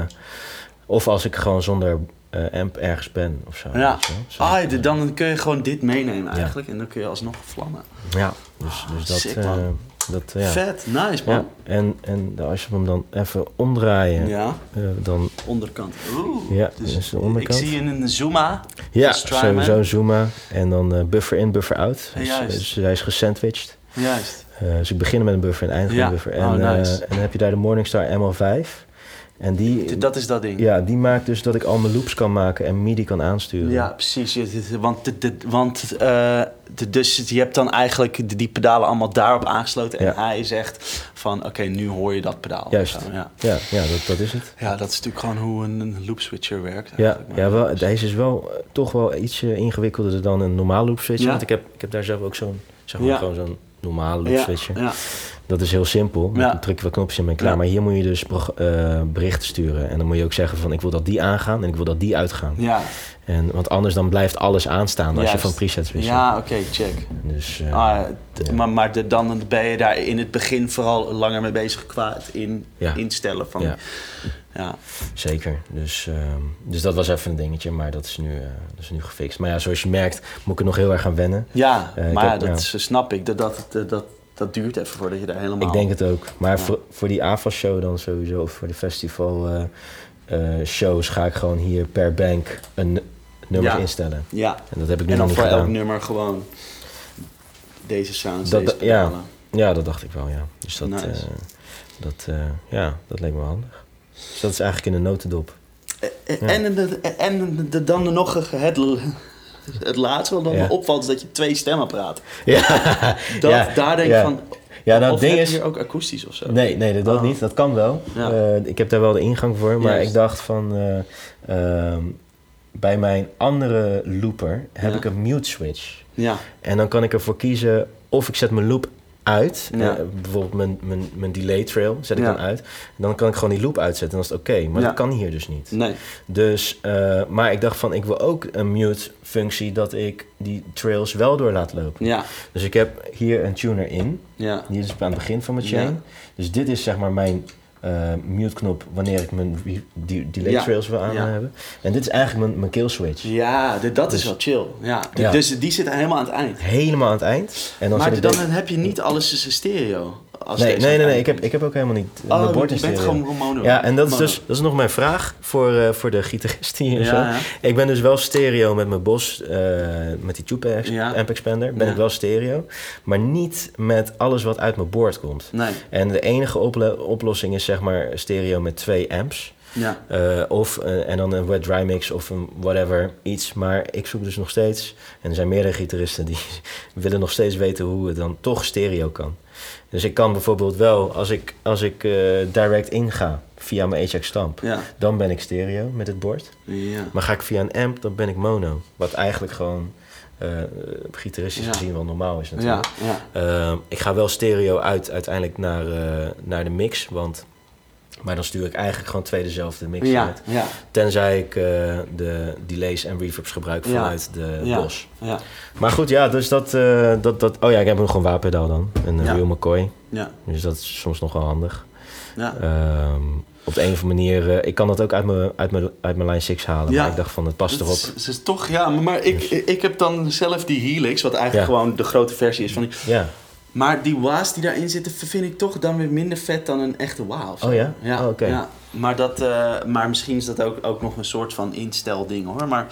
Speaker 2: of als ik gewoon zonder uh, amp ergens ben of zo.
Speaker 3: Ja.
Speaker 2: weet je wel. Zo,
Speaker 3: Ah,
Speaker 2: uh,
Speaker 3: de- dan kun je gewoon dit meenemen eigenlijk. En dan kun je alsnog vlammen.
Speaker 2: Ja, dus, dus dat...
Speaker 3: Sick,
Speaker 2: uh,
Speaker 3: man.
Speaker 2: dat uh, ja.
Speaker 3: Vet, nice man.
Speaker 2: Ja, en, en als je hem dan even omdraaien,
Speaker 3: Ja,
Speaker 2: uh, dan...
Speaker 3: onderkant. Oeh,
Speaker 2: Ja, dat is de onderkant.
Speaker 3: Ik zie een Zuma.
Speaker 2: Ja,
Speaker 3: Strymon.
Speaker 2: sowieso Zuma. En dan uh, buffer in, buffer out.
Speaker 3: Ja,
Speaker 2: Dus,
Speaker 3: juist.
Speaker 2: dus hij is gesandwiched.
Speaker 3: Juist.
Speaker 2: Uh, dus ik begin met een buffer en eindig
Speaker 3: Ja.
Speaker 2: met een buffer. En,
Speaker 3: Oh, nice.
Speaker 2: uh, en dan heb je daar de Morningstar M L vijf. En die,
Speaker 3: Dat is dat ding.
Speaker 2: ja, die maakt dus dat ik al mijn loops kan maken en MIDI kan aansturen.
Speaker 3: Ja, precies. Je- dit- Want, de, de, want uh, de, dus je hebt dan eigenlijk de- die pedalen allemaal daarop aangesloten. En
Speaker 2: Ja.
Speaker 3: hij zegt van, oké, okay, nu hoor je dat pedaal.
Speaker 2: Juist.
Speaker 3: Zo, ja.
Speaker 2: Ja, ja dat, dat is het.
Speaker 3: ja, dat is natuurlijk gewoon hoe een, een loop switcher werkt.
Speaker 2: Ja,
Speaker 3: eigenlijk.
Speaker 2: ja
Speaker 3: Maar-
Speaker 2: wel, deze is wel uh, toch wel ietsje ingewikkelder dan een normaal loop switcher.
Speaker 3: Ja.
Speaker 2: Want ik heb, ik heb daar zelf ook zo'n, zeg maar,
Speaker 3: Ja.
Speaker 2: gewoon zo'n normale loop
Speaker 3: ja,
Speaker 2: switcher.
Speaker 3: ja.
Speaker 2: Dat is heel simpel.
Speaker 3: Ja.
Speaker 2: Dan druk je wat knopjes en ben je klaar.
Speaker 3: Ja.
Speaker 2: Maar hier moet je dus prog- uh, berichten sturen. En dan moet je ook zeggen van ik wil dat die aangaan en ik wil dat die uitgaan.
Speaker 3: Ja,
Speaker 2: En, want anders dan blijft alles aanstaan als
Speaker 3: Juist.
Speaker 2: je van presets wisselt.
Speaker 3: ja oké, okay, check.
Speaker 2: Dus, uh,
Speaker 3: Ah, t-
Speaker 2: ja.
Speaker 3: Maar, maar de, dan ben je daar in het begin vooral langer mee bezig qua het in,
Speaker 2: Ja.
Speaker 3: instellen van...
Speaker 2: Ja.
Speaker 3: Ja.
Speaker 2: Zeker. Dus, uh, dus dat was even een dingetje, maar dat is, nu, uh, dat is nu gefixt. Maar ja, zoals je merkt moet ik er nog heel erg aan wennen.
Speaker 3: Ja,
Speaker 2: Uh, ik
Speaker 3: maar
Speaker 2: heb-
Speaker 3: dat
Speaker 2: ja.
Speaker 3: is- snap ik. Dat, dat, dat, dat, dat duurt even voordat je daar helemaal...
Speaker 2: Ik denk het ook. Maar
Speaker 3: Ja.
Speaker 2: voor, voor die A F A S-show dan sowieso, of voor de festival uh, uh, shows, ga ik gewoon hier per bank een n- nummer
Speaker 3: Ja.
Speaker 2: instellen.
Speaker 3: Ja,
Speaker 2: En dat heb ik nu
Speaker 3: en dan
Speaker 2: nog
Speaker 3: voor
Speaker 2: niet
Speaker 3: elk
Speaker 2: gedaan.
Speaker 3: nummer gewoon deze sounds,
Speaker 2: Dat-
Speaker 3: deze
Speaker 2: ja.
Speaker 3: pedalen.
Speaker 2: Ja, dat dacht ik wel, ja. Dus dat,
Speaker 3: Nice.
Speaker 2: uh, dat, uh, ja, dat leek me wel handig. Dus dat is eigenlijk in de notendop.
Speaker 3: Eh, eh,
Speaker 2: Ja.
Speaker 3: En, de, en de, dan nog het, het laatste wat dan
Speaker 2: Ja.
Speaker 3: me opvalt is dat je twee stemmen praat.
Speaker 2: Ja,
Speaker 3: Dat,
Speaker 2: ja,
Speaker 3: daar denk ik
Speaker 2: ja.
Speaker 3: van...
Speaker 2: Ja, nou,
Speaker 3: of
Speaker 2: het ding
Speaker 3: heb
Speaker 2: is...
Speaker 3: je hier ook akoestisch of zo?
Speaker 2: Nee, nee, dat
Speaker 3: Oh.
Speaker 2: niet. Dat kan wel.
Speaker 3: Ja.
Speaker 2: Uh, ik heb daar wel de ingang voor. Maar
Speaker 3: Juist.
Speaker 2: ik dacht van... Uh, uh, bij mijn andere looper heb
Speaker 3: Ja.
Speaker 2: ik een mute switch.
Speaker 3: Ja,
Speaker 2: En dan kan ik ervoor kiezen of ik zet mijn loop uit.
Speaker 3: Ja.
Speaker 2: Uh, bijvoorbeeld mijn, mijn, mijn delay trail zet ik
Speaker 3: Ja.
Speaker 2: dan uit. En dan kan ik gewoon die loop uitzetten en dan is het oké. Maar
Speaker 3: Ja.
Speaker 2: dat kan hier dus niet.
Speaker 3: nee.
Speaker 2: Dus, uh, maar ik dacht van, ik wil ook een mute functie dat ik die trails wel door laat lopen.
Speaker 3: Ja,
Speaker 2: Dus ik heb hier een tuner in.
Speaker 3: ja.
Speaker 2: Die is aan het begin van mijn chain.
Speaker 3: Ja.
Speaker 2: Dus dit is zeg maar mijn uh, mute knop wanneer ik mijn re- die delay
Speaker 3: Ja.
Speaker 2: trails wil aan
Speaker 3: Ja.
Speaker 2: hebben. En dit is eigenlijk mijn, mijn kill switch.
Speaker 3: Ja, de- dat is
Speaker 2: Dus-
Speaker 3: wel chill. Ja. de-
Speaker 2: Ja.
Speaker 3: Dus die zit helemaal aan het eind.
Speaker 2: Helemaal aan het eind. En dan
Speaker 3: Maar
Speaker 2: zet ik
Speaker 3: dan
Speaker 2: dit-
Speaker 3: heb je niet alles is stereo. Als
Speaker 2: Nee,
Speaker 3: deze
Speaker 2: nee,
Speaker 3: aan
Speaker 2: nee,
Speaker 3: het
Speaker 2: nee. Ik
Speaker 3: eind
Speaker 2: heb, ik heb ook helemaal niet.
Speaker 3: Oh,
Speaker 2: mijn bord
Speaker 3: je
Speaker 2: is
Speaker 3: bent
Speaker 2: stereo.
Speaker 3: gewoon mono.
Speaker 2: Ja, en dat is
Speaker 3: Mono.
Speaker 2: dus dat is nog mijn vraag voor, uh, voor de gitaristen hier en
Speaker 3: Ja,
Speaker 2: zo.
Speaker 3: ja.
Speaker 2: Ik ben dus wel stereo met mijn Bos, uh, met die Tube ex-
Speaker 3: Ja.
Speaker 2: amp expander, ben
Speaker 3: Ja.
Speaker 2: ik wel stereo. Maar niet met alles wat uit mijn board komt.
Speaker 3: Nee,
Speaker 2: En de enige oplo- oplossing is zeg maar stereo met twee amps.
Speaker 3: ja.
Speaker 2: Uh, of, uh, en dan een wet dry mix of een whatever, iets. Maar ik zoek dus nog steeds, en er zijn meerdere gitaristen die willen nog steeds weten hoe het dan toch stereo kan. Dus ik kan bijvoorbeeld wel, als ik, als ik uh, direct inga via mijn H X Stamp,
Speaker 3: Ja.
Speaker 2: dan ben ik stereo met het bord.
Speaker 3: Ja.
Speaker 2: Maar ga ik via een amp, dan ben ik mono. Wat eigenlijk gewoon uh, gitaristisch
Speaker 3: Ja.
Speaker 2: gezien wel normaal is
Speaker 3: Ja,
Speaker 2: natuurlijk.
Speaker 3: ja.
Speaker 2: Uh, ik ga wel stereo uit uiteindelijk naar, uh, naar de mix, want Maar dan stuur ik eigenlijk gewoon twee dezelfde mix
Speaker 3: Ja,
Speaker 2: uit.
Speaker 3: ja,
Speaker 2: Tenzij ik uh, de delays en reverbs gebruik vanuit ja. de
Speaker 3: ja.
Speaker 2: DOS.
Speaker 3: Ja.
Speaker 2: Maar goed, ja, dus dat, uh, dat, dat... Oh ja, ik heb nog een wah-pedaal dan. Een ja. Real McCoy.
Speaker 3: Ja.
Speaker 2: Dus dat is soms nog wel handig.
Speaker 3: Ja.
Speaker 2: Um, op de een of andere manier... Uh, ik kan dat ook uit mijn, uit mijn, uit mijn Line zes halen. Ja. Maar ik dacht van, het past
Speaker 3: dat
Speaker 2: erop.
Speaker 3: Is, is toch, ja, maar ik, dus. ik heb dan zelf die Helix, wat eigenlijk ja. gewoon de grote versie is van die...
Speaker 2: Ja.
Speaker 3: Maar die wah's die daarin zitten, vind ik toch dan weer minder vet dan een echte wah.
Speaker 2: Oh ja?
Speaker 3: Ja,
Speaker 2: oh, oké. Okay.
Speaker 3: Ja. Maar, dat, uh, maar misschien is dat ook, ook nog een soort van instelding hoor. Maar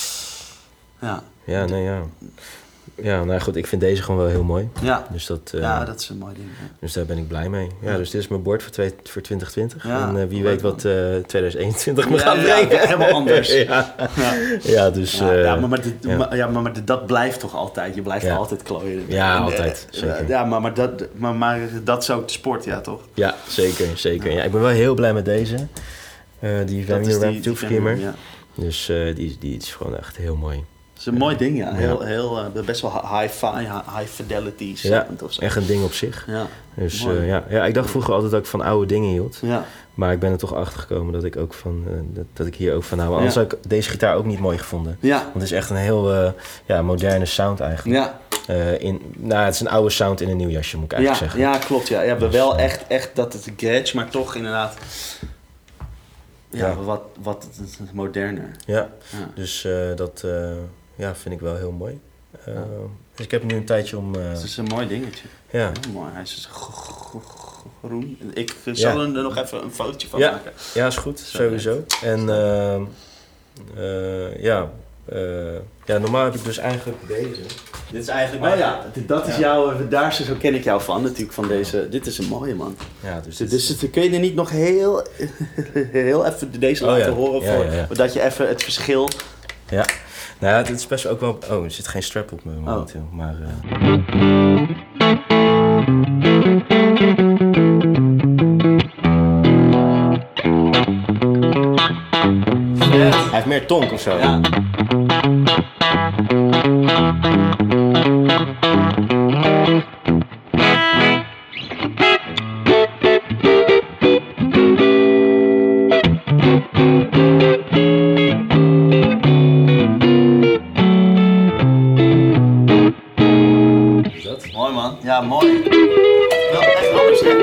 Speaker 3: ja.
Speaker 2: Ja, nee, ja. Ja, nou goed, ik vind deze gewoon wel heel mooi.
Speaker 3: Ja,
Speaker 2: dus dat, uh,
Speaker 3: ja dat is een mooi ding. Ja.
Speaker 2: Dus daar ben ik blij mee. Ja, ja. Dus dit is mijn bord voor, twee, voor twintig twintig.
Speaker 3: Ja,
Speaker 2: en uh, wie weet wat uh, twintig eenentwintig me ja, gaat
Speaker 3: ja,
Speaker 2: brengen.
Speaker 3: Ja, helemaal anders.
Speaker 2: ja. Ja. ja, dus...
Speaker 3: Ja,
Speaker 2: uh,
Speaker 3: ja, maar, maar, dit,
Speaker 2: ja.
Speaker 3: maar, ja, maar, maar dat blijft toch altijd? Je blijft
Speaker 2: ja.
Speaker 3: altijd klooien.
Speaker 2: Ja,
Speaker 3: en,
Speaker 2: altijd.
Speaker 3: Uh,
Speaker 2: zeker.
Speaker 3: Ja, maar, maar, dat, maar, maar dat is ook de sport, ja toch?
Speaker 2: Ja, zeker. zeker. Ja. Ja, ik ben wel heel blij met deze. Uh, die Vamier Rap Tube Screamer. Ja. Dus uh, die, die is gewoon echt heel mooi.
Speaker 3: Het is een mooi ding, ja. Heel, heel, uh, best wel hi-fi, high fidelity sound
Speaker 2: ja,
Speaker 3: of zo.
Speaker 2: Echt een ding op zich.
Speaker 3: Ja,
Speaker 2: dus uh, ja. ja, ik dacht vroeger altijd dat ik van oude dingen hield.
Speaker 3: Ja.
Speaker 2: Maar ik ben er toch achter gekomen dat ik ook van uh, dat, dat ik hier ook van hou. Anders
Speaker 3: ja.
Speaker 2: had ik deze gitaar ook niet mooi gevonden.
Speaker 3: Ja.
Speaker 2: Want het is echt een heel uh, ja, moderne sound eigenlijk.
Speaker 3: Ja.
Speaker 2: Uh, in, nou, het is een oude sound in een nieuw jasje, moet ik eigenlijk
Speaker 3: ja,
Speaker 2: zeggen.
Speaker 3: Ja, klopt. Ja. Je hebt dus, wel echt, echt dat het garage, maar toch inderdaad ja, ja. Wat, wat moderner.
Speaker 2: Ja, ja. dus uh, dat uh, ja, vind ik wel heel mooi. Uh, ja. Dus ik heb nu een tijdje om... Uh...
Speaker 3: Het is een mooi dingetje.
Speaker 2: Ja.
Speaker 3: Heel mooi. Hij is groen. Ik zal ja. er nog even een fotootje van
Speaker 2: ja.
Speaker 3: maken.
Speaker 2: Ja, is goed. Zo sowieso. En uh, uh, ja... Uh, ja, normaal heb ik dus eigenlijk deze.
Speaker 3: Dit is eigenlijk... Oh ja, dat is ja. jouw... Daar zo ken ik jou van natuurlijk, van deze... Dit is een mooie, man.
Speaker 2: Ja, dus...
Speaker 3: Dus, dus is, kun je er niet nog heel... heel even deze
Speaker 2: oh,
Speaker 3: laten
Speaker 2: ja.
Speaker 3: horen
Speaker 2: ja,
Speaker 3: voor...
Speaker 2: Ja, ja.
Speaker 3: Dat je even het verschil...
Speaker 2: Ja. Nou ja, dit is best ook wel... Oh, er zit geen strap op me momenteel, oh. maar... Uh...
Speaker 3: Yes.
Speaker 2: Hij heeft meer tonk of zo.
Speaker 3: Ja. Mooi man, ja mooi. Wel echt anders hè?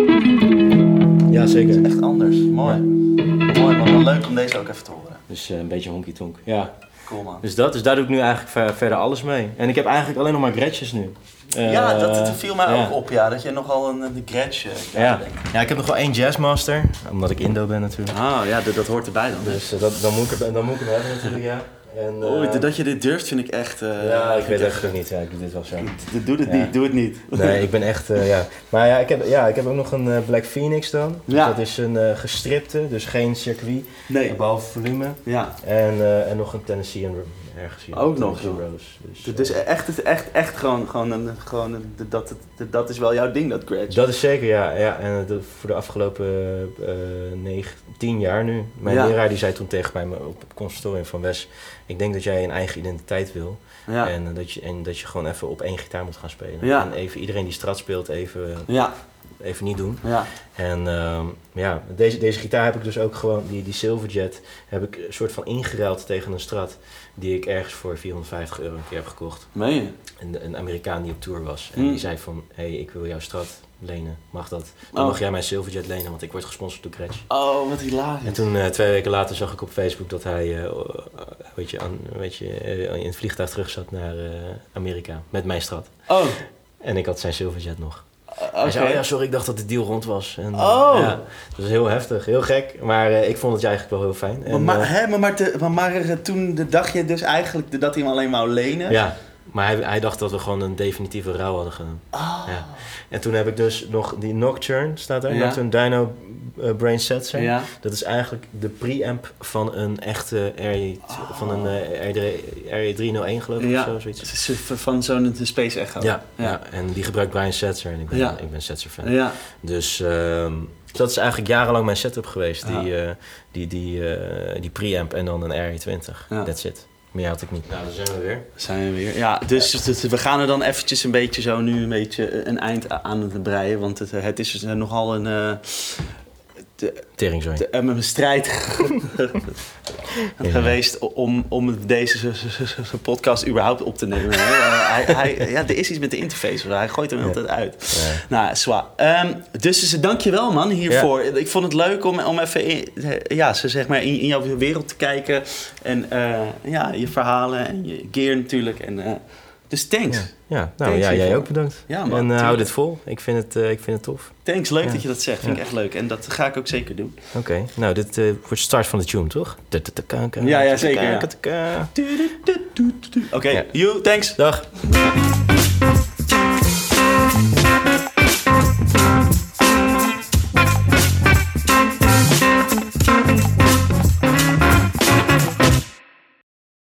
Speaker 2: Ja zeker.
Speaker 3: Het is echt anders, mooi. Ja. Mooi man, wel leuk om deze ook even te horen.
Speaker 2: Dus uh, een beetje honky tonk. Ja.
Speaker 3: Cool man.
Speaker 2: Dus dat, dus daar doe ik nu eigenlijk ver, verder alles mee. En ik heb eigenlijk alleen nog maar gretches nu. Uh,
Speaker 3: ja, dat, dat viel mij
Speaker 2: ja.
Speaker 3: ook op ja, dat je nogal een, een gretsch uh,
Speaker 2: ja. ja, ik heb nog wel één Jazzmaster, omdat ik Indo ben natuurlijk.
Speaker 3: Ah ja, dat, dat hoort erbij dan.
Speaker 2: Dus uh, dat, dan, moet ik, dan moet ik hem hebben natuurlijk, ja. En, uh,
Speaker 3: oh, dat je dit durft vind ik echt... Uh,
Speaker 2: ja, ik weet echt niet. Ja, ik doe dit wel zo.
Speaker 3: Doe het
Speaker 2: ja.
Speaker 3: niet, doe het niet.
Speaker 2: Nee, ik ben echt, uh, ja. Maar ja ik, heb, ja, ik heb ook nog een uh, Black Phoenix dan.
Speaker 3: Ja.
Speaker 2: Dat is een uh, gestripte, dus geen circuit,
Speaker 3: nee.
Speaker 2: behalve volume.
Speaker 3: Ja.
Speaker 2: En, uh, en nog een Tennessee en ergens hier.
Speaker 3: Ook nog.
Speaker 2: Rose. Dus,
Speaker 3: dus uh, echt, echt, echt gewoon, gewoon, een, gewoon een, dat, dat, dat is wel jouw ding, dat garage.
Speaker 2: Dat is zeker, ja. ja. En de, voor de afgelopen uh, negen, tien jaar nu. Mijn ja. leraar die zei toen tegen mij op het conservatorium van Wes... Ik denk dat jij een eigen identiteit wil. Ja. En, uh, dat je, en dat je gewoon even op één gitaar moet gaan spelen.
Speaker 3: Ja.
Speaker 2: En even iedereen die strat speelt even,
Speaker 3: ja.
Speaker 2: even niet doen.
Speaker 3: Ja.
Speaker 2: En uh, ja, deze, deze gitaar heb ik dus ook gewoon, die, die Silverjet, heb ik een soort van ingeruild tegen een strat. Die ik ergens voor vierhonderdvijftig euro een keer heb gekocht.
Speaker 3: Meen je?
Speaker 2: Een, een Amerikaan die op tour was. En
Speaker 3: hmm.
Speaker 2: die zei van, hé, hey, ik wil jouw strat lenen. Mag dat? Dan oh. mag jij mijn Silverjet lenen, want ik word gesponsord door Gretsch.
Speaker 3: Oh, wat hilarisch.
Speaker 2: En toen, uh, twee weken later, zag ik op Facebook dat hij uh, weet je, aan, weet je, uh, in het vliegtuig terug zat naar uh, Amerika. Met mijn strat.
Speaker 3: Oh.
Speaker 2: En ik had zijn Silverjet nog.
Speaker 3: Uh, okay.
Speaker 2: Hij zei, oh ja, sorry, ik dacht dat de deal rond was. En,
Speaker 3: oh.
Speaker 2: Uh, ja, dat was heel heftig, heel gek. Maar uh, ik vond het eigenlijk wel heel fijn. En,
Speaker 3: maar,
Speaker 2: uh,
Speaker 3: hè, maar, maar, te, maar, maar toen de dacht je dus eigenlijk dat hij hem alleen wou lenen?
Speaker 2: Ja, maar hij, hij dacht dat we gewoon een definitieve rouw hadden gedaan.
Speaker 3: Oh.
Speaker 2: Ja. En toen heb ik dus nog die Nocturne, staat er,
Speaker 3: ja.
Speaker 2: Nocturne Dyno uh, Brain Setzer.
Speaker 3: Ja.
Speaker 2: Dat is eigenlijk de preamp van een echte R J, oh. van een uh, R J driehonderdéén geloof ik,
Speaker 3: ja.
Speaker 2: of zo, zoiets.
Speaker 3: Van zo'n Space Echo.
Speaker 2: Ja, ja. ja, en die gebruikt Brian Setzer en ik ben,
Speaker 3: ja.
Speaker 2: ik ben Setzer fan.
Speaker 3: Ja.
Speaker 2: Dus uh, dat is eigenlijk jarenlang mijn setup geweest, die, ja. uh, die, die, uh, die preamp en dan een R J twintig. Ja. That's it. Meer had ik niet. Nou, daar zijn we weer.
Speaker 3: Zijn we weer. Ja, dus, dus we gaan er dan eventjes een beetje zo nu een beetje een eind aan het breien. Want het, het is nogal een... Uh,
Speaker 2: Teringzooi.
Speaker 3: de, uh, mijn strijd
Speaker 2: Ja.
Speaker 3: geweest om, om deze z- z- z- z- podcast überhaupt op te nemen. Hè? Uh, hij, hij, ja, er is iets met de interface. Hij gooit hem
Speaker 2: Ja.
Speaker 3: altijd uit.
Speaker 2: Ja.
Speaker 3: Nou, zwaar. Um, dus, dus dank je wel, man, hiervoor. Ik vond het leuk om, om even in, ja, zo zeg maar in, in jouw wereld te kijken. En uh, ja, je verhalen en je gear natuurlijk. En, uh, dus thanks.
Speaker 2: Ja, ja. nou
Speaker 3: Thanks
Speaker 2: ja, jij
Speaker 3: hiervoor.
Speaker 2: ook bedankt.
Speaker 3: Ja, man,
Speaker 2: en uh, hou
Speaker 3: tuurlijk.
Speaker 2: dit vol. Ik vind het, uh, ik vind het tof.
Speaker 3: Thanks, leuk
Speaker 2: Ja.
Speaker 3: dat je dat zegt. Vind
Speaker 2: Ja.
Speaker 3: ik echt leuk. En dat ga ik ook zeker doen.
Speaker 2: Oké, okay. nou dit uh, wordt start van de tune, toch?
Speaker 3: Ja, ja, zeker, ja.
Speaker 2: Ja.
Speaker 3: Oké, okay,
Speaker 2: Ja.
Speaker 3: you, thanks.
Speaker 2: Dag.